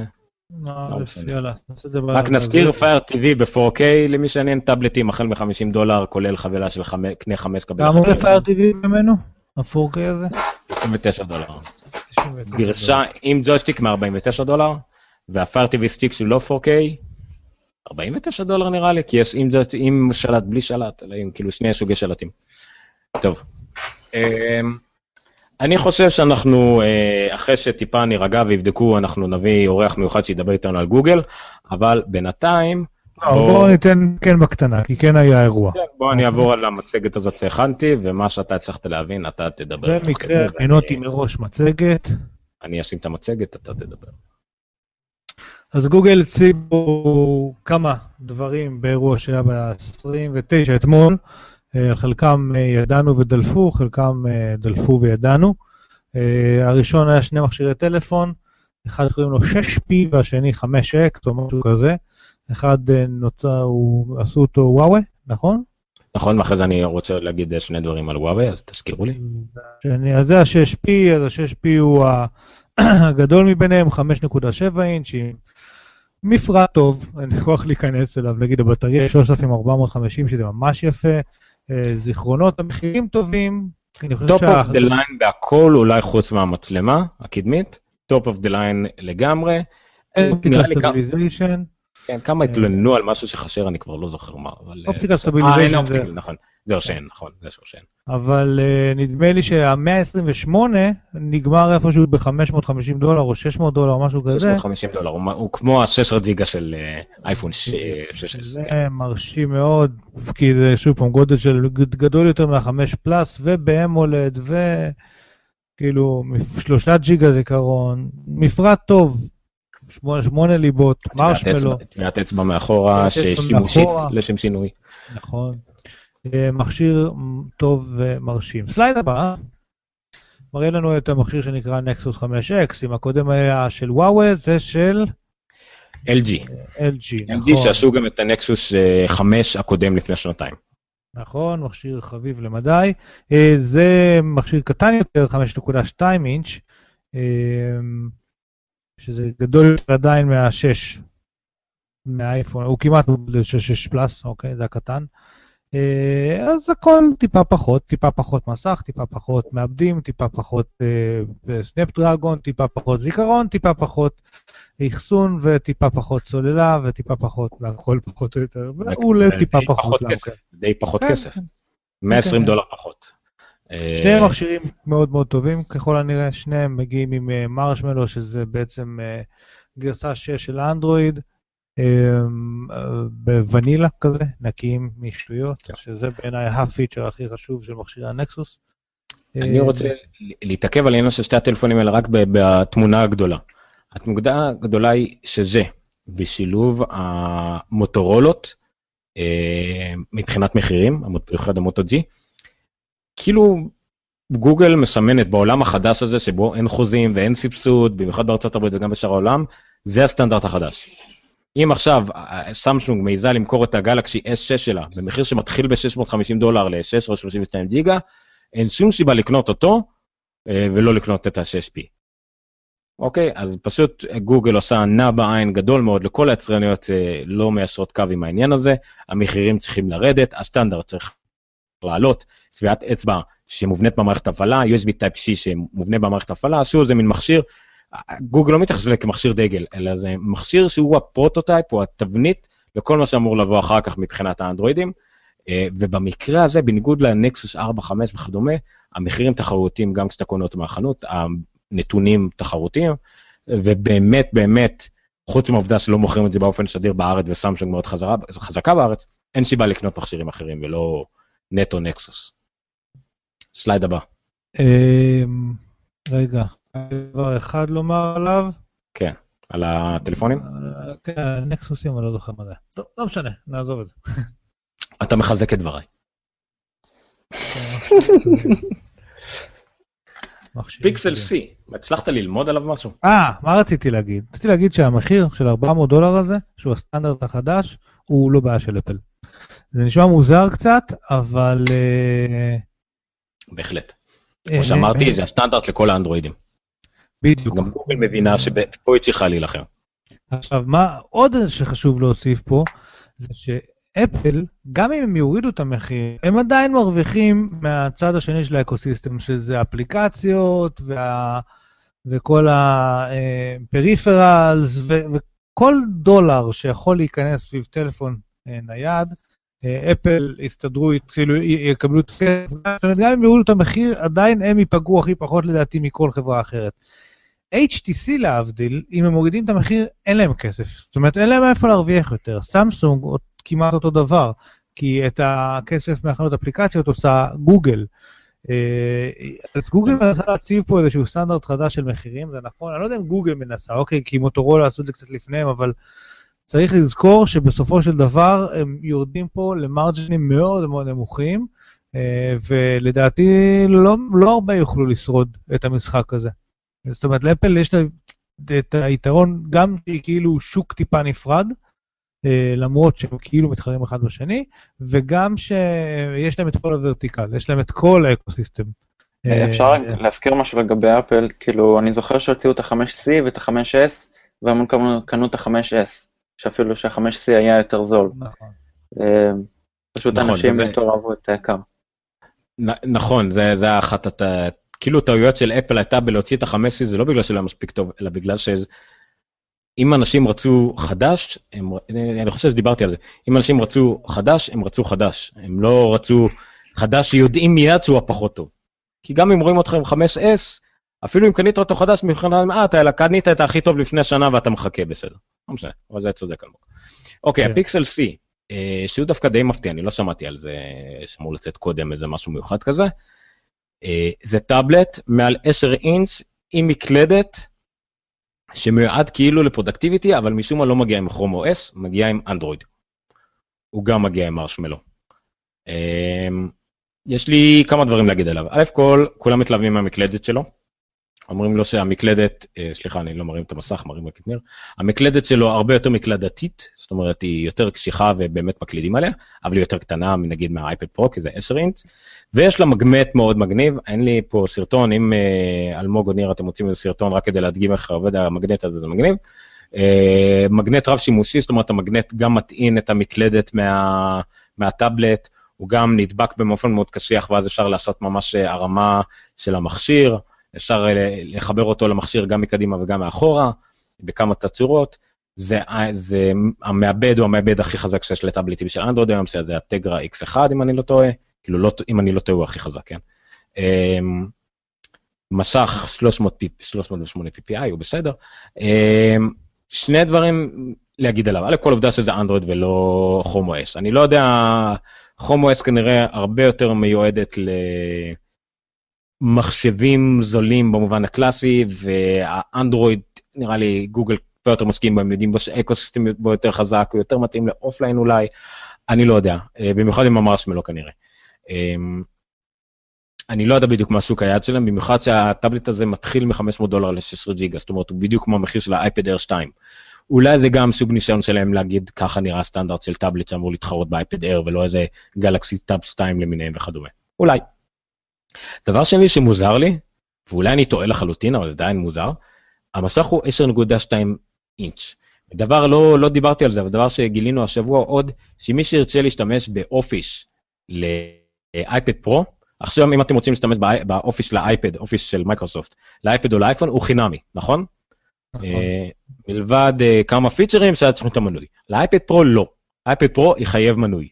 רק נזכיר, פייר טי וי ב-פור קיי, למי שעניין טאבלטים, החל מ-חמישים דולר, כולל חבילה של קנה חמש קבל. כמה זה פייר טי וי ממנו? ה-פור קיי הזה? עשרים ותשע דולר. גרשה עם ג'ויסטיק מ-ארבעים ותשע דולר, וה-פייר טי וי סטיק שהוא לא פור קיי, ארבעים ותשע דולר נראה לי, כי יש עם שלט, בלי שלט, אלא עם כאילו שני סוגי שלטים. טוב. אני חושב שאנחנו, אחרי שטיפה נרגע ויבדקו, אנחנו נביא אורח מיוחד שידבר איתנו על גוגל, אבל בינתיים... בואו ניתן כן בקטנה, כי כן היה אירוע. בואו אני אעבור על המצגת הזאת שהכנתי, ומה שאתה הצלחת להבין, אתה תדבר. במקרה, הכינותי מראש מצגת. אני אשים את המצגת, אתה תדבר. אז גוגל הציגו כמה דברים באירוע שהיה ב-עשרים ותשע אתמול, חלקם ידענו ודלפו, חלקם דלפו וידענו. הראשון היה שני מכשירי טלפון, אחד קוראים לו שש פי והשני חמש אקס או משהו כזה. אחד נוצא, הוא, עשו אותו וואווה, נכון? נכון, ואחרי זה אני רוצה להגיד שני דברים על וואווה, אז תזכירו לי. אז זה ה-שש פי, אז ה-שש פי הוא הגדול מביניהם, חמש נקודה שבע אינץ', מפרט טוב, אני יכול להיכנס אליו, נגיד הבטריה שלושת אלפים ארבע מאות וחמישים, שזה ממש יפה, זיכרונות, המחירים טובים. טופ אוף דה ליין בהכל, אולי חוץ מהמצלמה הקדמית, טופ אוף דה ליין לגמרי. אופטיקל סטביליזיישן. כן, כמה התלוננו על משהו שחשר, אני כבר לא זוכר מה. אופטיקל סטביליזיישן. נכון, זה אושן, נכון, זה אושן. אבל נדמה לי שה-מאה עשרים ושמונה נגמר איפשהו ב-חמש מאות וחמישים דולר או שש מאות דולר או משהו כזה. שש מאות וחמישים דולר, הוא כמו ה-שש עשרה ג'יגה של אייפון שש עשרה. זה מרשים מאוד, כי זה שוב פעם גודל של גדול יותר מה-חמש פלאס וב-אמולד וכאילו שלושה ג'יגה זיכרון, מפרט טוב. שמונה, שמונה ליבות, מרשמלו. תביעת אצבע מאחורה, ששימושית לשם שינוי. נכון. מכשיר טוב ומרשים. סלייד הבא, מראה לנו את המכשיר שנקרא נקסוס חמש אקס, אם הקודם היה של וואווה, זה של... אל ג'י. אל ג'י, נכון. אל ג'י שעשו גם את הנקסוס חמש הקודם לפני שנתיים. נכון, מכשיר חביב למדי. זה מכשיר קטן יותר, חמש נקודה שתיים אינץ', שזה גדול יותר עדיין מה-שש, מהאייפון, הוא כמעט שש פלאס, אוקיי, זה הקטן. אז הכל טיפה פחות, טיפה פחות מסך, טיפה פחות מעבדים, טיפה פחות סנאפ דרגון, טיפה פחות זיכרון, טיפה פחות אחסון וטיפה פחות סוללה וטיפה פחות, והכל פחות או יותר, והוא לטיפה פחות. די פחות כסף, מאה ועשרים דולר פחות. שני המכשירים מאוד מאוד טובים, ככל הנראה, שניהם מגיעים עם מרשמלו, שזה בעצם גרסה שש של אנדרואיד, בוונילה כזה, נקיים משטויות, שזה בעיניי הפיצ'ר הכי חשוב של מכשירי הנקסוס. אני רוצה להתעכב על העניין של שתי הטלפונים האלה רק בתמונה הגדולה. התמונה הגדולה היא שזה, בשילוב המוטורולות, מבחינת מחירים, במיוחד המוטו ג'י, כאילו גוגל מסמנת בעולם החדש הזה, שבו אין חוזים ואין סבסוד, במיוחד בארצות הברית וגם בשאר העולם, זה הסטנדרט החדש. אם עכשיו סמסונג מעיזה למכור את הגלקסי אס שש שלה, במחיר שמתחיל ב-שש מאות וחמישים דולר ל-שש מאות שלושים ושתיים ג'יגה, אין שום סיבה לקנות אותו, ולא לקנות את ה-שש פי. אוקיי, אז פשוט גוגל עושה נע בעין גדול מאוד, לכל היצרניות לא מיישרות קו עם העניין הזה, המחירים צריכים לרדת, הסטנדרט צריך לעלות, צביעת אצבע שמובנית במערכת הפעלה, יו אס בי Type-C שמובנה במערכת הפעלה, עשו איזה מין מכשיר, גוגל לא מתייחס לזה כמכשיר דגל, אלא זה מכשיר שהוא הפרוטוטייפ, או התבנית, לכל מה שאמור לבוא אחר כך מבחינת האנדרואידים, ובמקרה הזה, בניגוד לנקסוס ארבע חמש וכדומה, המחירים תחרותיים, גם כשאתה קונה אותו מהחנות, הנתונים תחרותיים, ובאמת, באמת, חוץ מהעובדה שלא מוכרים את זה באופן שדיר בארץ, וסמסונג מאוד חזקה בארץ, אין סיבה לקנות מכשירים אחרים, ולא נטו נקסוס. סלייד הבא. רגע, דבר אחד לומר עליו. כן, על הטלפונים? כן, הנקסוסים, אני לא זוכר מה זה. טוב, לא משנה, נעזוב את זה. אתה מחזק את דבריי. פיקסל סי, הצלחת ללמוד עליו משהו? אה, מה רציתי להגיד? רציתי להגיד שהמחיר של ארבע מאות דולר הזה, שהוא הסטנדרט החדש, הוא לא בעיה של אפל. זה נשמע מוזר קצת, אבל... בהחלט. כמו שאמרתי, זה הסטנדרט לכל האנדרואידים. בדיוק. גם גוגל מבינה שפה היא צריכה להילחם. עכשיו, מה עוד שחשוב להוסיף פה, זה שאפל, גם אם הם יורידו את המחיר, הם עדיין מרוויחים מהצד השני של האקוסיסטם, שזה אפליקציות, וה... וכל הפריפרלס, ו... וכל דולר שיכול להיכנס סביב טלפון נייד, אפל יסתדרו, התחילו, יקבלו את הכסף, זאת אומרת, גם אם יורידו את המחיר, עדיין הם ייפגעו הכי פחות לדעתי מכל חברה אחרת. אייץ' טי סי להבדיל, אם הם מורידים את המחיר, אין להם כסף. זאת אומרת, אין להם איפה להרוויח יותר. סמסונג, כמעט אותו דבר, כי את הכסף מהחנות אפליקציות עושה גוגל. אז גוגל מנסה להציב פה איזשהו סטנדרט חדש של מחירים, זה נכון, אני לא יודע אם גוגל מנסה, אוקיי, כי מוטורולה עשו את זה קצת לפניהם, אבל צריך לזכור שבסופו של דבר הם יורדים פה למרג'נים מאוד מאוד נמוכים, ולדעתי לא, לא הרבה יוכלו לשרוד את המשחק הזה. זאת אומרת, לאפל יש את היתרון, גם שהיא כאילו שוק טיפה נפרד, למרות שהם כאילו מתחרים אחד בשני, וגם שיש להם את כל הוורטיקל, יש להם את כל האקוסיסטם. אפשר להזכיר משהו לגבי אפל, כאילו אני זוכר שהוציאו את ה-חמש סי ואת ה-חמש אס, והם קנו את ה-חמש אס, שאפילו שה-חמש סי היה יותר זול. נכון. פשוט אנשים יותר אהבו את היקר. נכון, זה אחת את... כאילו טעויות של אפל הייתה בלהוציא את ה-חמש סי, זה לא בגלל שלא מספיק טוב, אלא בגלל שאם אנשים רצו חדש, הם, אני חושב שדיברתי על זה, אם אנשים רצו חדש, הם רצו חדש, הם לא רצו חדש שיודעים מיד שהוא הפחות טוב. כי גם אם רואים אותך עם חמש אס, אפילו אם קנית אותו חדש, מבחינת, אה, אתה קנית את הכי טוב לפני שנה ואתה מחכה בסדר. לא משנה, אבל זה צודק אלמוג. אוקיי, הפיקסל סי, שהוא דווקא די מפתיע, אני לא שמעתי על זה, שאמור לצאת קודם איזה משהו מיוחד כזה. זה טאבלט מעל עשר אינץ' עם מקלדת שמיועד כאילו לפרודקטיביטי, אבל משום מה לא מגיע עם כרום או אס, מגיע עם אנדרואיד. הוא גם מגיע עם מרשמלו. יש לי כמה דברים להגיד עליו. א' כל, כולם מתלהבים מהמקלדת שלו. אומרים לו שהמקלדת, סליחה, אני לא מרים את המסך, מרים רק את ניר. המקלדת שלו הרבה יותר מקלדתית, זאת אומרת, היא יותר קשיחה ובאמת מקלידים עליה, אבל היא יותר קטנה, נגיד מהאייפד פרו, כי זה עשר אינץ', ויש לה מגנט מאוד מגניב. אין לי פה סרטון, אם אלמוג או ניר אתם מוצאים איזה סרטון רק כדי להדגים איך עובד המגנט הזה, זה מגניב. מגנט רב שימושי, זאת אומרת, המגנט גם מטעין את המקלדת מה, מהטאבלט, הוא גם נדבק במאופן מאוד קשיח, ואז אפשר לעשות ממש הרמה של המכשיר, אפשר לחבר אותו למכשיר גם מקדימה וגם מאחורה, בכמה תצורות, זה, זה המעבד או המעבד הכי חזק שיש לטאבלטים של אנדרואיד היום, זה הטגרה אקס אחת אם אני לא טועה, כאילו לא, אם אני לא טועה הוא הכי חזק, כן? מסך שלוש מאות ושמונה פי פי איי הוא בסדר. שני דברים להגיד עליו, א' כל עובדה שזה אנדרואיד ולא כרום או אס, אני לא יודע, כרום או אס כנראה הרבה יותר מיועדת למחשבים זולים במובן הקלאסי, והאנדרואיד נראה לי גוגל פה יותר מסכים בהם, יודעים שהאקוסיסטם בו יותר חזק, הוא יותר מתאים לאופליין אולי, אני לא יודע, במיוחד עם המרשמלו כנראה. אני לא יודע בדיוק מה שוק היד שלהם, במיוחד שהטאבלט הזה מתחיל מ-חמש מאות דולר ל-שש עשרה ג'יגה, זאת אומרת הוא בדיוק כמו המחיר של האייפד אייר שתיים. אולי זה גם סוג ניסיון שלהם להגיד ככה נראה סטנדרט של טאבלט שאמור להתחרות באייפד אייר, ולא איזה גלקסי טאב שתיים למיניהם וכדומה. אולי. דבר שני שמוזר לי, ואולי אני טועה לחלוטין, אבל זה עדיין מוזר, המסך הוא עשר נקודה שתיים אינץ'. דבר לא, לא דיברתי על זה, אבל דבר שגילינו השבוע עוד, שמי שירצה להשתמש באופיס לאייפד פרו, עכשיו אם אתם רוצים להשתמש באופיס לאייפד, אופיס של מייקרוסופט, לאייפד או לאייפון, הוא חינמי, נכון? נכון. מלבד כמה פיצ'רים שהיה צריכים את המנוי. לאייפד פרו לא. אייפד פרו יחייב מנוי.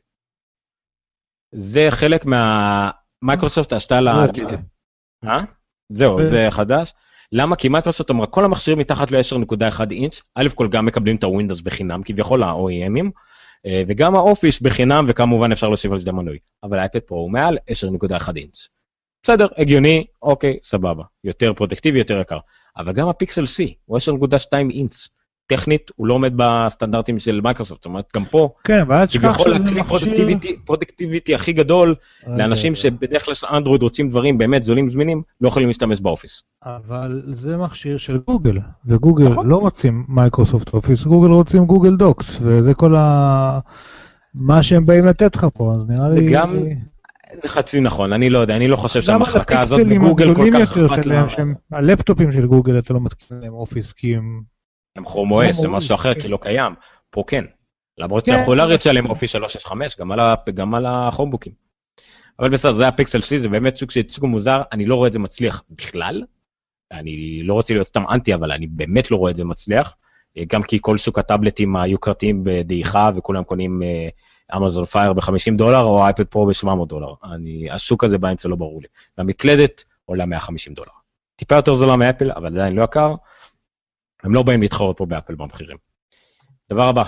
זה חלק מהמייקרוסופט עשתה לה... אה? זהו, זה חדש. למה? כי מייקרוסופט אמרה, כל המכשירים מתחת ל-עשר נקודה אחת אינץ', א' כל גם מקבלים את הווינדוס בחינם, כביכול ה-או אי אמים, וגם האופיס בחינם, וכמובן אפשר להוסיף על זה מנוי. אבל האייפד פרו הוא מעל עשר נקודה אחת אינץ'. בסדר, הגיוני, אוקיי, סבבה. יותר פרוטקטיבי, יותר יקר. אבל גם הפיקסל C, הוא עשר נקודה שתיים אינץ'. טכנית, הוא לא עומד בסטנדרטים של מייקרוסופט. זאת אומרת, גם פה, כביכול הכלי פרודקטיביטי הכי גדול, לאנשים שבדרך כלל של אנדרואיד רוצים דברים באמת זולים זמינים, לא יכולים להשתמש באופיס. אבל זה מכשיר של גוגל, וגוגל לא רוצים מייקרוסופט אופיס, גוגל רוצים גוגל דוקס, וזה כל ה... מה שהם באים לתת לך פה, אז נראה לי... זה חצי נכון, אני לא יודע, אני לא חושב שהמחלקה הזאת בגוגל כל כך אכפת לה. הלפטופים של גוגל אתה לא מתקין להם אופיס, כי הם... הם כרום או אס, זה משהו אחר, כי לא קיים. פה כן. למרות שיכול להריץ עליהם אופיס שלוש שש חמש, גם על הכרומבוקים. אבל בסדר, זה הפיקסל C, זה באמת סוג שצוג מוזר, אני לא רואה את זה מצליח בכלל. אני לא רוצה להיות סתם אנטי, אבל אני באמת לא רואה את זה מצליח. גם כי כל סוג הטאבלטים היוקרתיים בדעיכה, וכולם קונים אמזון פייר ב-חמישים דולר, או אייפד פרו ב-שבע מאות דולר. השוק הזה באמצע לא ברור לי. והמקלדת עולה מאה וחמישים דולר. טיפה יותר זולה מאפל, אבל עדיין לא יקר. הם לא באים להתחרות פה באפל במחירים. דבר הבא.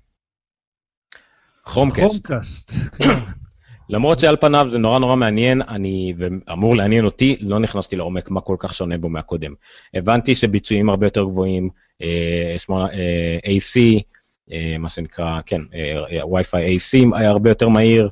כרומקאסט. למרות שעל פניו זה נורא נורא מעניין, אני, ואמור לעניין אותי, לא נכנסתי לעומק מה כל כך שונה בו מהקודם. הבנתי שביצועים הרבה יותר גבוהים, איי סי, מה שנקרא, כן, Wi-Fi איי סי היה הרבה יותר מהיר,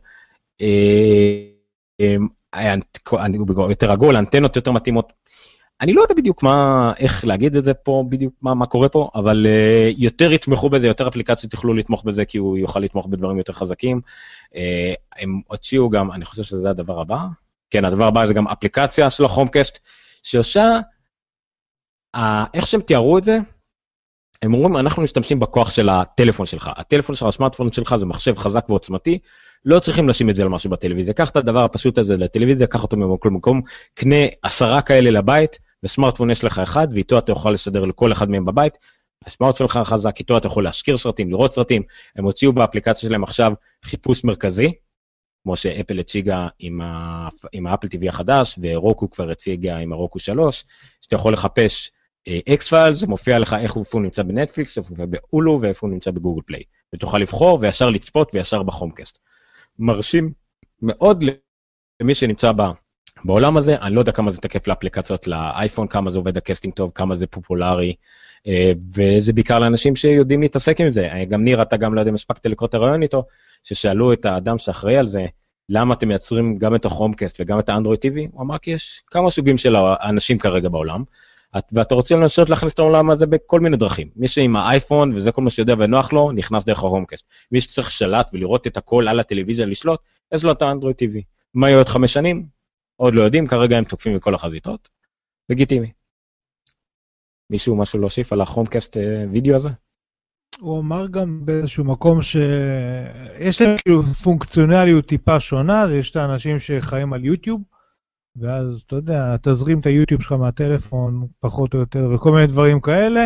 יותר עגול, אנטנות יותר מתאימות. אני לא יודע בדיוק מה, איך להגיד את זה פה, בדיוק מה, מה קורה פה, אבל uh, יותר יתמכו בזה, יותר אפליקציות יוכלו לתמוך בזה, כי הוא יוכל לתמוך בדברים יותר חזקים. Uh, הם הוציאו גם, אני חושב שזה הדבר הבא, כן, הדבר הבא זה גם אפליקציה של הכרומקאסט, שעושה, uh, איך שהם תיארו את זה, הם אומרים, אנחנו משתמשים בכוח של הטלפון שלך, הטלפון שלך, הסמארטפון שלך, זה מחשב חזק ועוצמתי, לא צריכים לשים את זה למשהו בטלוויזיה, קח את הדבר הפשוט הזה לטלוויזיה, קח אותו ממקום למקום, קנה עשרה כאלה לבית, וסמארטפון יש לך אחד, ואיתו אתה יכול לסדר לכל אחד מהם בבית, הסמארטפון שלך חזק, איתו אתה יכול להשכיר סרטים, לראות סרטים, הם הוציאו באפליקציה שלהם עכשיו חיפוש מרכזי, כמו שאפל הציגה עם, ה... עם האפל טי וי החדש, ורוקו כבר הציגה עם הרוקו שלוש, שאתה יכול לחפש אקס פייל, זה מופיע לך איך הוא נמצא בנטפליקס, איפה הוא באולו, ואיפה הוא נמצא בגוגל פליי, ותוכל לבחור וישר לצפות וישר בכרומקאסט. מרשים מאוד למי שנמצא בה. בעולם הזה, אני לא יודע כמה זה תקף לאפליקציות לאייפון, כמה זה עובד הקסטינג טוב, כמה זה פופולרי, וזה בעיקר לאנשים שיודעים להתעסק עם זה. גם ניר, אתה גם לא יודע אם הספקת לקרוא את הרעיון איתו, ששאלו את האדם שאחראי על זה, למה אתם מייצרים גם את הכרומקאסט וגם את האנדרואיד טי וי? הוא אמר כי יש כמה סוגים של האנשים כרגע בעולם, ואתה רוצה לנסות להכניס את העולם הזה בכל מיני דרכים. מי שעם האייפון וזה כל מה שיודע ונוח לו, נכנס דרך הכרומקאסט. מי שצריך שלט ולראות את הכל על הטלוויזיה לשלוט, אז לא את האנדרואיד טי וי. מה יהיה עוד חמש שנים? עוד לא יודעים, כרגע הם תוקפים מכל החזיתות. לגיטימי. מישהו משהו להוסיף על הכרומקאסט וידאו הזה? הוא אמר גם באיזשהו מקום שיש להם כאילו פונקציונליות טיפה שונה, יש את האנשים שחיים על יוטיוב, ואז אתה יודע, תזרים את היוטיוב שלך מהטלפון פחות או יותר, וכל מיני דברים כאלה,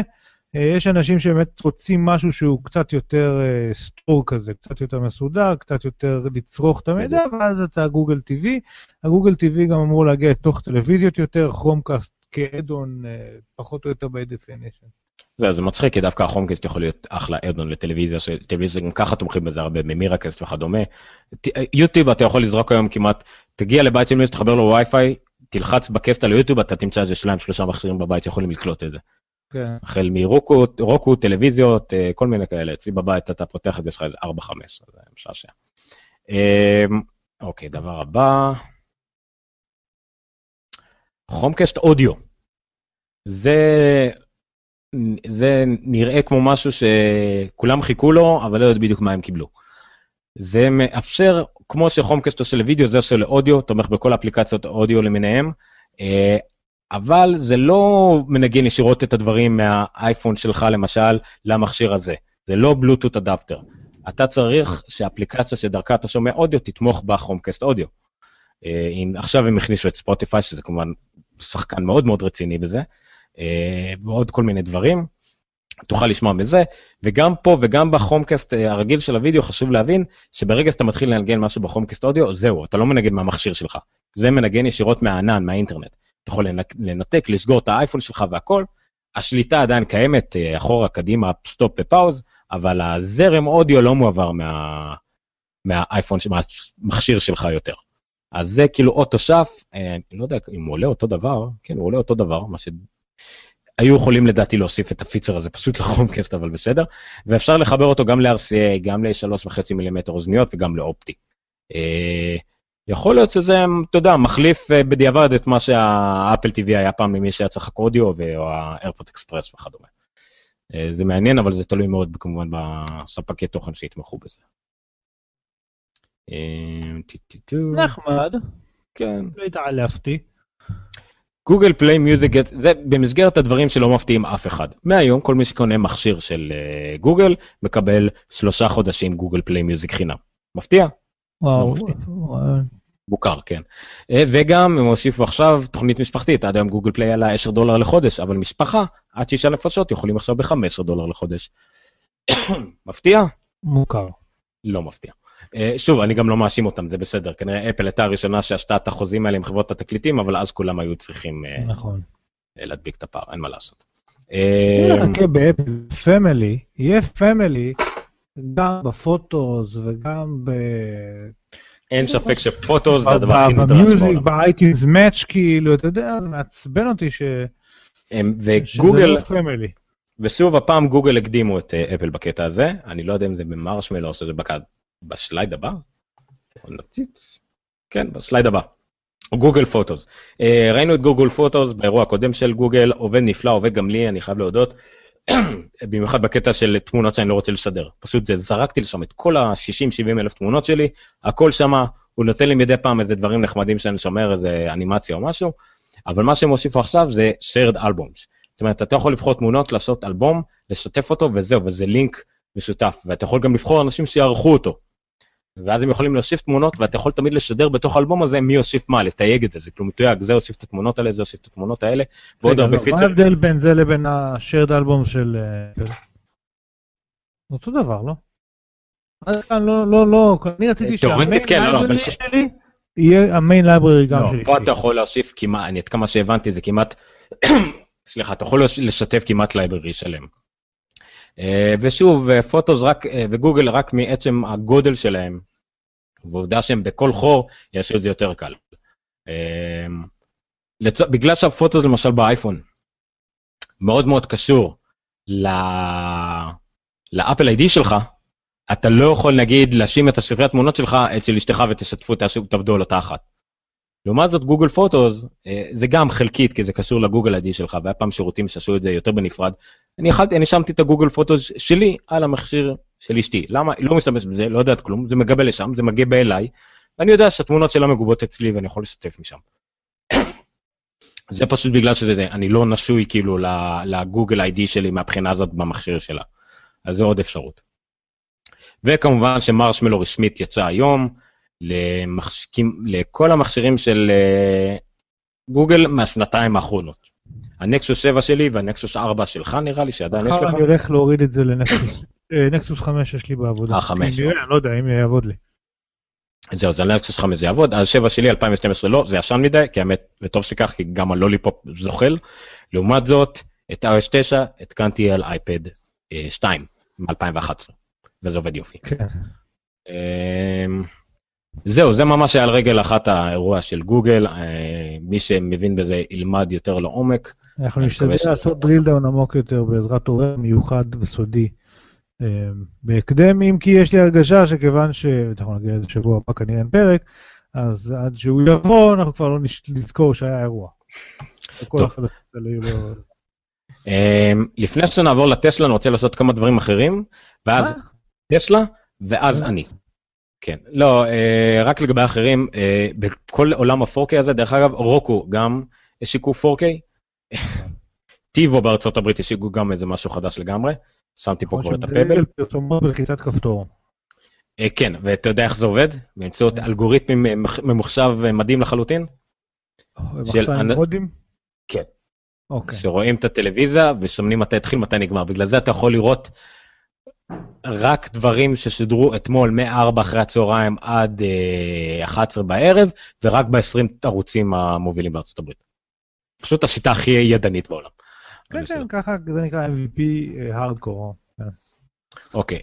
יש אנשים שבאמת רוצים משהו שהוא קצת יותר סטור כזה, קצת יותר מסודר, קצת יותר לצרוך את המידע, ואז אתה גוגל טי וי. הגוגל טי וי גם אמור להגיע לתוך טלוויזיות יותר, כרומקאסט כאדון, פחות או יותר ב-definition. זה, זה מצחיק, כי דווקא החומקאסט יכול להיות אחלה אדון לטלוויזיה, שטלוויזיה גם ככה תומכים בזה הרבה, במירקאסט וכדומה. יוטיוב אתה יכול לזרוק היום כמעט, תגיע לבית של מישהו, תחבר לו וי-פיי, תלחץ בקסט על יוטיוב, אתה תמצא איזה שליים, שלושה מכשירים בבית שיכולים לקלוט את זה. כן. החל מרוקו, רוקו, טלוויזיות, כל מיני כאלה. אצלי בבית אתה פותח את זה, יש לך איזה ארבע חמש, זה משעשע. אוקיי, דבר הבא. חומקאסט אודיו. זה, זה נראה כמו משהו שכולם חיכו לו, אבל לא יודעת בדיוק מה הם קיבלו. זה מאפשר, כמו שחומקאסט עושה לוידאו, זה עושה לאודיו, תומך בכל האפליקציות אודיו למיניהם, אבל זה לא מנגן ישירות את הדברים מהאייפון שלך, למשל, למכשיר הזה. זה לא בלוטות אדפטר. אתה צריך שהאפליקציה שדרכה אתה שומע אודיו, תתמוך בחומקאסט אודיו. עכשיו הם הכניסו את ספוטיפיי, שזה כמובן שחקן מאוד מאוד רציני בזה, ועוד כל מיני דברים. תוכל לשמוע בזה, וגם פה וגם בחומקאסט הרגיל של הוידאו, חשוב להבין שברגע שאתה מתחיל לנגן משהו בחומקאסט אודיו, זהו, אתה לא מנגן מהמכשיר שלך. זה מנגן ישירות מהענן, מהאינטרנט. אתה יכול לנתק, לסגור את האייפון שלך והכל, השליטה עדיין קיימת, אחורה, קדימה, סטופ ופאוז, אבל הזרם אודיו לא מועבר מה, מהאייפון, מהמכשיר שלך יותר. אז זה כאילו אוטו שף, אני לא יודע אם הוא עולה אותו דבר, כן, הוא עולה אותו דבר, מה שהיו יכולים לדעתי להוסיף את הפיצר הזה פשוט לחומקאסט, אבל בסדר, ואפשר לחבר אותו גם ל-אר סי איי, גם ל-שלוש וחצי מילימטר אוזניות וגם לאופטי. יכול להיות שזה, אתה יודע, מחליף בדיעבד את מה שהאפל טי וי היה פעם ממי שהיה צריך אודיו, או האיירפורט אקספרס וכדומה. זה מעניין, אבל זה תלוי מאוד כמובן בספקי תוכן שיתמכו בזה. נחמד. כן. לא התעלפתי. גוגל פליי מיוזיק, זה במסגרת הדברים שלא מפתיעים אף אחד. מהיום כל מי שקונה מכשיר של גוגל, מקבל שלושה חודשים גוגל פליי מיוזיק חינם. מפתיע? וואו. בוקר, כן. וגם הם הוסיפו עכשיו תוכנית משפחתית, עד היום גוגל פליי עלה עשרה דולר לחודש, אבל משפחה, עד שישה נפשות, יכולים עכשיו ב-חמישה עשר דולר לחודש. מפתיע? מוכר. לא מפתיע. שוב, אני גם לא מאשים אותם, זה בסדר. כנראה אפל הייתה הראשונה שעשתה את החוזים האלה עם חברות התקליטים, אבל אז כולם היו צריכים להדביק את הפער, אין מה לעשות. נחכה באפל פמילי, יהיה פמילי גם בפוטוס וגם ב... אין ספק שפוטוס זה הדבר הכי נדרש במיוזיק, באייטיונס מאץ' כאילו, אתה יודע, זה מעצבן אותי ש... וגוגל... ושוב, הפעם גוגל הקדימו את אפל בקטע הזה, אני לא יודע אם זה במרשמלו או שזה בשלייד הבא, או נציץ, כן, בשלייד הבא, או גוגל פוטוס. ראינו את גוגל פוטוס באירוע הקודם של גוגל, עובד נפלא, עובד גם לי, אני חייב להודות, במיוחד בקטע של תמונות שאני לא רוצה לשדר. פשוט זה, זרקתי לשם את כל ה-שישים שבעים אלף תמונות שלי, הכל שמה, הוא נותן לי מדי פעם איזה דברים נחמדים שאני שומר, איזה אנימציה או משהו, אבל מה שהם הוסיפו עכשיו זה shared albums. זאת אומרת, אתה יכול לבחור תמונות, לעשות אלבום, לשתף אותו וזהו, וזה לינק משותף, ואתה יכול גם לבחור אנשים שיערכו אותו. ואז הם יכולים להוסיף תמונות, ואתה יכול תמיד לשדר בתוך האלבום הזה מי יוסיף מה, לתייג את זה, זה כלום מתויג, זה יוסיף את התמונות האלה, זה יוסיף את התמונות האלה, ועוד הרבה פיצר. מה ההבדל בין זה לבין ה-shared album של... אותו דבר, לא? לא, לא, לא, אני רציתי שהמיין לייברי שלי יהיה המיין לייברי גם שלי. פה אתה יכול להוסיף כמעט, אני עד כמה שהבנתי, זה כמעט, סליחה, אתה יכול לשתף כמעט לייברי שלם. ושוב, פוטוס רק, וגוגל רק מעצם הגודל שלהם, ועובדה שהם בכל חור, יש את זה יותר קל. בגלל שהפוטוס למשל באייפון, מאוד מאוד קשור לאפל איי די שלך, אתה לא יכול נגיד להשים את הספרי התמונות שלך, את של אשתך ותשתפו, תעבדו על אותה אחת. לעומת זאת גוגל פוטוס, זה גם חלקית, כי זה קשור לגוגל איי די שלך, והיה פעם שירותים שעשו את זה יותר בנפרד. אני יכלתי, אני שמתי את הגוגל פוטוס שלי על המכשיר של אשתי. למה? היא לא משתמש בזה, לא יודעת כלום, זה מגבל לשם, זה מגיע אליי, ואני יודע שהתמונות שלה מגובות אצלי, ואני יכול לשתף משם. זה פשוט בגלל שזה זה, אני לא נשוי כאילו לגוגל איי די שלי מהבחינה הזאת במכשיר שלה. אז זה עוד אפשרות. וכמובן שמרשמלו רשמית יצא היום, למחשקים, לכל המכשירים של גוגל מהשנתיים האחרונות. הנקסוס שבע שלי והנקסוס ארבע שלך נראה לי שעדיין יש לך. אני הולך להוריד את זה לנקסוס, נקסוס חמש יש לי בעבודה. אה, חמש. אני לא יודע אם יעבוד לי. זהו, זה נקסוס חמש זה יעבוד, אז שבע שלי אלפיים ושתים עשרה לא, זה ישן מדי, כי האמת, וטוב שכך, כי גם הלוליפופ זוחל. לעומת זאת, את iOS תשע התקנתי על אייפד שתיים מ-אלפיים ואחת עשרה, וזה עובד יופי. כן. זהו, זה ממש היה על רגל אחת האירוע של גוגל, מי שמבין בזה ילמד יותר לעומק. אנחנו נשתדל לעשות drill down עמוק יותר בעזרת עורר מיוחד וסודי בהקדם, אם כי יש לי הרגשה שכיוון שאנחנו נגיע איזה שבוע הבא כנראה אין פרק, אז עד שהוא יבוא אנחנו כבר לא נזכור שהיה אירוע. טוב. לפני שנעבור לטסלה אני רוצה לעשות כמה דברים אחרים, ואז טסלה ואז אני. כן, לא, רק לגבי אחרים, בכל עולם ה-פור קיי הזה, דרך אגב, רוקו גם השיקו פור קיי, טיבו בארצות הברית השיקו גם איזה משהו חדש לגמרי, שמתי פה כבר את הפבל. פרסומות בלחיצת כפתור. כן, ואתה יודע איך זה עובד? באמצעות אלגוריתמים ממוחשב מדהים לחלוטין? מחשב עם קודים? כן. שרואים את הטלוויזיה ושומנים מתי התחיל, מתי נגמר. בגלל זה אתה יכול לראות רק דברים ששדרו אתמול מ-ארבע אחרי הצהריים עד אחת עשרה בערב, ורק ב-עשרים ערוצים המובילים בארצות הברית. פשוט השיטה הכי ידנית בעולם. כן, כן, ככה זה נקרא אם וי פי הארדקור. אוקיי,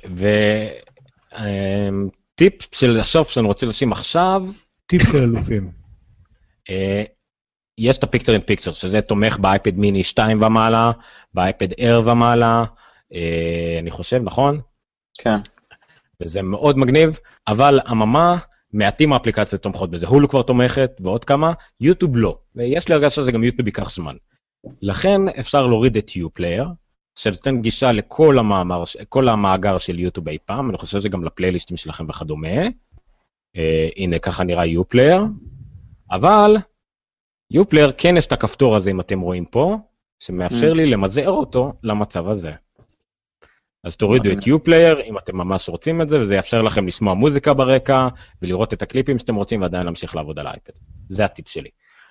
וטיפ של הסוף שאני רוצה לשים עכשיו. טיפ של אלופים. יש את הפיקצ'ר אין פיקצ'ר, שזה תומך באייפד מיני שתיים ומעלה, באייפד אייר ומעלה, אני חושב, נכון? כן. וזה מאוד מגניב, אבל אממה, מעטים האפליקציות תומכות בזה. הולו כבר תומכת, ועוד כמה, יוטיוב לא. ויש לי הרגשה שזה גם יוטיוב ייקח זמן. לכן אפשר להוריד את יופלייר, שנותן גישה לכל המאמר, כל המאגר של יוטיוב אי פעם, אני חושב שזה גם לפלייליסטים שלכם וכדומה. אה, הנה, ככה נראה יופלייר. אבל, יופלייר כן יש את הכפתור הזה, אם אתם רואים פה, שמאפשר לי למזער אותו למצב הזה. אז תורידו את יופלייר, אם אתם ממש רוצים את זה, וזה יאפשר לכם לשמוע מוזיקה ברקע, ולראות את הקליפים שאתם רוצים, ועדיין להמשיך לעבוד על האייפד. זה הטיפ שלי.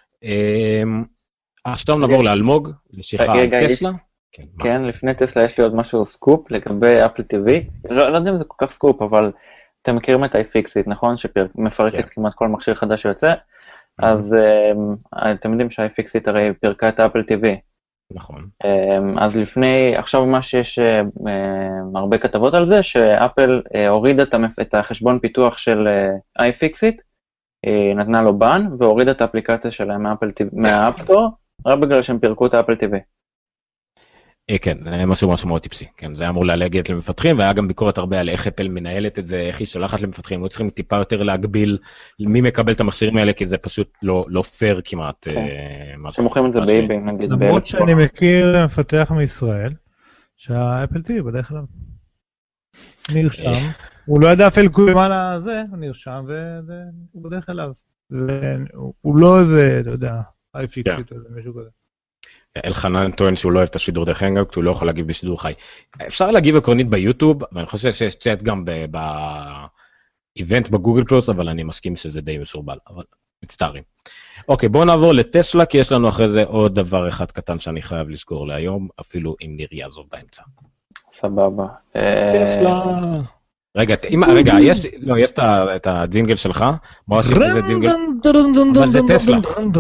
עכשיו נעבור לאלמוג, לשיחה על טסלה. כן, לפני טסלה יש לי עוד משהו סקופ לגבי אפל טי וי. לא יודע אם זה כל כך סקופ, אבל אתם מכירים את iFixit, נכון? שמפרקת כמעט כל מכשיר חדש שיוצא. אז אתם יודעים שה-iFixit הרי פרקה את אפל טי וי. נכון. אז לפני, עכשיו ממש יש הרבה כתבות על זה, שאפל הורידה את החשבון פיתוח של iFixit, נתנה לו בן, והורידה את האפליקציה שלהם מהאפסטור, רק בגלל שהם פירקו את האפל טי וי. כן, זה משהו משהו מאוד טיפסי, כן, זה אמור להגיע למפתחים, והיה גם ביקורת הרבה על איך אפל מנהלת את זה, איך היא שולחת למפתחים, היו צריכים טיפה יותר להגביל מי מקבל את המכשירים האלה, כי זה פשוט לא פייר כמעט. שמוכרים את זה באיבי, נגיד. למרות שאני מכיר מפתח מישראל, שהאפל טי וי בדרך כלל נרשם, הוא לא ידע אפל מה לזה, הוא נרשם, והוא בדרך כלל, הוא לא איזה, אתה יודע, iFixit או משהו כזה. אלחנן טוען שהוא לא אוהב את השידור דרך הנגאוט, הוא לא יכול להגיב בשידור חי. אפשר להגיב עקרונית ביוטיוב, ואני חושב שיש צ'אט גם באיבנט בגוגל פלוס, אבל אני מסכים שזה די מסורבל, אבל מצטערים. אוקיי, בואו נעבור לטסלה, כי יש לנו אחרי זה עוד דבר אחד קטן שאני חייב לסגור להיום, אפילו אם ניר יעזוב באמצע. סבבה. טסלה. רגע, רגע, יש, לא, יש את הג'ינגל שלך, מה עושים בזה ג'ינגל? אבל זה טסלה.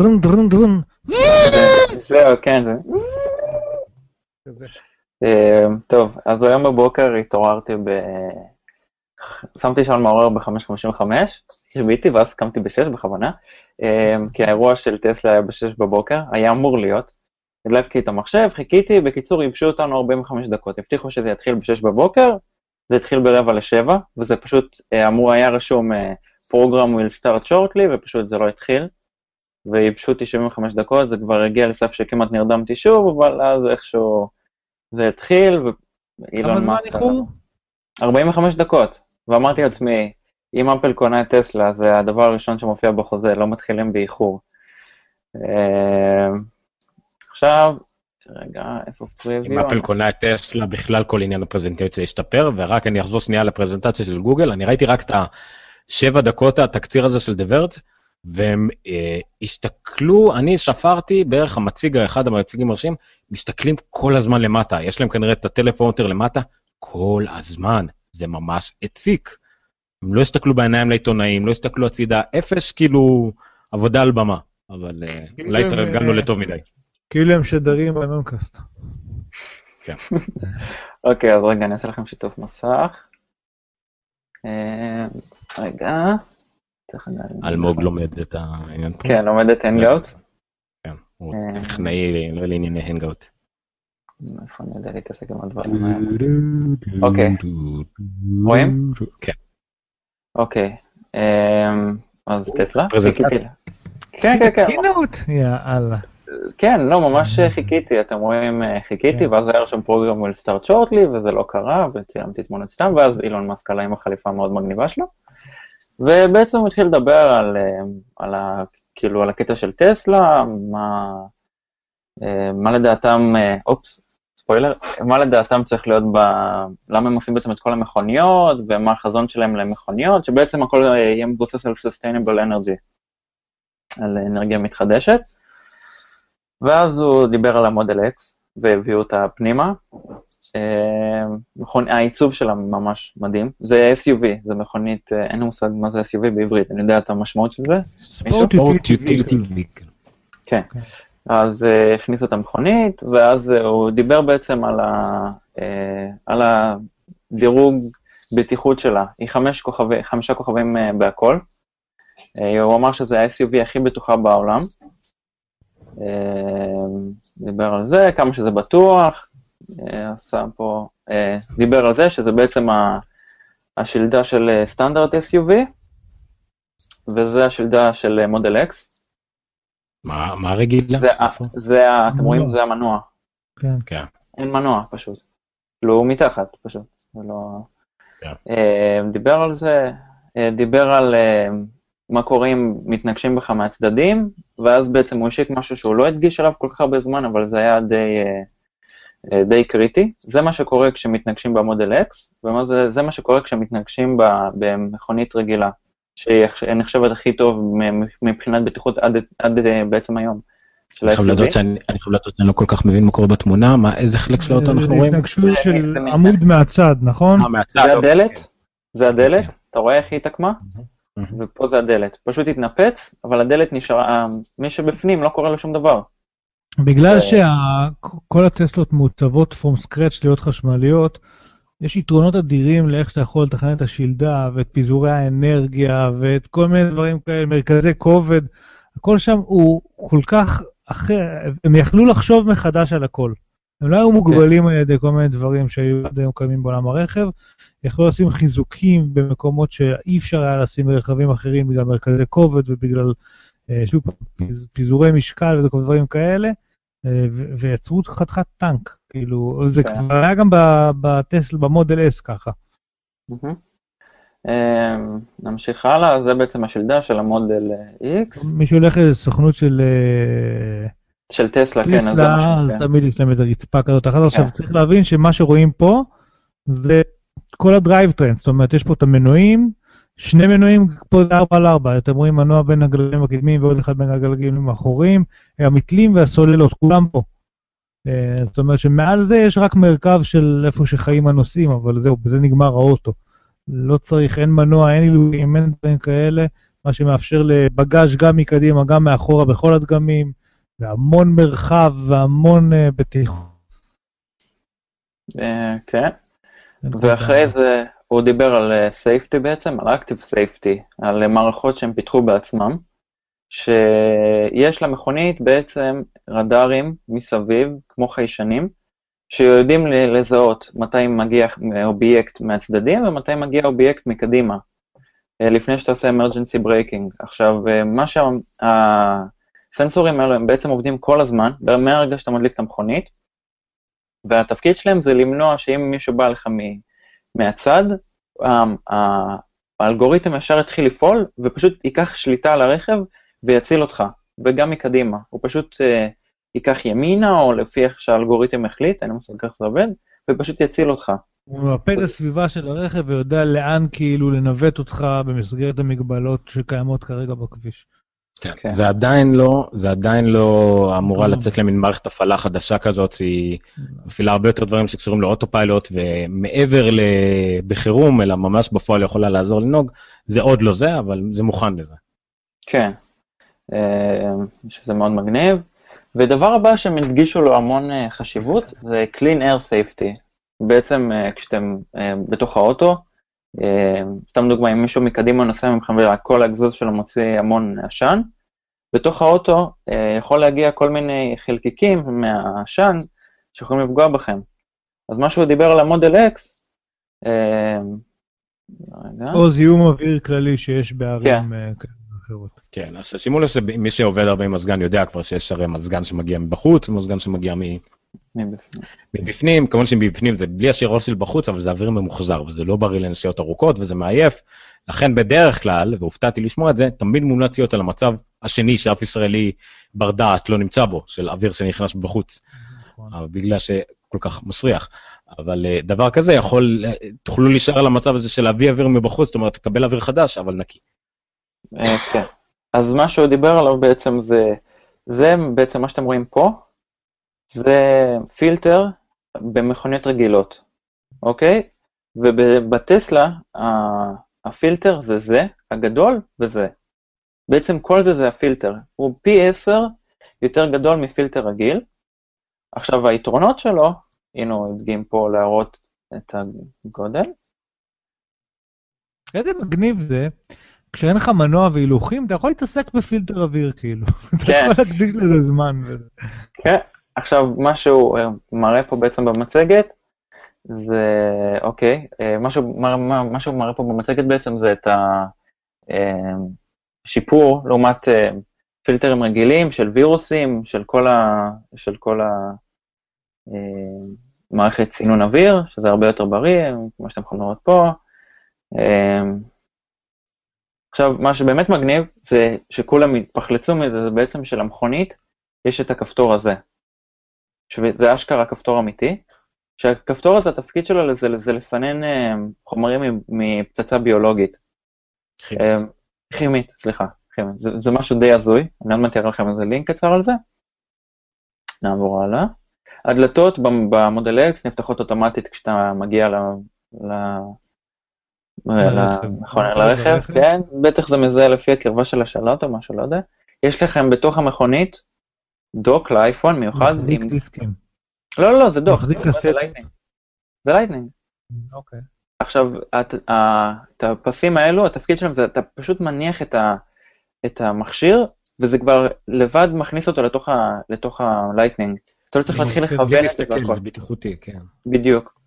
זהו, כן, זה. טוב, אז היום בבוקר התעוררתי ב... שמתי שעון מעורר ב-חמש חמישים וחמש, הרביתי ואז קמתי ב-שש בכוונה, כי האירוע של טסלה היה ב-שש בבוקר, היה אמור להיות, הדלקתי את המחשב, חיכיתי, בקיצור ייבשו אותנו ארבעים וחמש דקות, הבטיחו שזה יתחיל ב-שש בבוקר, זה התחיל ברבע לשבע, וזה פשוט אמור היה רשום program will start shortly, ופשוט זה לא התחיל, וייבשו אותי שבעים וחמש דקות, זה כבר הגיע לסף שכמעט נרדמתי שוב, אבל אז איכשהו זה התחיל, כמה זמן איחור? ארבעים וחמש דקות, ואמרתי לעצמי, אם אפל קונה את טסלה, זה הדבר הראשון שמופיע בחוזה, לא מתחילים באיחור. עכשיו, רגע, איפה פריוויו? אם אפל קונה את טסלה, בכלל כל עניין הפרזנטציה ישתפר, ורק אני אחזור שנייה לפרזנטציה של גוגל, אני ראיתי רק את השבע דקות התקציר הזה של דברט, והם אה, הסתכלו, אני ספרתי בערך המציג האחד, המציגים הראשיים, מסתכלים כל הזמן למטה, יש להם כנראה את הטלפרומפטר למטה, כל הזמן, זה ממש הציק. הם לא הסתכלו בעיניים לעיתונאים, לא הסתכלו הצידה, אפס כאילו עבודה על במה, אבל אה, אולי התרגלנו לטוב מדי. כאילו הם שדרים בנונקאסט. כן. אוקיי, אז רגע, אני אעשה לכם שיתוף מסך. אה, רגע. אלמוג לומד את העניין פה. כן, לומד את הנגאוט. כן, הוא טכנאי, לא לענייני הנגאוט. איפה אני יודע להתעסק עם הדברים האלה. אוקיי. רואים? כן. אוקיי. אז טסלה? פרזנטציה. כן, כן, כן. קינות, יאללה. כן, לא, ממש חיכיתי, אתם רואים, חיכיתי, ואז היה שם פרוגרם will start shortly, וזה לא קרה, וצילמתי תמונת סתם, ואז אילון מאסק עלה עם החליפה המאוד מגניבה שלו, ובעצם הוא התחיל לדבר על, על, ה, כאילו, על הקטע של טסלה, מה, מה לדעתם, אופס, ספוילר, מה לדעתם צריך להיות ב... למה הם עושים בעצם את כל המכוניות, ומה החזון שלהם למכוניות, שבעצם הכל יהיה מבוסס על sustainable energy, על אנרגיה מתחדשת. ואז הוא דיבר על המודל X, והביאו אותה פנימה. העיצוב שלה ממש מדהים. זה אס יו וי, זה מכונית, אין לי מושג מה זה אס יו וי בעברית, אני יודע את המשמעות של זה. ספורט יוטיליטי. כן. אז הכניסו את המכונית, ואז הוא דיבר בעצם על, ה, על הדירוג בטיחות שלה. היא חמש כוכבי, חמישה כוכבים בהכל. הוא אמר שזה ה-אס יו וי הכי בטוחה בעולם. דיבר על זה, כמה שזה בטוח. עשה פה, דיבר על זה שזה בעצם השלדה של סטנדרט אס יו וי, וזה השלדה של מודל X. מה, מה רגילה? זה, זה, אתם רואים, זה המנוע. כן. כן. אין מנוע, פשוט. לא מתחת, פשוט. לא... כן. דיבר על זה, דיבר על מה קורה אם מתנגשים בך מהצדדים, ואז בעצם הוא השיק משהו שהוא לא הדגיש עליו כל כך הרבה זמן, אבל זה היה די, די קריטי. זה מה שקורה כשמתנגשים במודל X, וזה זה מה שקורה כשמתנגשים במכונית רגילה. שנחשבת הכי טוב מבחינת בטיחות עד, עד בעצם היום. אני חייב לדעת שאני לא כל כך מבין מה קורה בתמונה, איזה חלק של האוטו אנחנו רואים? זה התנגשות של עמוד מהצד, נכון? זה הדלת, זה הדלת, אתה רואה איך היא התעקמה? ופה זה הדלת. פשוט התנפץ, אבל הדלת נשארה, מי שבפנים לא קורה לו שום דבר. בגלל שכל הטסלות מעוצבות from scratch להיות חשמליות, יש יתרונות אדירים לאיך שאתה יכול לתכנן את השלדה, ואת פיזורי האנרגיה, ואת כל מיני דברים כאלה, מרכזי כובד, הכל שם הוא כל כך אחר, הם יכלו לחשוב מחדש על הכל. הם לא היו מוגבלים על ידי כל מיני דברים שהיו עד היום קיימים בעולם הרכב, יכלו לשים חיזוקים במקומות שאי אפשר היה לשים ברכבים אחרים, בגלל מרכזי כובד ובגלל שוב, פיזורי משקל וכל דברים כאלה, ויצרו חתיכת טנק. כאילו, זה כבר היה גם בטסלה, במודל S ככה. נמשיך הלאה, זה בעצם השלדה של המודל X. מי שהולך לסוכנות של... של טסלה, כן. אז תמיד יש להם איזו רצפה כזאת. עכשיו צריך להבין שמה שרואים פה, זה כל הדרייב טרנד, זאת אומרת, יש פה את המנועים, שני מנועים פה זה ארבע על ארבע, אתם רואים מנוע בין הגלגלים הקדמיים ועוד אחד בין הגלגלים האחוריים, המתלים והסוללות, כולם פה. זאת אומרת שמעל זה יש רק מרכב של איפה שחיים הנוסעים, אבל זהו, בזה נגמר האוטו. לא צריך, אין מנוע, אין אילויים, אין דברים כאלה, מה שמאפשר לבגאז' גם מקדימה, גם מאחורה בכל הדגמים, והמון מרחב והמון בטיחות. כן, ואחרי זה הוא דיבר על safety בעצם, על active safety, על מערכות שהם פיתחו בעצמם, שיש למכונית בעצם רדארים מסביב, כמו חיישנים, שיודעים לזהות מתי מגיע אובייקט מהצדדים, ומתי מגיע אובייקט מקדימה, לפני שאתה עושה emergency braking. עכשיו, מה שהסנסורים האלו הם בעצם עובדים כל הזמן, מהרגע שאתה מדליק את המכונית, והתפקיד שלהם זה למנוע שאם מישהו בא לך מהצד, האלגוריתם ישר התחיל לפעול, ופשוט ייקח שליטה על הרכב, ויציל אותך, וגם מקדימה. הוא פשוט uh, ייקח ימינה, או לפי איך שהאלגוריתם החליט, אני מושג כך זה עובד, ופשוט יציל אותך. הוא מפד הסביבה של הרכב, ויודע לאן כאילו לנווט אותך במסגרת המגבלות שקיימות כרגע בכביש. כן. כן. זה עדיין לא, זה עדיין לא אמורה לצאת למין מערכת הפעלה חדשה כזאת, היא מפעילה הרבה יותר דברים שקשורים לאוטופיילוט, ומעבר בחירום, אלא ממש בפועל יכולה לעזור לנהוג, זה עוד לא זה, אבל זה מוכן לזה. כן, שזה מאוד מגניב. ודבר הבא שהם הדגישו לו המון חשיבות, זה Clean Air Safety. בעצם כשאתם בתוך האוטו, סתם דוגמה, אם מישהו מקדימה נוסע ממכם וכל האגזוז שלו מוציא המון עשן, בתוך האוטו יכול להגיע כל מיני חלקיקים מהעשן שיכולים לפגוע בכם. אז מה שהוא דיבר על המודל X, או זיהום אוויר כללי שיש בערים אחרות. כן, אז שימו לב שמי שעובד הרבה עם מזגן יודע כבר שיש הרי מזגן שמגיע מבחוץ, ומזגן שמגיע מבפנים, כמובן שמבפנים זה בלי השירות של בחוץ, אבל זה אוויר ממוחזר, וזה לא בריא לנסיעות ארוכות, וזה מעייף, לכן בדרך כלל, והופתעתי לשמוע את זה, תמיד מומלץ להיות על המצב השני שאף ישראלי בר דעת לא נמצא בו, של אוויר שנכנס בחוץ, אבל בגלל שכל כך מסריח. אבל דבר כזה יכול, תוכלו להישאר על המצב הזה של להביא אוויר מבחוץ, זאת אומרת, תקבל אוויר חדש, אבל נקי. כן. אז מה שהוא דיבר עליו בעצם זה, זה בעצם מה שאתם רואים פה, זה פילטר במכוניות רגילות, אוקיי? ובטסלה, הפילטר זה זה, הגדול וזה. בעצם כל זה זה הפילטר. הוא פי עשר יותר גדול מפילטר רגיל. עכשיו היתרונות שלו, הנה הוא הדגים פה להראות את הגודל. איזה מגניב זה, כשאין לך מנוע והילוכים, אתה יכול להתעסק בפילטר אוויר כאילו. כן. אתה יכול להקדיש לזה זמן. כן. עכשיו, מה שהוא מראה פה בעצם במצגת, זה, אוקיי, מה שהוא, מה, מה שהוא מראה פה במצגת בעצם זה את השיפור, לעומת פילטרים רגילים של וירוסים, של כל ה, של כל ה, מערכת סינון אוויר, שזה הרבה יותר בריא, כמו שאתם יכולים לראות פה. עכשיו, מה שבאמת מגניב, זה שכולם התפחלצו מזה, זה בעצם של המכונית, יש את הכפתור הזה. שזה אשכרה כפתור אמיתי, שהכפתור הזה, התפקיד שלו זה, זה לסנן חומרים מפצצה ביולוגית. כימית. כימית, סליחה, כימית. זה, זה משהו די הזוי, אני עוד מעט אראה לכם איזה לינק קצר על זה. נעבור הלאה. הדלתות במודל X נפתחות אוטומטית כשאתה מגיע ל... ל... לרכב, כן, בטח זה מזהה לפי הקרבה של השלט או משהו, לא יודע. יש לכם בתוך המכונית דוק לאייפון מיוחד. מחזיק דיסקים. לא, לא, לא, זה דוק. מחזיק קסטה. זה לייטנינג. אוקיי. עכשיו, את הפסים האלו, התפקיד שלהם זה, אתה פשוט מניח את המכשיר, וזה כבר לבד מכניס אותו לתוך הלייטנינג. אתה לא צריך להתחיל לכוון את זה. זה בטיחותי, כן. בדיוק.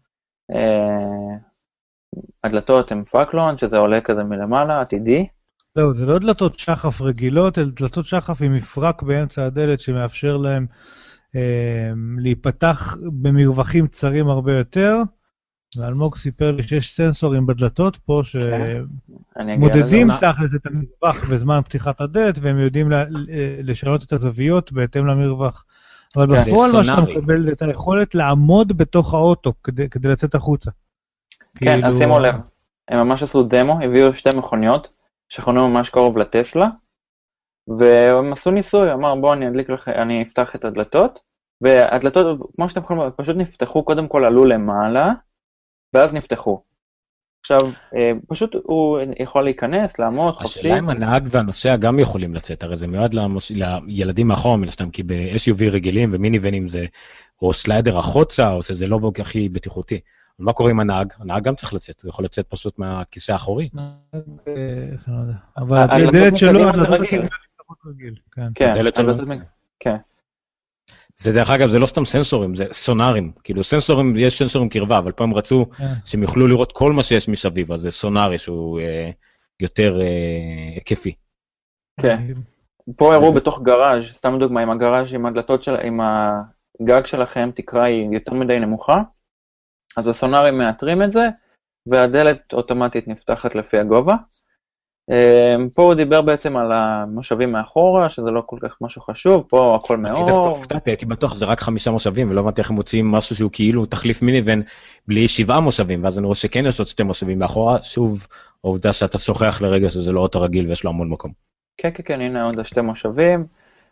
הדלתות הן פאקלון, שזה עולה כזה מלמעלה, עתידי. זהו, זה לא דלתות שחף רגילות, אלא דלתות שחף עם מפרק באמצע הדלת שמאפשר להם אה, להיפתח במרווחים צרים הרבה יותר. ואלמוג סיפר לי שיש סנסורים בדלתות פה שמודדים תכלס את המרווח בזמן פתיחת הדלת, והם יודעים לשנות את הזוויות בהתאם למרווח. אבל בפועל מה שאתה מקבל את היכולת לעמוד בתוך האוטו כדי, כדי לצאת החוצה. כן, כאילו... אז שימו לב, הם ממש עשו דמו, הביאו שתי מכוניות, שכונו ממש קרוב לטסלה, והם עשו ניסוי, אמר בוא אני אדליק לך, אני אפתח את הדלתות, והדלתות, כמו שאתם יכולים, פשוט נפתחו, קודם כל עלו למעלה, ואז נפתחו. עכשיו, פשוט הוא יכול להיכנס, לעמוד, חופשי. השאלה אם הנהג והנוסע גם יכולים לצאת, הרי זה מיועד למוש... לילדים מאחור, מלסתם, כי ב-אס יו וי רגילים ומיניבנים זה, או סליידר החוצה, או שזה לא הכי בטיחותי. אבל מה קורה עם הנהג? הנהג גם צריך לצאת, הוא יכול לצאת פשוט מהכיסא האחורי. אבל הדלת שלו, הדלת רגיל. כן, כן. זה דרך אגב, זה לא סתם סנסורים, זה סונארים. כאילו סנסורים, יש סנסורים קרבה, אבל פה הם רצו שהם יוכלו לראות כל מה שיש מסביב, אז זה סונארי שהוא יותר היקפי. כן. פה הראו בתוך גראז', סתם דוגמה, עם הגראז' עם הדלתות של, עם הגג שלכם, תקרה היא יותר מדי נמוכה, אז הסונארים מאתרים את זה, והדלת אוטומטית נפתחת לפי הגובה. פה הוא דיבר בעצם על המושבים מאחורה, שזה לא כל כך משהו חשוב, פה הכל מאור. דווקא הופתעתי, הייתי בטוח שזה רק חמישה מושבים, ולא הבנתי איך הם מוצאים משהו שהוא כאילו תחליף מיניבן בלי שבעה מושבים, ואז אני רואה שכן יש עוד שתי מושבים מאחורה, שוב, העובדה שאתה שוכח לרגע שזה לא אוטו רגיל ויש לו המון מקום. כן, כן, כן, הנה עוד שתי מושבים.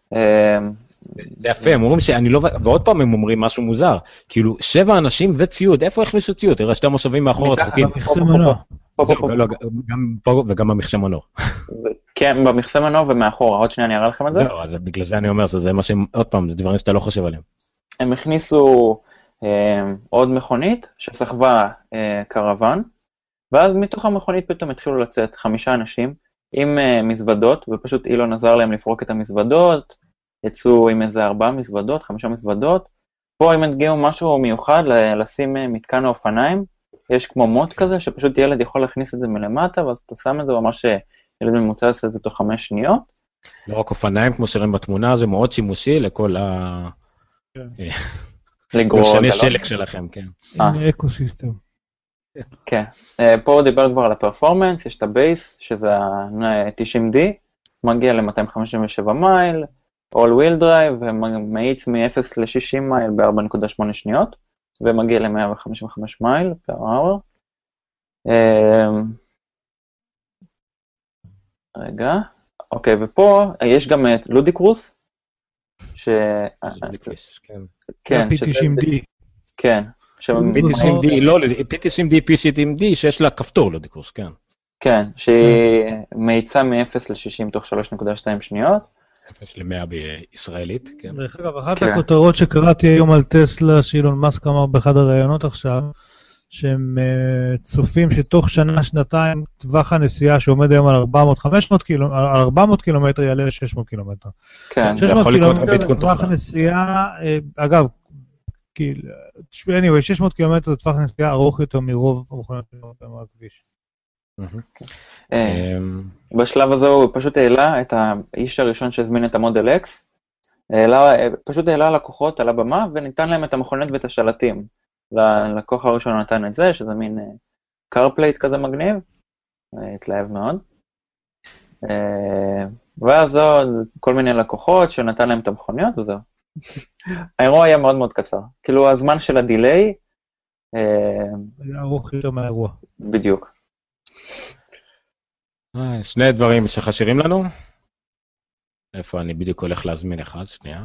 זה יפה, הם אומרים שאני לא, ועוד פעם הם אומרים משהו מוזר, כאילו שבע אנשים וציוד, איפה הכניסו ציוד? תראה שתי מושבים מאחור הדחוקים. במכסה מנוע. וגם במכסה מנוע. כן, במכסה מנוע ומאחורה, עוד שנייה אני אראה לכם את זה. זהו, אז בגלל זה אני אומר, זה מה שהם, עוד פעם, זה דברים שאתה לא חושב עליהם. הם הכניסו עוד מכונית שסחבה קרוון, ואז מתוך המכונית פתאום התחילו לצאת חמישה אנשים עם מזוודות, ופשוט אילון עזר להם לפרוק את המזוודות, יצאו עם איזה ארבעה מזוודות, חמישה מזוודות. פה הם הדגיעו משהו מיוחד לשים מתקן האופניים, יש כמו מוט כזה, שפשוט ילד יכול להכניס את זה מלמטה, ואז אתה שם את זה, ממש ילד ממוצע עושה את זה תוך חמש שניות. לא רק אופניים, כמו שרים בתמונה, זה מאוד שימושי לכל ה... משנה שלק שלכם, כן. אקוסיסטם. כן, פה הוא דיבר כבר על הפרפורמנס, יש את הבייס, שזה ה-תשעים די, מגיע ל-מאתיים חמישים ושבע מייל, all wheel drive, ומאיץ מ-אפס ל-שישים מייל ב-ארבע נקודה שמונה שניות, ומגיע ל-מאה חמישים וחמש מייל per hour. רגע, אוקיי, ופה יש גם את לודיקרוס, ש... כן, פי תשעים די. כן. פי תשעים די, לא, פי תשעים די, פי תשעים די, שיש לה כפתור לודיקרוס, כן. כן, שהיא מאיצה מ-אפס ל-שישים תוך שלוש נקודה שתיים שניות. אפס ל-מאה בישראלית, כן. דרך אגב, אחת הכותרות שקראתי היום על טסלה, שאילון מאסק אמר באחד הראיונות עכשיו, שהם צופים שתוך שנה, שנתיים, טווח הנסיעה שעומד היום על ארבע מאות חמש מאות קילומטר, על ארבע מאות קילומטר יעלה ל-שש מאות קילומטר. כן, זה יכול לקרות קילומטר זה טווח הנסיעה, אגב, anyway, שש מאות קילומטר זה טווח הנסיעה ארוך יותר מרוב המכוניות מהכביש. בשלב הזה הוא פשוט העלה את האיש הראשון שהזמין את המודל X, פשוט העלה לקוחות על הבמה וניתן להם את המכונית ואת השלטים. ללקוח הראשון נתן את זה, שזה מין קארפלייט כזה מגניב, התלהב מאוד. ואז עוד כל מיני לקוחות שנתן להם את המכוניות וזהו. האירוע היה מאוד מאוד קצר. כאילו הזמן של הדיליי, היה ארוך יותר מהאירוע. בדיוק. שני דברים שחסרים לנו. איפה אני בדיוק הולך להזמין אחד, שנייה.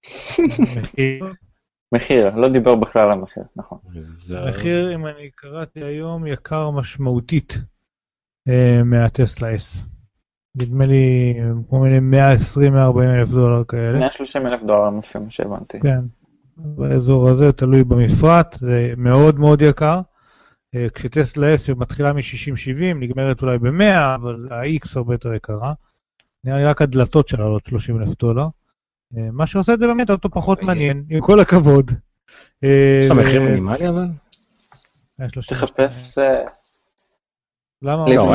מחיר, לא דיבר בכלל על המחיר, נכון. מחיר, אם אני קראתי היום, יקר משמעותית מהטסלה S. נדמה לי, כמו מיני מאה עשרים עד מאה ארבעים אלף דולר כאלה. מאה שלושים אלף דולר, לפי מה שהבנתי. כן, באזור הזה, תלוי במפרט, זה מאוד מאוד יקר. כשטסלה S מתחילה מ-שישים שבעים, נגמרת אולי ב-מאה, אבל ה-X הרבה יותר יקרה. נראה לי רק הדלתות שלה עלות שלושים אלף דולר. מה שעושה את זה באמת אותו פחות מעניין, עם כל הכבוד. יש לך מחיר מינימלי אבל? תחפש... למה? לא,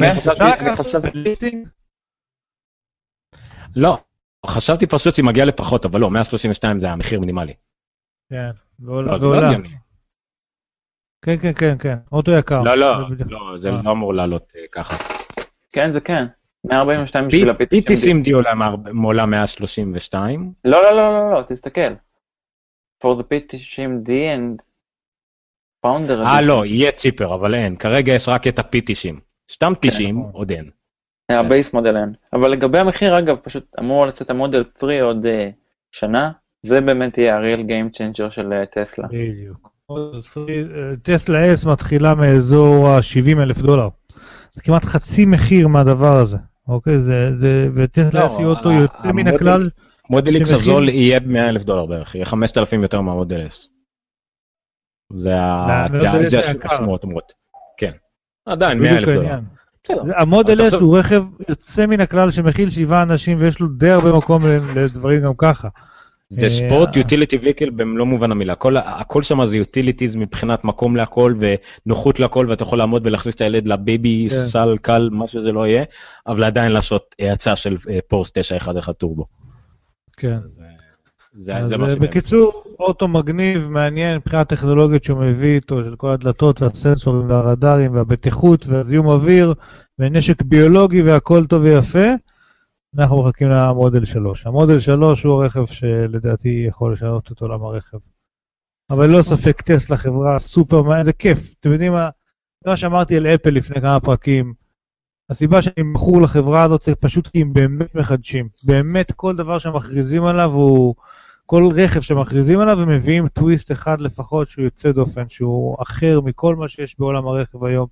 לא, חשבתי פשוט שהיא מגיעה לפחות, אבל לא, מאה שלושים ושתיים זה המחיר מינימלי. כן, ועולה. כן, כן, כן, כן, אוטו יקר. לא, לא, לא, זה לא אמור לעלות ככה. כן, זה כן. מאה ארבעים ושתיים בשביל ה-פי תשעים די עולה מאה שלושים ושתיים. לא, לא, לא, לא, לא, תסתכל. For the פי תשעים די and founder... אה, לא, יהיה ציפר, אבל אין. כרגע יש רק את ה-פי תשעים. סתם תשעים, עוד אין. הבייס מודל אין. אבל לגבי המחיר, אגב, פשוט אמור לצאת המודל שלוש עוד שנה. זה באמת יהיה ה-real game changer של טסלה. בדיוק. טסלה S מתחילה מאזור ה-שבעים אלף דולר. זה כמעט חצי מחיר מהדבר הזה. אוקיי, זה, זה, וטסלה S אותו יוצא מן הכלל. מודל X הזול יהיה מאה אלף דולר בערך, יהיה חמשת אלפים יותר מהמודל S. זה השמועות אומרות. כן. עדיין מאה אלף דולר. המודל S הוא רכב יוצא מן הכלל שמכיל שבעה אנשים ויש לו די הרבה מקום לדברים גם ככה. זה ספורט יוטיליטי ויקל במלוא מובן המילה, הכל שם זה יוטיליטיז מבחינת מקום להכל ונוחות להכל, ואתה יכול לעמוד ולהכניס את הילד לבייבי, סל, קל, מה שזה לא יהיה, אבל עדיין לעשות האצה של פורס תשע אחת אחת טורבו. כן. אז בקיצור, אוטו מגניב, מעניין, מבחינת טכנולוגיות שהוא מביא איתו, של כל הדלתות והסנסורים והרדארים והבטיחות והזיהום אוויר ונשק ביולוגי והכל טוב ויפה. אנחנו מחכים למודל שלוש. המודל שלוש הוא הרכב שלדעתי יכול לשנות את עולם הרכב. אבל לא ספק טסלה חברה סופר, זה כיף. אתם יודעים מה? זה מה שאמרתי על אפל לפני כמה פרקים. הסיבה שאני מכור לחברה הזאת זה פשוט כי הם באמת מחדשים. באמת כל דבר שמכריזים עליו הוא, כל רכב שמכריזים עליו, הם מביאים טוויסט אחד לפחות שהוא יוצא דופן, שהוא אחר מכל מה שיש בעולם הרכב היום.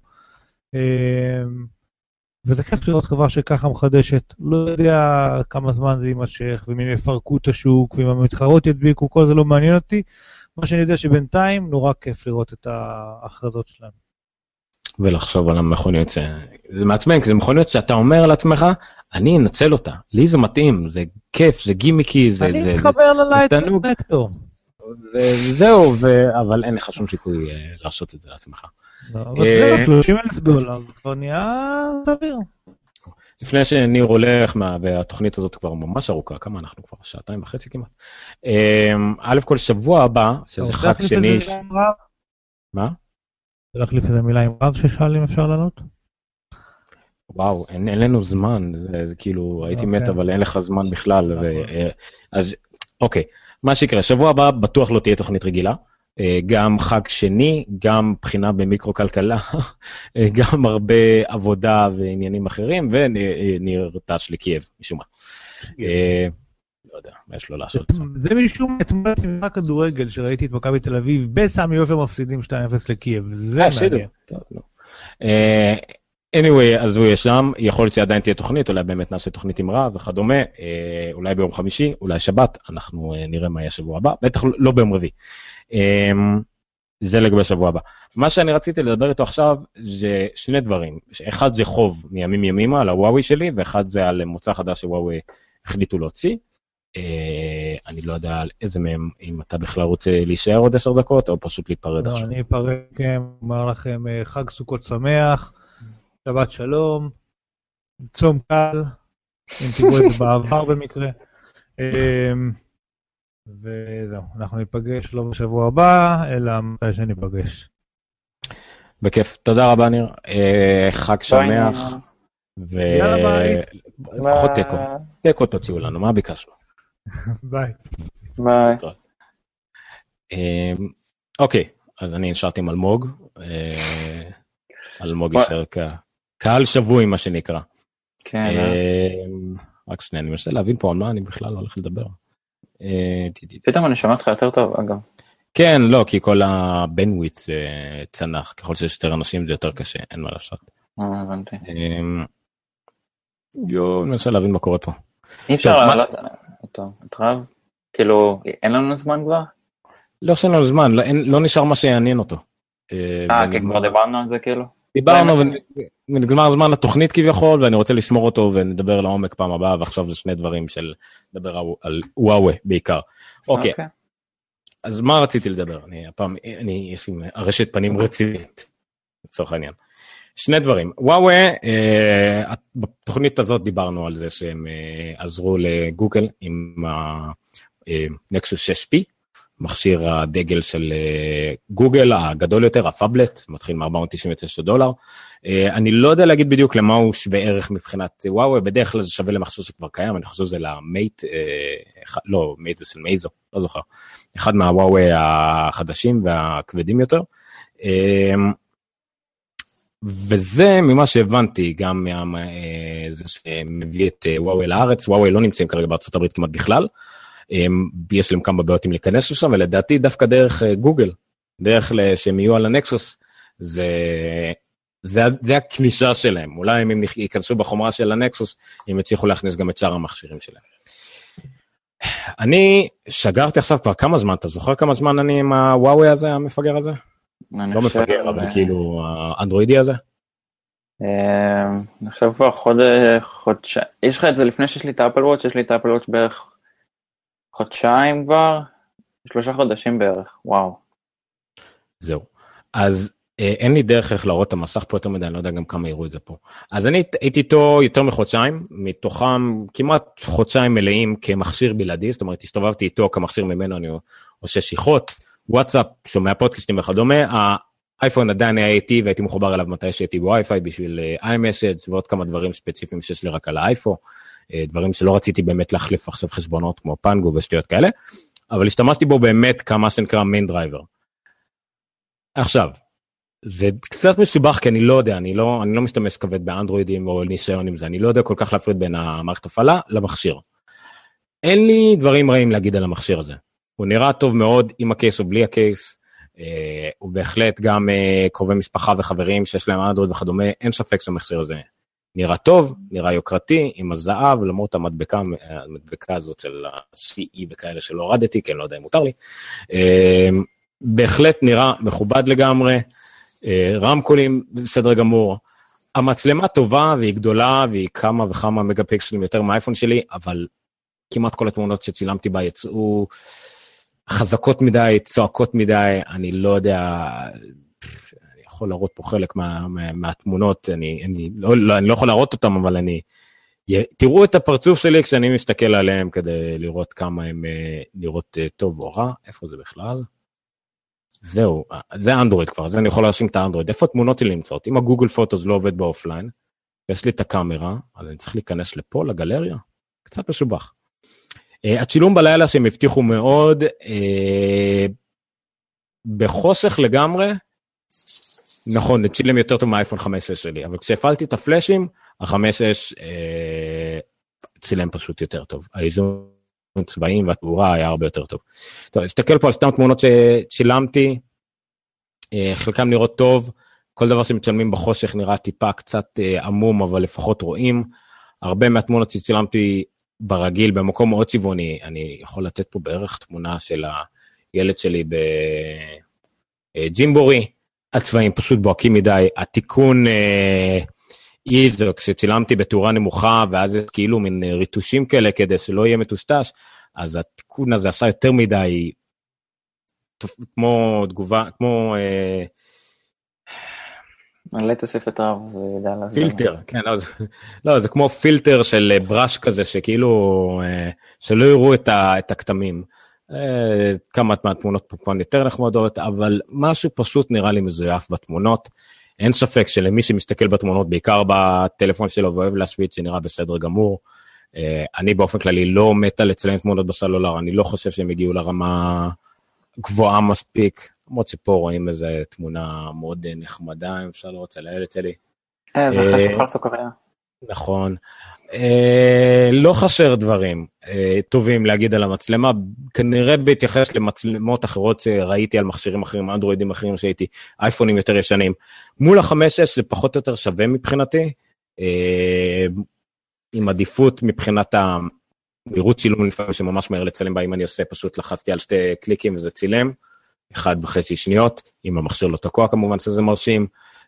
וזה כיף לראות חברה שככה מחדשת. לא יודע כמה זמן זה יימשך, ואם הם יפרקו את השוק, ואם המתחרות ידביקו, כל זה לא מעניין אותי. מה שאני יודע שבינתיים נורא כיף לראות את ההכרזות שלהם. ולחשוב על המכוניות, זה מעצבן, כי זה מכוניות שאתה אומר לעצמך, אני אנצל אותה, לי זה מתאים, זה כיף, זה גימיקי, זה... אני מתחבר ללייט קונקטור. וזהו, אבל אין לך שום שיקוי לעשות את זה לעצמך. אבל זה שלושים אלף דולר, זה כבר נהיה סביר. לפני שניר הולך, והתוכנית הזאת כבר ממש ארוכה, כמה אנחנו כבר? שעתיים וחצי כמעט. א' כל שבוע הבא, שזה חג שני... מה? זה להחליף איזה מילה עם רב ששאל אם אפשר לענות? וואו, אין, אין לנו זמן, זה, זה כאילו, הייתי okay. מת, אבל אין לך זמן בכלל. ו, אז, אוקיי, מה שיקרה, שבוע הבא בטוח לא תהיה תוכנית רגילה, גם חג שני, גם בחינה במיקרו-כלכלה, גם הרבה עבודה ועניינים אחרים, ונרתש לקייב, משום מה. לא יודע, מה יש לו לעשות? זה משום אתמול תמונה כדורגל שראיתי את מכבי תל אביב, בסמי עופר מפסידים שתיים אפס לקייב, זה מעניין. anyway, אז הוא יש שם, יכול להיות שעדיין תהיה תוכנית, אולי באמת נעשה תוכנית עם רב וכדומה, אולי ביום חמישי, אולי שבת, אנחנו נראה מה יהיה שבוע הבא, בטח לא ביום רביעי. זה לגבי שבוע הבא. מה שאני רציתי לדבר איתו עכשיו, זה שני דברים. אחד זה חוב מימים ימימה על הוואוי שלי, ואחד זה על מוצא חדש שוואוי החליטו להוציא. אני לא יודע על איזה מהם, אם אתה בכלל רוצה להישאר עוד עשר דקות, או פשוט להיפרד עכשיו. אני אפרד, אומר לכם חג סוכות שמח, שבת שלום, צום קל, אם תראו את זה בעבר במקרה. וזהו, אנחנו ניפגש לא בשבוע הבא, אלא מתי שניפגש. בכיף, תודה רבה ניר, חג שמח, ולפחות תיקו, תיקו תוציאו לנו, מה ביקשנו? ביי. ביי. אוקיי, אז אני נשארתי עם אלמוג, אלמוג יישאר קהל שבוי מה שנקרא. כן. רק שנייה, אני מנסה להבין פה על מה אני בכלל הולך לדבר. פתאום אני שומע אותך יותר טוב, אגב. כן, לא, כי כל הבנדווידט צנח, ככל שיש יותר אנשים זה יותר קשה, אין מה לעשות. אה, הבנתי. יו, אני מנסה להבין מה קורה פה. אי אפשר לעלות אותו, את רב? כאילו, אין לנו זמן כבר? לא שאין לנו זמן, לא נשאר מה שיעניין אותו. אה, כי כבר דיברנו על זה כאילו? דיברנו ונגמר זמן לתוכנית כביכול, ואני רוצה לשמור אותו ונדבר לעומק פעם הבאה, ועכשיו זה שני דברים של לדבר על וואוי בעיקר. אוקיי, אז מה רציתי לדבר? אני הפעם, אני, יש לי הרשת פנים רצינית, לצורך העניין. שני דברים. וואוי, בתוכנית הזאת דיברנו על זה שהם עזרו לגוגל עם הנקסוס שש פי, מכשיר הדגל של גוגל, הגדול יותר, הפאבלט, מתחיל מ-ארבע מאות תשעים ותשע דולר. אני לא יודע להגיד בדיוק למה הוא שווה ערך מבחינת וואוי, בדרך כלל זה שווה למכשיר שכבר קיים, אני חושב שזה למייט, לא, מייט זה של מייזו, לא זוכר, אחד מהוואוי החדשים והכבדים יותר. וזה ממה שהבנתי, גם זה שמביא את וואוי לארץ, וואוי לא נמצאים כרגע בארצות הברית כמעט בכלל, יש להם כמה בעיות אם להיכנס לשם, ולדעתי דווקא דרך גוגל, דרך שהם יהיו על הנקסוס, זה, זה, זה הכנישה שלהם, אולי אם הם ייכנסו בחומרה של הנקסוס, הם יצליחו להכניס גם את שאר המכשירים שלהם. אני שגרתי עכשיו כבר כמה זמן, אתה זוכר כמה זמן אני עם הוואוי הזה, המפגר הזה? לא מפגר, אבל כאילו האנדרואידי הזה? אני חושב כבר חודש, יש לך את זה לפני שיש לי את האפל וואץ', יש לי את האפל וואץ' בערך חודשיים כבר, שלושה חודשים בערך, וואו. זהו. אז אה, אין לי דרך איך להראות את המסך פה יותר מדי, אני לא יודע גם כמה יראו את זה פה. אז אני הייתי איתו יותר מחודשיים, מתוכם כמעט חודשיים מלאים כמכשיר בלעדי, זאת אומרת, הסתובבתי איתו כמכשיר ממנו, אני עושה שיחות, וואטסאפ, שומע פודקאסטים וכדומה, האייפון עדיין היה איתי, והייתי מחובר אליו מתי שהייתי בווי-פיי, בשביל iMessage, ועוד כמה דברים ספציפיים שיש לי רק על האייפון, דברים שלא רציתי באמת להחליף עכשיו חשבונות כמו פנגו ושטויות כאלה, אבל השתמשתי בו באמת כמה שנקרא מיין דרייבר. עכשיו, זה קצת מסובך, כי אני לא יודע, אני לא, אני לא משתמש כבד באנדרואידים או ניסיון עם זה, אני לא יודע כל כך להפריד בין המערכת הפעלה למכשיר. אין לי דברים רעים להגיד על המכשיר הזה. הוא נראה טוב מאוד עם הקייס או בלי הקייס, אה, הוא בהחלט גם אה, קרובי משפחה וחברים שיש להם אנדרואיד וכדומה, אין ספק שהמכשיר הזה נראה טוב, נראה יוקרתי, עם הזהב, למרות המדבקה, המדבקה הזאת של ה-סי אי וכאלה שלא הורדתי, כי אני לא יודע אם מותר לי. אה, בהחלט נראה מכובד לגמרי, רמקולים בסדר גמור, המצלמה טובה והיא גדולה והיא כמה וכמה מגה פיקסלים יותר מהאייפון שלי, אבל כמעט כל התמונות שצילמתי בה יצאו חזקות מדי, צועקות מדי, אני לא יודע, אני יכול להראות פה חלק מה, מה, מהתמונות, אני, אני, לא, לא, אני לא יכול להראות אותם, אבל אני, תראו את הפרצוף שלי כשאני מסתכל עליהם כדי לראות כמה הם נראות טוב או רע, איפה זה בכלל? זהו, זה אנדרואיד כבר, זה אני יכול להרשים את האנדרואיד, איפה התמונות שלי נמצאות? אם הגוגל פוטוס לא עובד באופליין, יש לי את הקאמרה, אז אני צריך להיכנס לפה, לגלריה, קצת משובח. Uh, הצילום בלילה שהם הבטיחו מאוד, uh, בחושך לגמרי, נכון, הצילם יותר טוב מהאייפון חמש שש שלי, אבל כשהפעלתי את הפלאשים, ה-חמש שש uh, צילם פשוט יותר טוב, האיזון צבעים והתאורה היה הרבה יותר טוב. טוב, אסתכל פה על סתם תמונות שצילמתי, חלקם נראות טוב, כל דבר שמצלמים בחושך נראה טיפה קצת עמום, אבל לפחות רואים, הרבה מהתמונות שצילמתי ברגיל, במקום מאוד צבעוני, אני יכול לתת פה בערך תמונה של הילד שלי בג'ימבורי, הצבעים פשוט בועקים מדי, התיקון איזו, כשצילמתי בתאורה נמוכה, ואז זה כאילו מין ריטושים כאלה, כדי שלא יהיה מטושטש, אז התיקון הזה עשה יותר מדי, כמו תגובה, כמו... מלא תוספת רב, זה ידע לה... פילטר, כן, לא, לא, זה כמו פילטר של בראש כזה, שכאילו, שלא יראו את, ה, את הכתמים. כמה מהתמונות פה יותר נחמדות, אבל משהו פשוט נראה לי מזויף בתמונות, אין ספק שלמי שמסתכל בתמונות, בעיקר בטלפון שלו ואוהב להשוויץ, שנראה בסדר גמור. אני באופן כללי לא מתה לצלם תמונות בסלולר, אני לא חושב שהם הגיעו לרמה גבוהה מספיק, למרות שפה רואים איזו תמונה מאוד נחמדה, אם אפשר לראות על הילד שלי. אה, זה אחרי שכל סוכריה. נכון. לא חסר דברים טובים להגיד על המצלמה, כנראה בהתייחס למצלמות אחרות שראיתי על מכשירים אחרים, אנדרואידים אחרים שהייתי, אייפונים יותר ישנים. מול ה-חמש שש זה פחות או יותר שווה מבחינתי, עם עדיפות מבחינת המהירות צילום לפעמים שממש מהר לצלם בה, אם אני עושה פשוט לחצתי על שתי קליקים וזה צילם, אחד וחצי שניות, אם המכשיר לא תקוע כמובן שזה מרשים,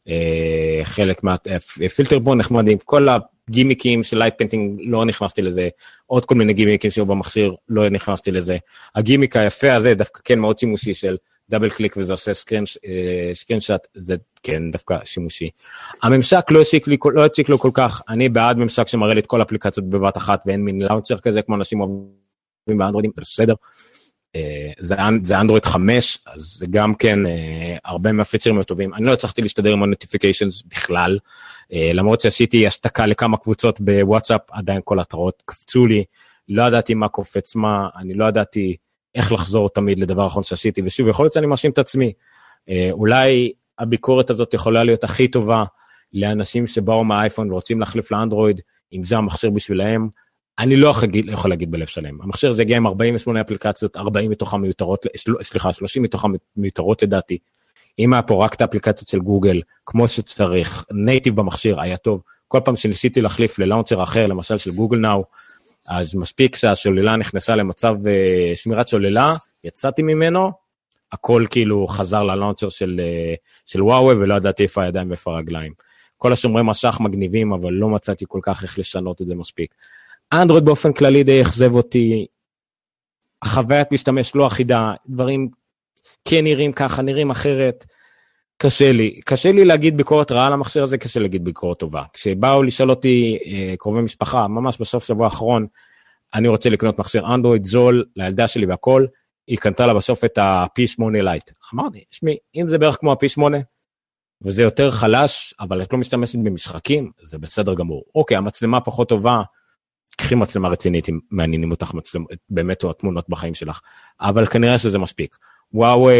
חלק מהפילטר בו נחמדים, כל הגימיקים של לייט פינטינג לא נכנסתי לזה, עוד כל מיני גימיקים שהיו במכשיר לא נכנסתי לזה, הגימיק היפה הזה דווקא כן מאוד שימושי של דאבל קליק וזה עושה סקרינשאט, זה כן דווקא שימושי. הממשק לא הציק לי, לא הציק לו כל כך, אני בעד ממשק שמראה לי את כל אפליקציות בבת אחת, ואין מין לאונצ'ר כזה כמו אנשים אוהבים באנדרואידים, זה בסדר. זה, זה אנדרואיד חמש, אז זה גם כן הרבה מהפיצ'רים הטובים. אני לא הצלחתי להשתדר עם ה-notifications בכלל, למרות שעשיתי השתקה לכמה קבוצות בוואטסאפ, עדיין כל התראות קפצו לי, לא ידעתי מה קופץ מה, אני לא ידעתי איך לחזור תמיד לדבר האחרון שעשיתי, ושוב, יכול להיות שאני מאשים את עצמי. אולי הביקורת הזאת יכולה להיות הכי טובה לאנשים שבאו מהאייפון ורוצים להחליף לאנדרואיד, אם זה המכשיר בשבילהם, אני לא יכול להגיד בלב שלם. המכשיר הזה הגיע עם ארבעים ושמונה אפליקציות, ארבעים מתוכן מיותרות, סליחה, שלושים מתוכן מיותרות לדעתי. אם היה פה רק את האפליקציות של גוגל, כמו שצריך, נייטיב במכשיר היה טוב. כל פעם שניסיתי להחליף ללאונצ'ר אחר, למשל של גוגל נאו, אז מספיק שהשוללה נכנסה למצב שמירת שוללה, יצאתי ממנו, הכל כאילו חזר ללאונצ'ר של, של וואוי, ולא ידעתי איפה הידיים ואיפה הרגליים. כל השומרי משך מגניבים, אבל לא מצאתי כל כך איך לשנות את זה מספיק. אנדרואיד באופן כללי די יחזב אותי, החוויית משתמש לא אחידה, דברים כן נראים ככה, נראים אחרת, קשה לי, קשה לי להגיד ביקורת רעה על המכשיר הזה, קשה להגיד ביקורת טובה. כשבאו לשאול אותי קרובי משפחה, ממש בסוף שבוע האחרון, אני רוצה לקנות מכשיר אנדרואיד זול לילדה שלי והכל, היא קנתה לה בסוף את ה-פי שמונה לייט. אמרתי, שמי, אם זה בערך כמו ה-פי שמונה, וזה יותר חלש, אבל את לא משתמשת במשחקים, זה בסדר גמור. אוקיי, המצלמה פחות טובה, קחי מצלמה רצינית, אם מעניינים אותך מצלמות, באמת או התמונות בחיים שלך, אבל כנראה שזה מספיק. וואו,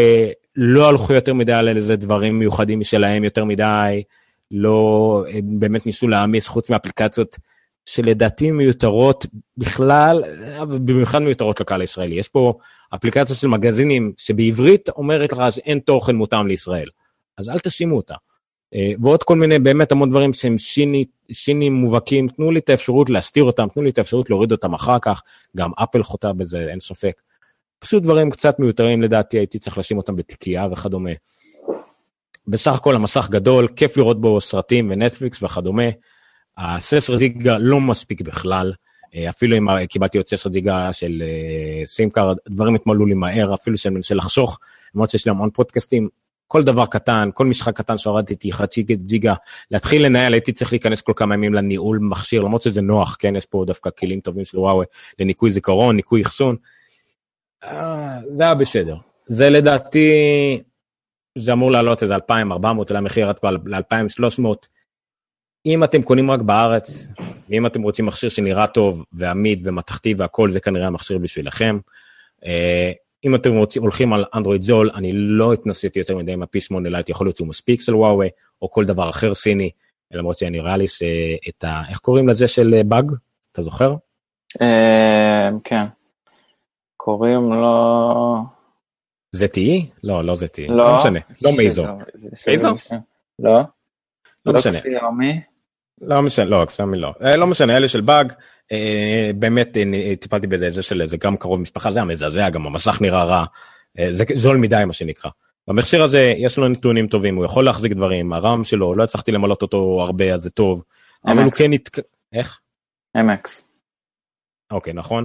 לא הלכו יותר מדי על איזה דברים מיוחדים משלהם יותר מדי, לא באמת ניסו להעמיס חוץ מאפליקציות שלדעתי מיותרות בכלל, במיוחד מיותרות לקהל הישראלי. יש פה אפליקציה של מגזינים שבעברית אומרת לך שאין תוכן מותאם לישראל, אז אל תשימו אותה. ועוד כל מיני באמת המון דברים שהם שיני, שינים מובהקים, תנו לי את האפשרות להסתיר אותם, תנו לי את האפשרות להוריד אותם אחר כך, גם אפל חוטא בזה, אין ספק. פשוט דברים קצת מיותרים לדעתי, הייתי צריך לשים אותם בתיקייה וכדומה. בסך הכל המסך גדול, כיף לראות בו סרטים ונטפליקס וכדומה, ה-שש עשרה גיגה לא מספיק בכלל, אפילו אם קיבלתי עוד שש עשרה גיגה של סימקארד, דברים התמלאו לי מהר, אפילו שאני מנסה לחשוך, למרות שיש לי המון פודקאסטים, כל דבר קטן, כל משחק קטן שהורדתי חצי גיגה, להתחיל לנהל, הייתי צריך להיכנס כל כמה ימים לניהול מכשיר, למרות שזה נוח, כן, יש פה דווקא כלים טובים של וואוי, לניקוי זיכרון, ניקוי אחסון, זה היה בסדר. זה לדעתי, זה אמור לעלות איזה אלפיים וארבע מאות, אולי מחיר עד כבר ל-אלפיים ושלוש מאות, אם אתם קונים רק בארץ, ואם אתם רוצים מכשיר שנראה טוב, ועמיד ומתחתי והכל, זה כנראה המכשיר בשבילכם. אם אתם רוצים, הולכים על אנדרואיד זול, אני לא התנסיתי יותר מדי עם ה-פי שמונה לייט, יכול להיות שהוא מספיק של וואוי, או כל דבר אחר סיני, למרות שנראה לי שאת ה... איך קוראים לזה של באג? אתה זוכר? כן. קוראים לו... זה טי? לא, לא זה טי. לא משנה, לא מייזו. מייזו? לא. לא משנה. לא משנה, לא, קסמי לא. לא משנה, אלה של באג, באמת טיפלתי בזה, זה של זה גם קרוב משפחה, זה המזעזע, גם המסך נראה רע, זה זול מדי מה שנקרא. במכשיר הזה יש לו נתונים טובים, הוא יכול להחזיק דברים, הרם שלו, לא הצלחתי למלות אותו הרבה, אז זה טוב, אבל הוא כן נת... איך? אם אקס. אוקיי, נכון.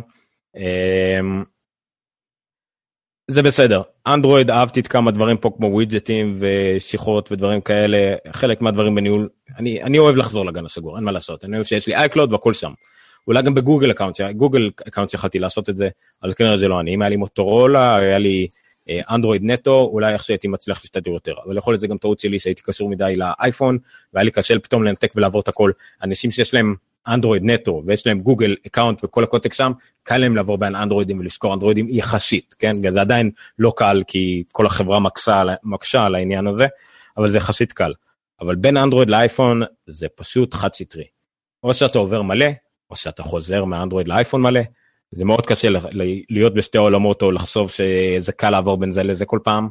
זה בסדר, אנדרואיד אהבתי את כמה דברים פה כמו ווידג'טים ושיחות ודברים כאלה, חלק מהדברים בניהול, אני, אני אוהב לחזור לגן הסגור, אין מה לעשות, אני אוהב שיש לי אייקלוד והכל שם, אולי גם בגוגל אקאונט, גוגל אקאונט שיכלתי לעשות את זה, אבל כנראה זה לא אני, אם היה לי מוטורולה, היה לי אנדרואיד נטו, אולי איך שהייתי מצליח להשתדל יותר, אבל יכול להיות זה גם טעות שלי שהייתי קשור מדי לאייפון, והיה לי קשה פתאום לנתק ולעבור את הכל, אנשים שיש להם אנדרואיד נטו, ויש להם גוגל אקאונט וכל הקונטקסט שם, קל להם לעבור בין אנדרואידים ולזכור אנדרואידים יחסית, כן? זה עדיין לא קל, כי כל החברה מקשה, מקשה על העניין הזה, אבל זה יחסית קל. אבל בין אנדרואיד לאייפון, זה פשוט חד סטרי. או שאתה עובר מלא, או שאתה חוזר מאנדרואיד לאייפון מלא, זה מאוד קשה להיות בשתי העולמות, או לחשוב שזה קל לעבור בין זה לזה כל פעם,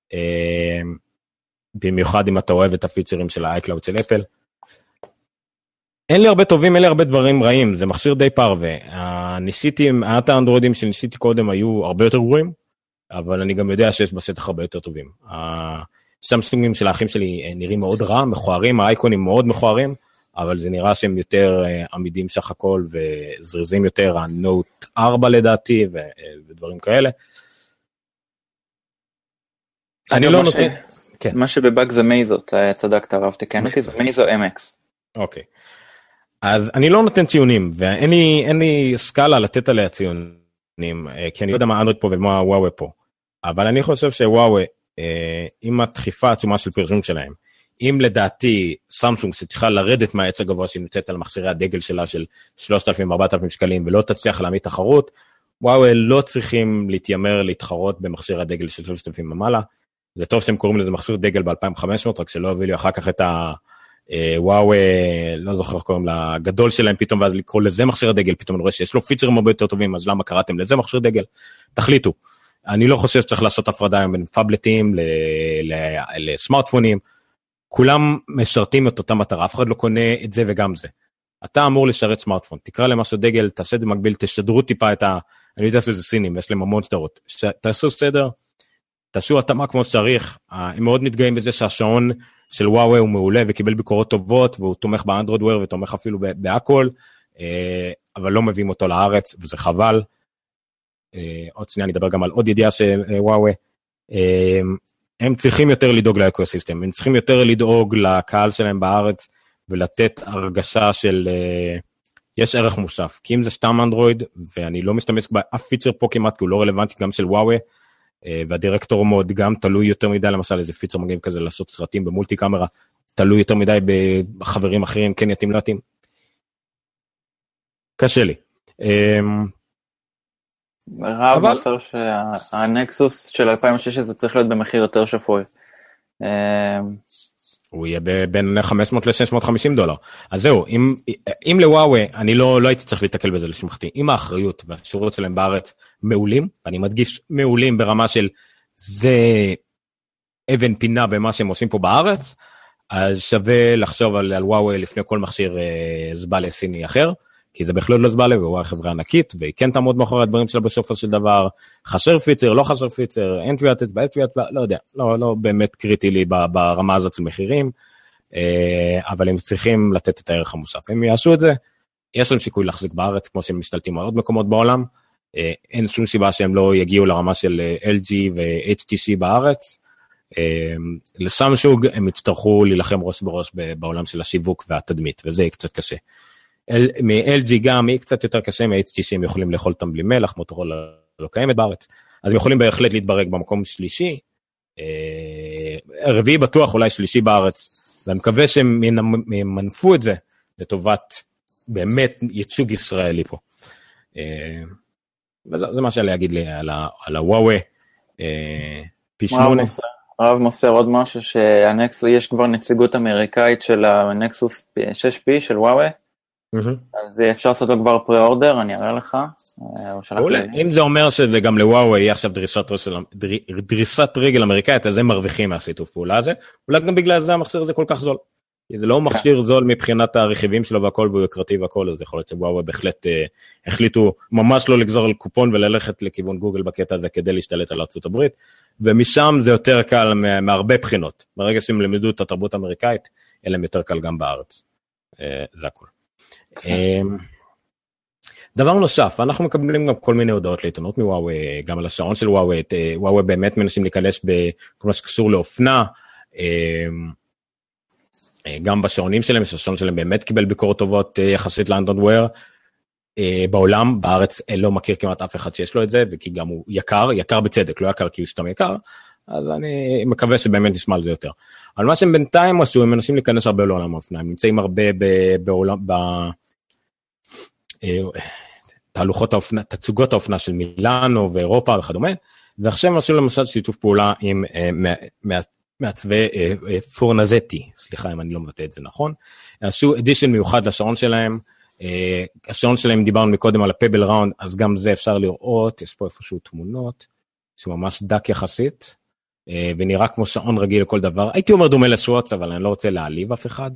במיוחד אם אתה אוהב את הפיצ'רים של ה-iCloud של אפל. אין לי הרבה טובים, אין לי הרבה דברים רעים, זה מכשיר די פרווה. ניסיתי, מעט האנדרואידים שניסיתי קודם היו הרבה יותר גרועים, אבל אני גם יודע שיש בשטח הרבה יותר טובים. הסמסונגים של האחים שלי נראים מאוד רע, מכוערים, האייקונים מאוד מכוערים, אבל זה נראה שהם יותר עמידים שח הכל וזריזים יותר, הנוט ארבע לדעתי ודברים כאלה. אני לא נותן... מה שבבאג זה מייזו, צדקת הרב, תקן אותי, זה מייזו אם אקס. אוקיי. אז אני לא נותן ציונים, ואין לי, אין לי סקאלה לתת עליה ציונים, כי אני לא יודע מה אנדרואיד פה ומה וואוי פה. אבל אני חושב שוואוי, עם הדחיפה העצומה של פרסום שלהם, אם לדעתי סמסונג שצריכה לרדת מהעץ הגבוה שהיא נמצאת על מכשירי הדגל שלה של שלושת אלפים ארבעת אלפים שקלים, ולא תצליח להעמיד תחרות, וואוי לא צריכים להתיימר להתחרות במכשיר הדגל של שלושת אלפים ממעלה. זה טוב שהם קוראים לזה מכשיר דגל ב-אלפיים וחמש מאות, רק שלא הביאו אחר כך את ה... וואו, לא זוכר איך קוראים לגדול שלהם פתאום, ואז לקרוא לזה מכשיר הדגל, פתאום אני רואה שיש לו פיצ'רים הרבה יותר טובים, אז למה קראתם לזה מכשיר דגל? תחליטו. אני לא חושב שצריך לעשות הפרדה בין פאבלטים לסמארטפונים, כולם משרתים את אותה מטרה, אף אחד לא קונה את זה וגם זה. אתה אמור לשרת סמארטפון, תקרא למשהו דגל, תעשה את זה מקביל, תשדרו טיפה את ה... אני יודע שזה סינים, יש להם המון סדרות. תעשו סדר, תעשו התאמה כמו שצריך, הם מאוד מתגאים בזה שהשעון של וואוי הוא מעולה וקיבל ביקורות טובות, והוא תומך באנדרואיד וויר ותומך אפילו בהכל, אבל לא מביאים אותו לארץ, וזה חבל. עוד שנייה, אני אדבר גם על עוד ידיעה של וואוי. הם צריכים יותר לדאוג לאקוסיסטם, הם צריכים יותר לדאוג לקהל שלהם בארץ, ולתת הרגשה של, יש ערך מוסף, כי אם זה סתם אנדרואיד, ואני לא משתמש באף פיצ'ר פה כמעט, כי הוא לא רלוונטי גם של וואוי, והדירקטור מוד גם תלוי יותר מדי, למשל איזה פיצ'ר מגניב כזה לעשות סרטים במולטי קאמרה, תלוי יותר מדי בחברים אחרים, כן יתאים להתאים. קשה לי. רב מוסר שהנקסוס של אלפיים ושש עשרה צריך להיות במחיר יותר שפוי. הוא יהיה בין חמש מאות ל-שש מאות וחמישים דולר. אז זהו, אם, אם לוואוי, אני לא, לא הייתי צריך להתקל בזה לשמחתי, אם האחריות והשירות שלהם בארץ מעולים, ואני מדגיש מעולים ברמה של זה אבן פינה במה שהם עושים פה בארץ, אז שווה לחשוב על, על וואוי לפני כל מכשיר אה, זבלה סיני אחר, כי זה בכלל לא זבלה, והוא חברה ענקית, והיא כן תעמוד מאחורי הדברים שלה בסופו של דבר, חשר פיצר, לא חשר פיצר, אין תביעת אצבע, אין תביעת, לא יודע, לא, לא באמת קריטי לי ברמה הזאת של מחירים, אבל הם צריכים לתת את הערך המוסף. הם יעשו את זה, יש להם שיקוי להחזיק בארץ, כמו שהם משתלטים על עוד מקומות בעולם, אין שום סיבה שהם לא יגיעו לרמה של אל ג'י ו-אייץ' טי סי בארץ, לסמסונג הם יצטרכו להילחם ראש בראש בעולם של השיווק והתדמית, וזה יהיה קצת קשה. מ-אל ג'י גם היא קצת יותר קשה, מ-אייץ' טי סי הם יכולים לאכול אותם בלי מלח, מוטורולה לא קיימת בארץ, אז הם יכולים בהחלט להתברג במקום שלישי, רביעי בטוח, אולי שלישי בארץ, ואני מקווה שהם ימנפו את זה, לטובת באמת ייצוג ישראלי פה. וזה מה שאני אגיד לי על הוואוי, פי שמונה. הרב מוסר עוד משהו, שהנקסוס, יש כבר נציגות אמריקאית של הנקסוס שש פי של וואוי, אז אפשר לעשות לו כבר פרי-אורדר, אני אראה לך. אם זה אומר שזה גם לוואוי יהיה עכשיו דריסת רגל אמריקאית, אז הם מרוויחים מהשיתוף פעולה הזה, אולי גם בגלל זה המכשיר הזה כל כך זול. זה לא מכשיר זול מבחינת הרכיבים שלו והכל, והוא יקרתי והכל, אז יכול להיות שוואוי בהחלט החליטו ממש לא לגזור על קופון וללכת לכיוון גוגל בקטע הזה כדי להשתלט על ארצות הברית, ומשם זה יותר קל מהרבה בחינות. ברגע שהם למדו את התרבות האמריקאית, יהיה להם יותר קל גם בארץ. זה הכל. דבר נוסף, אנחנו מקבלים גם כל מיני הודעות לעיתונות מוואוי, גם על השעון של וואוי, וואוי באמת מנסים להיכנס בכל מה שקשור לאופנה, גם בשעונים שלהם, השעון שלהם באמת קיבל ביקורות טובות יחסית לאנדרואר, בעולם, בארץ לא מכיר כמעט אף אחד שיש לו את זה, וכי גם הוא יקר, יקר בצדק, לא יקר כי הוא סתם יקר, אז אני מקווה שבאמת נשמע על זה יותר. אבל מה שהם בינתיים עשו, הם מנסים להיכנס הרבה לעולם האופנה, הם נמצאים הרבה בעולם, בתהלוכות האופנה, תצוגות האופנה של מילאנו ואירופה וכדומה, ועכשיו הם עשו למשל שיתוף פעולה עם מעצבי פורנזטי, סליחה אם אני לא מבטא את זה נכון, עשו אדישן מיוחד לשעון שלהם, השעון שלהם דיברנו מקודם על הפבל ראונד, אז גם זה אפשר לראות, יש פה איפשהו תמונות, שהוא ממש דק יחסית, ונראה כמו שעון רגיל לכל דבר, הייתי אומר דומה לשווץ, אבל אני לא רוצה להעליב אף אחד,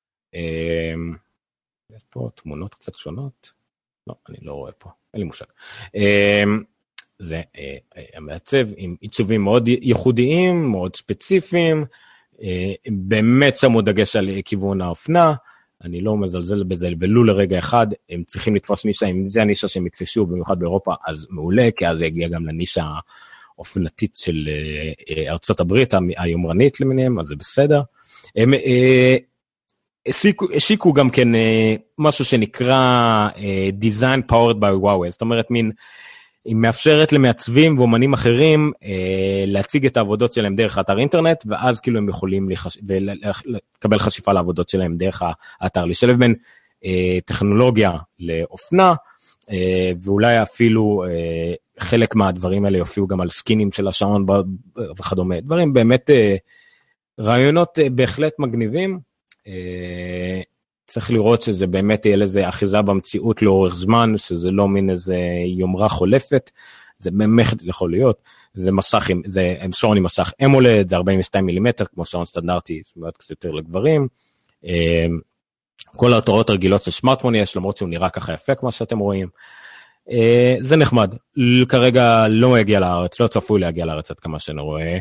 יש פה תמונות קצת שונות, לא, אני לא רואה פה, אין לי מושג, זה המעצב עם עיצובים מאוד ייחודיים, מאוד ספציפיים, באמת שמו דגש על כיוון האופנה, אני לא מזלזל בזה ולו לרגע אחד, הם צריכים לתפוס נישה, אם זה הנישה שהם יתפסו במיוחד באירופה, אז מעולה, כי אז זה יגיע גם לנישה האופנתית של ארצות הברית, היומרנית למיניהם, אז זה בסדר. הם השיקו גם כן משהו שנקרא Design Powered by Huawei, זאת אומרת מין, היא מאפשרת למעצבים ואומנים אחרים אה, להציג את העבודות שלהם דרך האתר אינטרנט, ואז כאילו הם יכולים לחש... לקבל חשיפה לעבודות שלהם דרך האתר, לשלב בין אה, טכנולוגיה לאופנה, אה, ואולי אפילו אה, חלק מהדברים האלה יופיעו גם על סקינים של השעון וכדומה, דברים באמת אה, רעיונות אה, בהחלט מגניבים, אה, צריך לראות שזה באמת יהיה לזה אחיזה במציאות לאורך זמן, שזה לא מין איזה יומרה חולפת, זה באמת יכול להיות, זה מסך, זה שעון עם מסך אמולד, זה ארבעים ושתיים מילימטר, כמו שעון סטנדרטי, מאוד קצת יותר לגברים, כל התורות הרגילות של סמארטפון יש, למרות שהוא נראה ככה יפה, כמו שאתם רואים, זה נחמד, כרגע לא יגיע לארץ, לא צפוי להגיע לארץ עד כמה שאני רואה,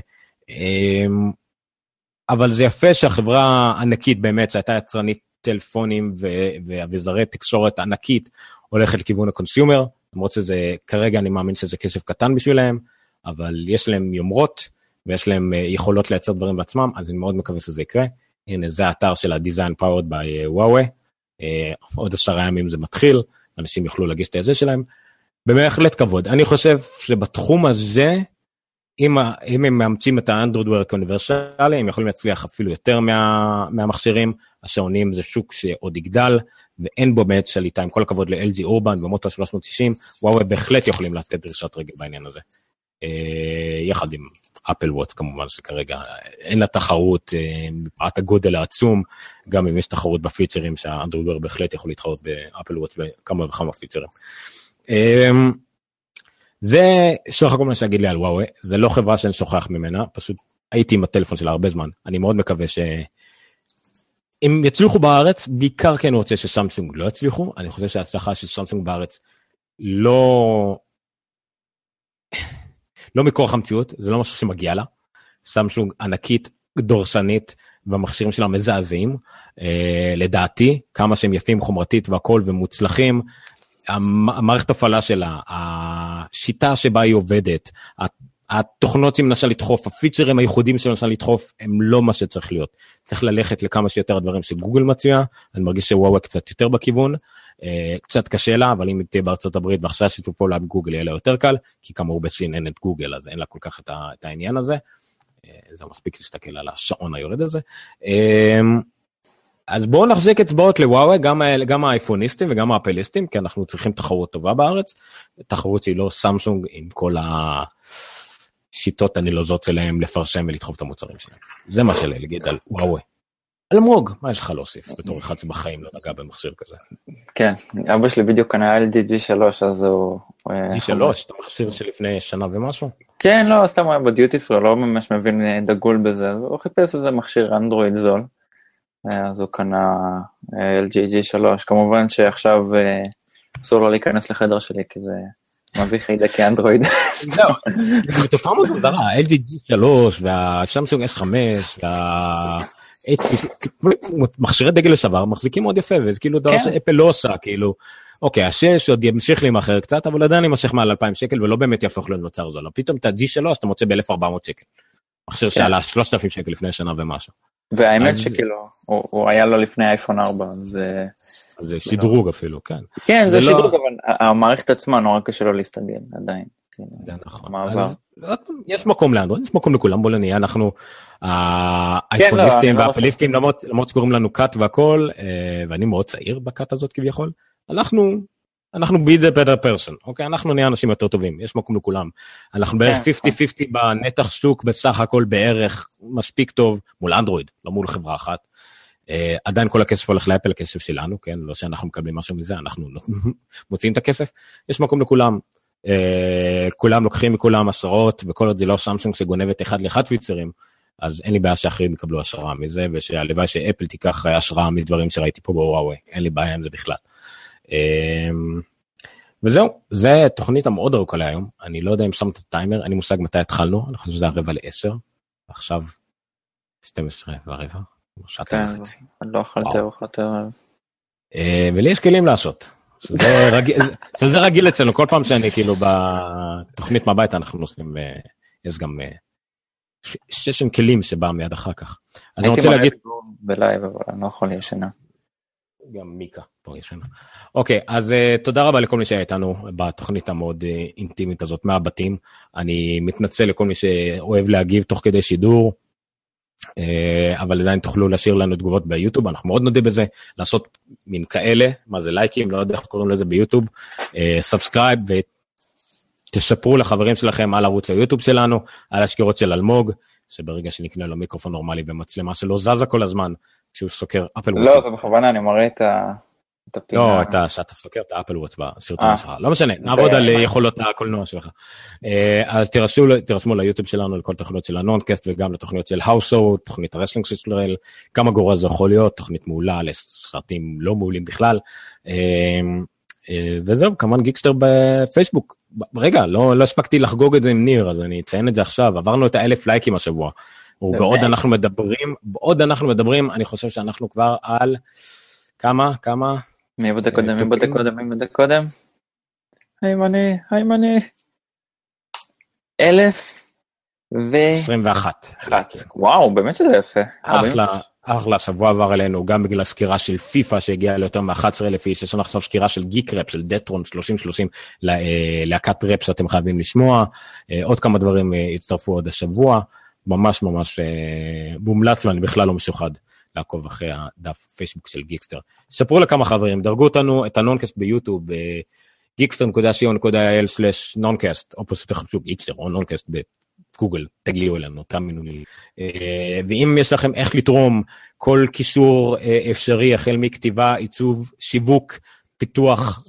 אבל זה יפה שהחברה ענקית באמת, שהייתה יצרנית, טלפונים ואביזרי תקשורת ענקית הולכת לכיוון הקונסיומר, למרות שזה, כרגע אני מאמין שזה כסף קטן בשבילהם, אבל יש להם יומרות, ויש להם יכולות לייצר דברים בעצמם, אז אני מאוד מקווה שזה יקרה. הנה, זה האתר של ה-Design Powered by Huawei, עוד עשרה ימים זה מתחיל, אנשים יוכלו להגיש את הזה שלהם, במחלט כבוד. אני חושב שבתחום הזה, אם, אם הם מאמצים את האנדרואיד וויר כאוניברסלי, הם יכולים להצליח אפילו יותר מה, מהמכשירים, השעונים זה שוק שעוד יגדל, ואין בו באמת שליטה, עם כל הכבוד ל-אל ג'י אורבן ומוטו שלוש מאות שישים, וואו, בהחלט יכולים לתת דרישת רגל בעניין הזה. יחד עם אפל וואץ כמובן, שכרגע אין לה תחרות, מפאת הגודל העצום, גם אם יש תחרות בפיצ'רים, שהאנדרואיד וויר בהחלט יכול להתחרות באפל וואץ וכמה וכמה פיצ'רים. זה שוכח כל מה שאגיד לי על וואוי, זה לא חברה שאני שוכח ממנה, פשוט הייתי עם הטלפון שלה הרבה זמן, אני מאוד מקווה שאם יצליחו בארץ, בעיקר כן רוצה שסמסונג לא יצליחו, אני חושב שההצלחה של סמסונג בארץ לא, לא מכוח המציאות, זה לא משהו שמגיע לה, סמסונג ענקית, דורסנית, והמכשירים שלה מזעזעים, לדעתי, כמה שהם יפים חומרתית והכל ומוצלחים, המערכת הפעלה שלה, השיטה שבה היא עובדת, התוכנות שהיא מנסה לדחוף, הפיצ'רים הייחודים שהיא מנסה לדחוף, הם לא מה שצריך להיות. צריך ללכת לכמה שיותר הדברים שגוגל מציע, אני מרגיש שוואוי קצת יותר בכיוון, קצת קשה לה, אבל אם תהיה בארצות הברית, ועכשיו שיתוף פעולה עם גוגל יהיה לה יותר קל, כי כאמור בסין אין את גוגל, אז אין לה כל כך את העניין הזה, זה מספיק להסתכל על השעון היורד הזה. אז בואו נחזיק אצבעות לוואוי, גם, גם האייפוניסטים וגם האפליסטים, כי אנחנו צריכים תחרות טובה בארץ, תחרות שהיא לא סמסונג עם כל השיטות הנלוזות שלהם לפרשם ולדחוף את המוצרים שלהם. זה מה שלי, להגיד על וואוי. אלמוג, מה יש לך להוסיף בתור אחד שבחיים לא נגע במכשיר כזה? כן, אבא שלי בדיוק קנה אל ג'י ג'י שלוש, אז הוא... ג'י שלוש, אתה מכשיר שלפני שנה ומשהו? כן, לא, סתם הוא היה בדיוטי פרי, לא ממש מבין דגול בזה, הוא חיפש איזה מכשיר אנדרואיד זול. אז הוא קנה אל ג'י ג'י שלוש, כמובן שעכשיו אסור לו להיכנס לחדר שלי, כי זה מביא חידה כאנדרואיד. זהו, זה תופעה מאוד מוזרה, אל ג'י ג'י שלוש והסמסונג אס חמש, מכשירי דגל לשעבר, מחזיקים מאוד יפה, וזה כאילו דבר שאפל לא עושה, כאילו, אוקיי, השש עוד ימשיך להימחר קצת, אבל עדיין ימשך מעל אלפיים שקל, ולא באמת יהפוך להיות מוצר זול, פתאום את ה-ג'י שלוש אתה מוצא ב-אלף וארבע מאות שקל, מכשיר שעלה שלושת אלפים שקל לפני שנה ומשהו. והאמת שכאילו, הוא היה לו לפני אייפון ארבע, זה... זה שדרוג אפילו, כן. כן, זה שדרוג, אבל המערכת עצמה נורא קשה לו להסתגל, עדיין. זה נכון. יש מקום לאנדרואיד, יש מקום לכולם, בוא נהיה, אנחנו האייפוניסטים והאפליסטים, למרות שקוראים לנו קאט והכל, ואני מאוד צעיר בקאט הזאת כביכול, אנחנו... אנחנו be the better person, אוקיי? אנחנו נהיה אנשים יותר טובים, יש מקום לכולם. אנחנו בערך חמישים חמישים בנתח שוק, בסך הכל בערך מספיק טוב, מול אנדרואיד, לא מול חברה אחת. עדיין כל הכסף הולך לאפל, הכסף שלנו, כן? לא שאנחנו מקבלים משהו מזה, אנחנו מוציאים את הכסף. יש מקום לכולם. כולם לוקחים מכולם עשרות, וכל עוד זה לא סמסונג שגונבת אחד לאחד פיצרים, אז אין לי בעיה שאחרים יקבלו השראה מזה, ושהלוואי שאפל תיקח השראה מדברים שראיתי פה בוואוי. אין לי בעיה עם זה בכלל. וזהו, זה תוכנית המאוד ארוכה להיום, אני לא יודע אם שמת את הטיימר, אני מושג מתי התחלנו, אני חושב שזה הרבע לעשר, עכשיו שתים עשרה ורבע, שעתיים וחצי. אני לא אכלתי ארוחת ערב. ולי יש כלים לעשות, שזה רגיל אצלנו, כל פעם שאני כאילו בתוכנית מהבית אנחנו נוסעים, יש גם ששן כלים שבא מיד אחר כך. אני רוצה להגיד... בלייב, אבל אני לא יכול להישנה. גם מיקה פה ישנה. אוקיי, אז uh, תודה רבה לכל מי שהיה איתנו בתוכנית המאוד uh, אינטימית הזאת מהבתים. אני מתנצל לכל מי שאוהב להגיב תוך כדי שידור, uh, אבל עדיין תוכלו להשאיר לנו תגובות ביוטיוב, אנחנו מאוד נודה בזה, לעשות מין כאלה, מה זה לייקים, לא יודע איך קוראים לזה ביוטיוב, סאבסקרייב, uh, ותשפרו לחברים שלכם על ערוץ היוטיוב שלנו, על השקירות של אלמוג, שברגע שנקנה לו מיקרופון נורמלי ומצלמה שלו זזה כל הזמן, כשהוא סוקר אפל וואץ. לא, זה בכוונה, אני מראה את הפינה. לא, אתה, שאתה סוקר את האפל וואץ בסרטון שלך. לא משנה, נעבוד על יכולות הקולנוע שלך. אז תירשמו ליוטיוב שלנו, לכל תוכניות של הנונקאסט, וגם לתוכניות של האוסו, תוכנית הרסלינג של ישראל, כמה גרוע זה יכול להיות, תוכנית מעולה לסרטים לא מעולים בכלל. וזהו, כמובן גיקסטר בפייסבוק. רגע, לא הספקתי לחגוג את זה עם ניר, אז אני אציין את זה עכשיו. עברנו את האלף לייקים השבוע. ובעוד אנחנו מדברים, בעוד אנחנו מדברים, אני חושב שאנחנו כבר על כמה, כמה? מי בודק קודם, מי בודק קודם, מי בודק קודם? היי מני, היי מני. אלף ו... עשרים ואחת. וואו, באמת שזה יפה. אחלה, אחלה, שבוע עבר אלינו, גם בגלל הסקירה של פיפה שהגיעה ליותר מ-אחת עשרה אלף איש, יש לנו עכשיו סקירה של גיק רפ, של דטרון שלושים שלושים, להקת רפ שאתם חייבים לשמוע, עוד כמה דברים יצטרפו עוד השבוע, ממש ממש מומלץ, ואני בכלל לא משוחד לעקוב אחרי הדף פייסבוק של גיקסטר. ספרו לכמה חברים, דרגו אותנו את הנונקאסט ביוטיוב, גיקסטר נקודה סי או נקודה איי אל סלש נונקאסט, או פשוט תחפשו גיקסטר או נונקאסט בגוגל, תגיעו אלינו, תאמינו לי. ואם יש לכם איך לתרום כל קישור אפשרי, החל מכתיבה, עיצוב, שיווק, פיתוח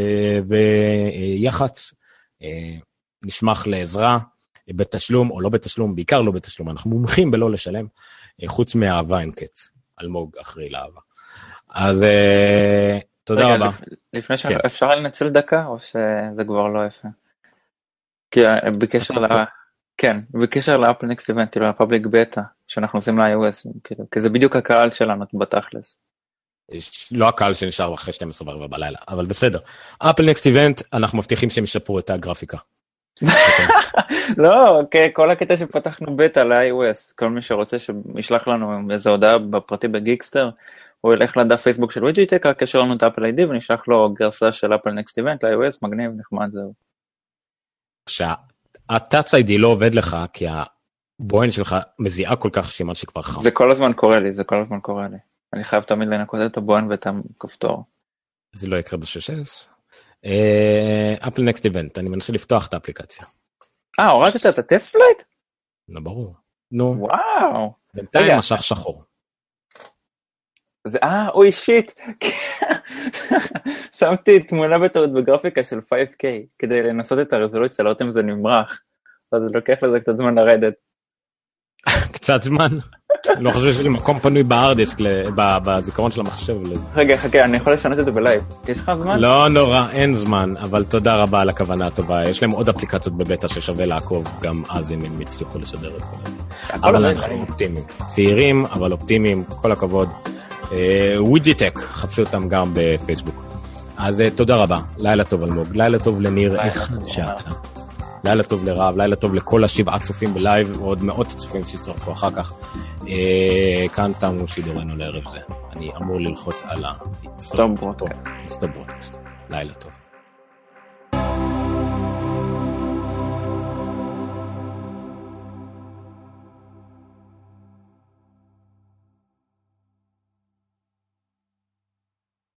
ויח"צ, נשמח לעזרה, בתשלום או לא בתשלום, בעיקר לא בתשלום, אנחנו מומחים בלא לשלם, חוץ מאהבה אין קץ, אלמוג אחרי לאהבה. אז תודה רבה. לפני שאפשר לנצל דקה, או שזה כבר לא יפה? כי בקשר ל... כן, בקשר לאפל נקסט איבנט, כאילו לפאבליק בטא, שאנחנו עושים ל-iOS, כי זה בדיוק הקהל שלנו בתכלס. לא הקהל שנשאר אחרי שתים עשרה ורבע בלילה, אבל בסדר. אפל נקסט איבנט, אנחנו מבטיחים שהם ישפרו את הגרפיקה. לא, כל הקטע שפתחנו בטא ל-iOS, כל מי שרוצה שישלח לנו איזו הודעה בפרטי בגיקסטר, הוא ילך לדף פייסבוק של ויג'יטק, רק קשר לנו את אפל איי די ונשלח לו גרסה של אפל נקסט איבנט ל-iOS, מגניב, נחמד, זהו. שה-Touch איי די לא עובד לך, כי הבוהן שלך מזיעה כל כך שימן שכבר חם. זה כל הזמן קורה לי, זה כל הזמן קורה לי. אני חייב תמיד לנקות את הבוהן ואת הכפתור. זה לא יקרה ב-שש אס. אפל נקסט איבנט, אני מנסה לפתוח את האפליקציה. אה, הורדת את הטסט פלייט? לא ברור. נו. וואו. בינתיים משך שחור. זה, אה, אוי שיט. שמתי תמונה בטעות בגרפיקה של פייב קיי, כדי לנסות את הרזולוציה, לראות אם זה נמרח. אז זה לוקח לזה קצת זמן לרדת. קצת זמן? לא חושב שיש לי מקום פנוי בארדיסק, בזיכרון של המחשב. רגע, חכה, אני יכול לשנות את זה בלייב. יש לך זמן? לא נורא, אין זמן, אבל תודה רבה על הכוונה הטובה. יש להם עוד אפליקציות בבטא ששווה לעקוב, גם אז אם הם יצליחו לשדר את כל זה. אבל אנחנו אופטימיים. צעירים, אבל אופטימיים, כל הכבוד. ויג'יטק, חפשו אותם גם בפייסבוק. אז תודה רבה, לילה טוב אלמוג, לילה טוב לניר, איך שאתה. לילה טוב לרב, לילה טוב לכל השבעה צופים בלייב, ועוד מאות צופים שיצטרפו אחר כך. כאן תמו שידורנו לערב זה. אני אמור ללחוץ על ה... סטופ ברודקאסט. סטופ ברודקאסט. לילה טוב.